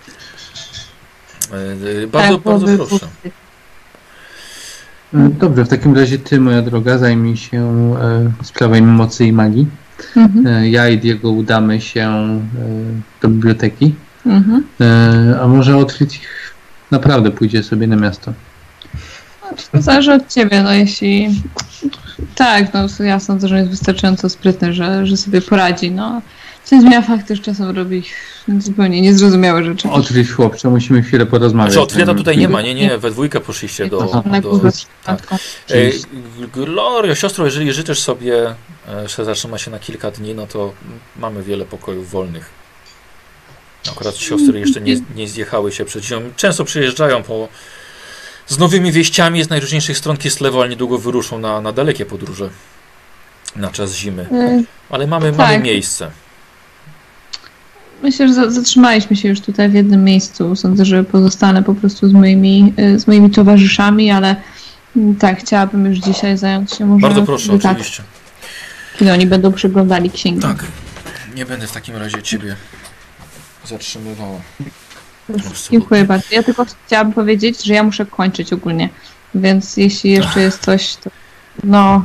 E, bardzo, tak, bardzo proszę. E, dobrze, w takim razie ty, moja droga, zajmij się e, sprawami mocy i magii. Mhm. E, ja i Diego udamy się e, do biblioteki. Mhm. E, a może Otfrid naprawdę pójdzie sobie na miasto? To zależy od ciebie, no jeśli... Tak, no ja sądzę, że jest wystarczająco sprytny, że, że sobie poradzi, no. Co nie zmienia faktu, że czasem robi zupełnie niezrozumiałe rzeczy. Otwórz, chłopcze, musimy chwilę porozmawiać. Znaczy, Otwierda tutaj nie ma, nie, nie, we dwójkę poszliście do... do, do tak. Glorio, siostro, jeżeli życzysz sobie, że zatrzyma się na kilka dni, no to mamy wiele pokojów wolnych. Akurat siostry jeszcze nie, nie zjechały się przed ziemią. Często przyjeżdżają po... z nowymi wieściami z najróżniejszych stron Kislewu, ale niedługo wyruszą na, na dalekie podróże na czas zimy. Ale mamy, tak. mamy miejsce. Myślę, że zatrzymaliśmy się już tutaj w jednym miejscu. Sądzę, że pozostanę po prostu z moimi, z moimi towarzyszami, ale tak, chciałabym już dzisiaj zająć się może... Bardzo proszę, tak, oczywiście. Kiedy oni będą przeglądali księgi. Tak. Nie będę w takim razie ciebie zatrzymywała. Dziękuję bardzo. Ja tylko chciałabym powiedzieć, że ja muszę kończyć ogólnie, więc jeśli jeszcze jest coś, to no...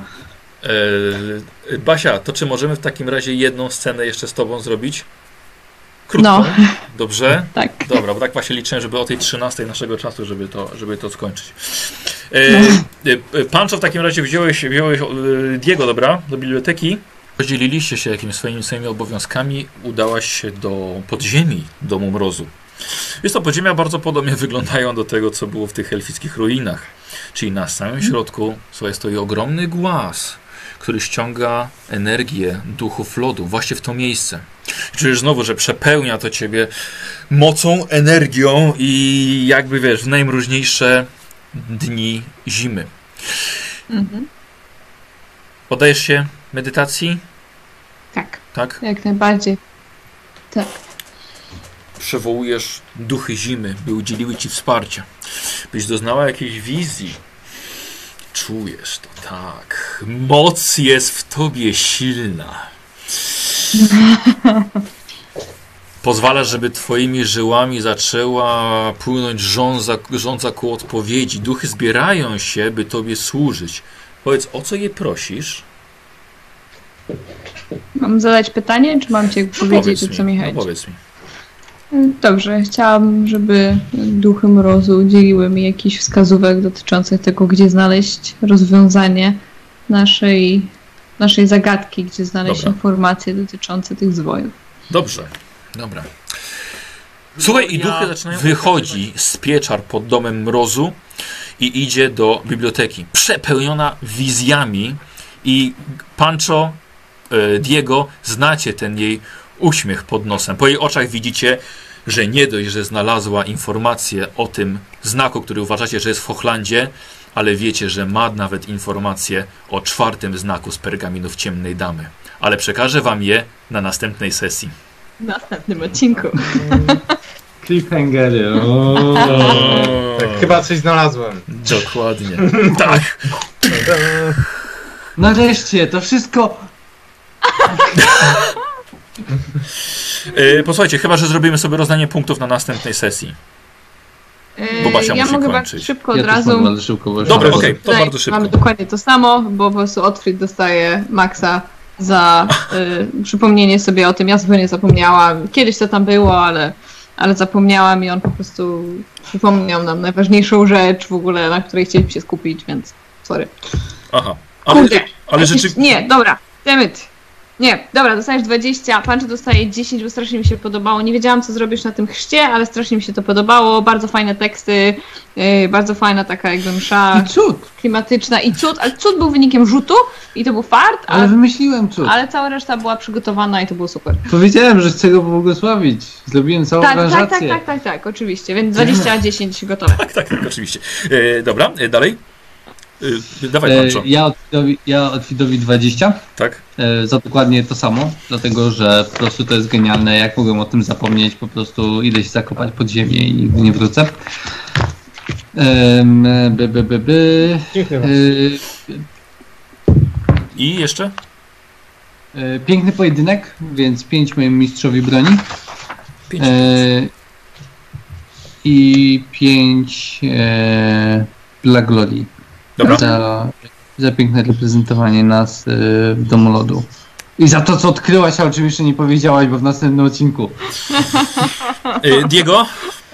Eee, Basia, to czy możemy w takim razie jedną scenę jeszcze z tobą zrobić? Krótko. No. Dobrze? Tak. Dobra, bo tak właśnie liczyłem, żeby o tej trzynastej naszego czasu, żeby to, żeby to skończyć. Eee, no. Pancho, w takim razie wziąłeś, wziąłeś Diego, dobra, do biblioteki. Podzieliliście się jakimiś swoimi, swoimi obowiązkami, udałaś się do podziemi Domu Mrozu. Jest to podziemia bardzo podobnie wyglądają do tego, co było w tych elfickich ruinach. Czyli na samym środku słuchaj, stoi ogromny głaz, który ściąga energię duchów lodu właśnie w to miejsce. Czujesz znowu, że przepełnia to ciebie mocą, energią i jakby wiesz, w najmróżniejsze dni zimy. Mhm. Poddajesz się medytacji? Tak. Tak? Jak najbardziej. Tak. Przywołujesz duchy zimy, by udzieliły ci wsparcia. Byś doznała jakiejś wizji. Czujesz to, tak. Moc jest w tobie silna. Pozwalasz, żeby twoimi żyłami zaczęła płynąć żądza, żądza ku odpowiedzi. Duchy zbierają się, by tobie służyć. Powiedz, o co je prosisz? Mam zadać pytanie, czy mam cię no powiedzieć, o co mi chodzi? No powiedz mi. Dobrze, chciałam, żeby duchy mrozu udzieliły mi jakichś wskazówek dotyczących tego, gdzie znaleźć rozwiązanie naszej, naszej zagadki, gdzie znaleźć dobra. informacje dotyczące tych zwojów. Dobrze, dobra. Słuchaj, i duchy zaczynają wychodzi z pieczar pod domem mrozu i idzie do biblioteki. Przepełniona wizjami i Pancho, e, Diego, znacie ten jej uśmiech pod nosem. Po jej oczach widzicie, że nie dość, że znalazła informację o tym znaku, który uważacie, że jest w Hochlandzie, ale wiecie, że ma nawet informację o czwartym znaku z pergaminów Ciemnej Damy. Ale przekażę wam je na następnej sesji. W następnym odcinku. Cliffhangery. Tak, chyba coś znalazłem. Dokładnie. Tak. Nareszcie, to wszystko... Yy, posłuchajcie, chyba że zrobimy sobie rozdanie punktów na następnej sesji. Bo Basia ja musi mogę kończyć. bardzo szybko od Ja razu. też mogę bardzo szybko. Bo Dobra, już- okej, to Tutaj bardzo szybko. Mamy dokładnie to samo, bo po prostu Otfrid dostaje maksa za y, przypomnienie sobie o tym. Ja zupełnie zapomniałam. Kiedyś to tam było, ale, ale zapomniałam i on po prostu przypomniał nam najważniejszą rzecz w ogóle, na której chcieliśmy się skupić, więc sorry. Aha. Ale, Kurde. ale rzeczywiście... Nie, dobra, dammit. Nie, dobra, dostajesz dwadzieścia, Pancho dostaje dziesięć, bo strasznie mi się podobało. Nie wiedziałam, co zrobisz na tym chrzcie, ale strasznie mi się to podobało. Bardzo fajne teksty, yy, bardzo fajna taka jakby msza I cud! klimatyczna i cud, ale cud był wynikiem rzutu i to był fart, Ale ale, wymyśliłem cud. ale cała reszta była przygotowana i to było super. Powiedziałem, że chcę go pobłogosławić. Zrobiłem całą Tak, tak, aranżację. tak, tak, tak, tak, oczywiście, więc dwadzieścia dziesięć gotowe. Tak, tak, tak, oczywiście. E, dobra, e, dalej. E, dawaj, E, Pancho. ja Otfidowi, ja Otfidowi dwadzieścia. Tak? E, za dokładnie to samo, dlatego że po prostu to jest genialne. Jak mogłem o tym zapomnieć, po prostu idę się zakopać pod ziemię i nigdy nie wrócę. Em, by, by, by, by. Dziękuję E, bardzo. I jeszcze? e, piękny pojedynek, więc pięć mojemu mistrzowi broni. Pięć. E, I pięć e, dla Glodii. Dobra. Za, za piękne reprezentowanie nas e, w Domu Lodu. I za to, co odkryłaś, a oczywiście nie powiedziałaś, bo w następnym odcinku. E, Diego?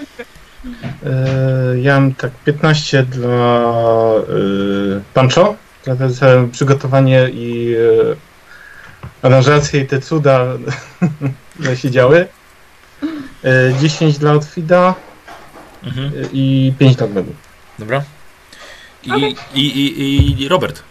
E, ja mam tak piętnaście dla e, Pancho, za to całe przygotowanie i e, aranżacje i te cuda, które się działy. E, dziesięć dla Otfida Mhm. e, i pięć dla Glody. Dobra. I, i, i, i Robert?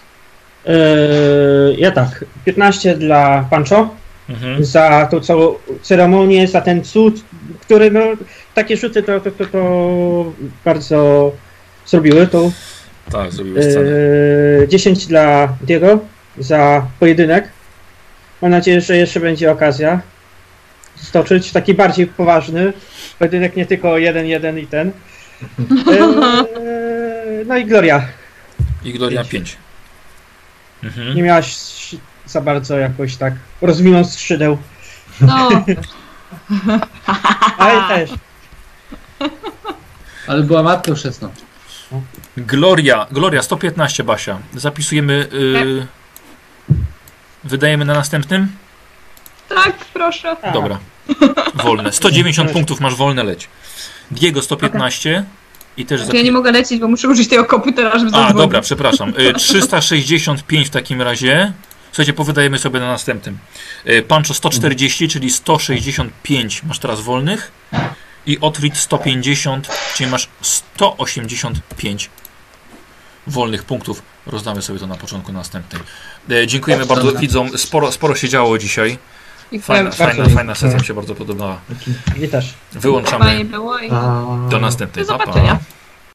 Yy, ja tak, piętnaście dla Pancho Mhm. za tą całą ceremonię, za ten cud, który no, takie rzuty to, to, to, to bardzo zrobiły. To, Tak, zrobiłeś scenę. yy, dziesięć dla Diego za pojedynek. Mam nadzieję, że jeszcze będzie okazja stoczyć taki bardziej poważny pojedynek, nie tylko jeden, jeden i ten. Yy, no i Gloria. I Gloria pięć. Mhm. Nie miałaś za bardzo jakoś tak rozwinąć skrzydeł, No, ale też. Ale była matką chrzestną. Gloria, Gloria sto piętnaście, Basia. Zapisujemy. Y, wydajemy na następnym? tak, proszę. A, Dobra. Wolne. sto dziewięćdziesiąt punktów masz wolne, leć. Diego sto piętnaście i też Ja nie mogę lecieć, bo muszę użyć tego komputera, żeby A, zadzwonić. dobra, przepraszam. Y, trzysta sześćdziesiąt pięć w takim razie. Słuchajcie, powydajemy sobie na następnym. Y, Pancho sto czterdzieści, czyli sto sześćdziesiąt pięć masz teraz wolnych. I Otfrid sto pięćdziesiąt, czyli masz sto osiemdziesiąt pięć wolnych punktów. Rozdamy sobie to na początku następnej. Y, dziękujemy bardzo widzom. Sporo, sporo się działo dzisiaj. Fajna, fajna, fajna sesja mi się bardzo podobała. mi też. Wyłączamy Fajnie było i do następnej. do Pa, pa. zobaczenia.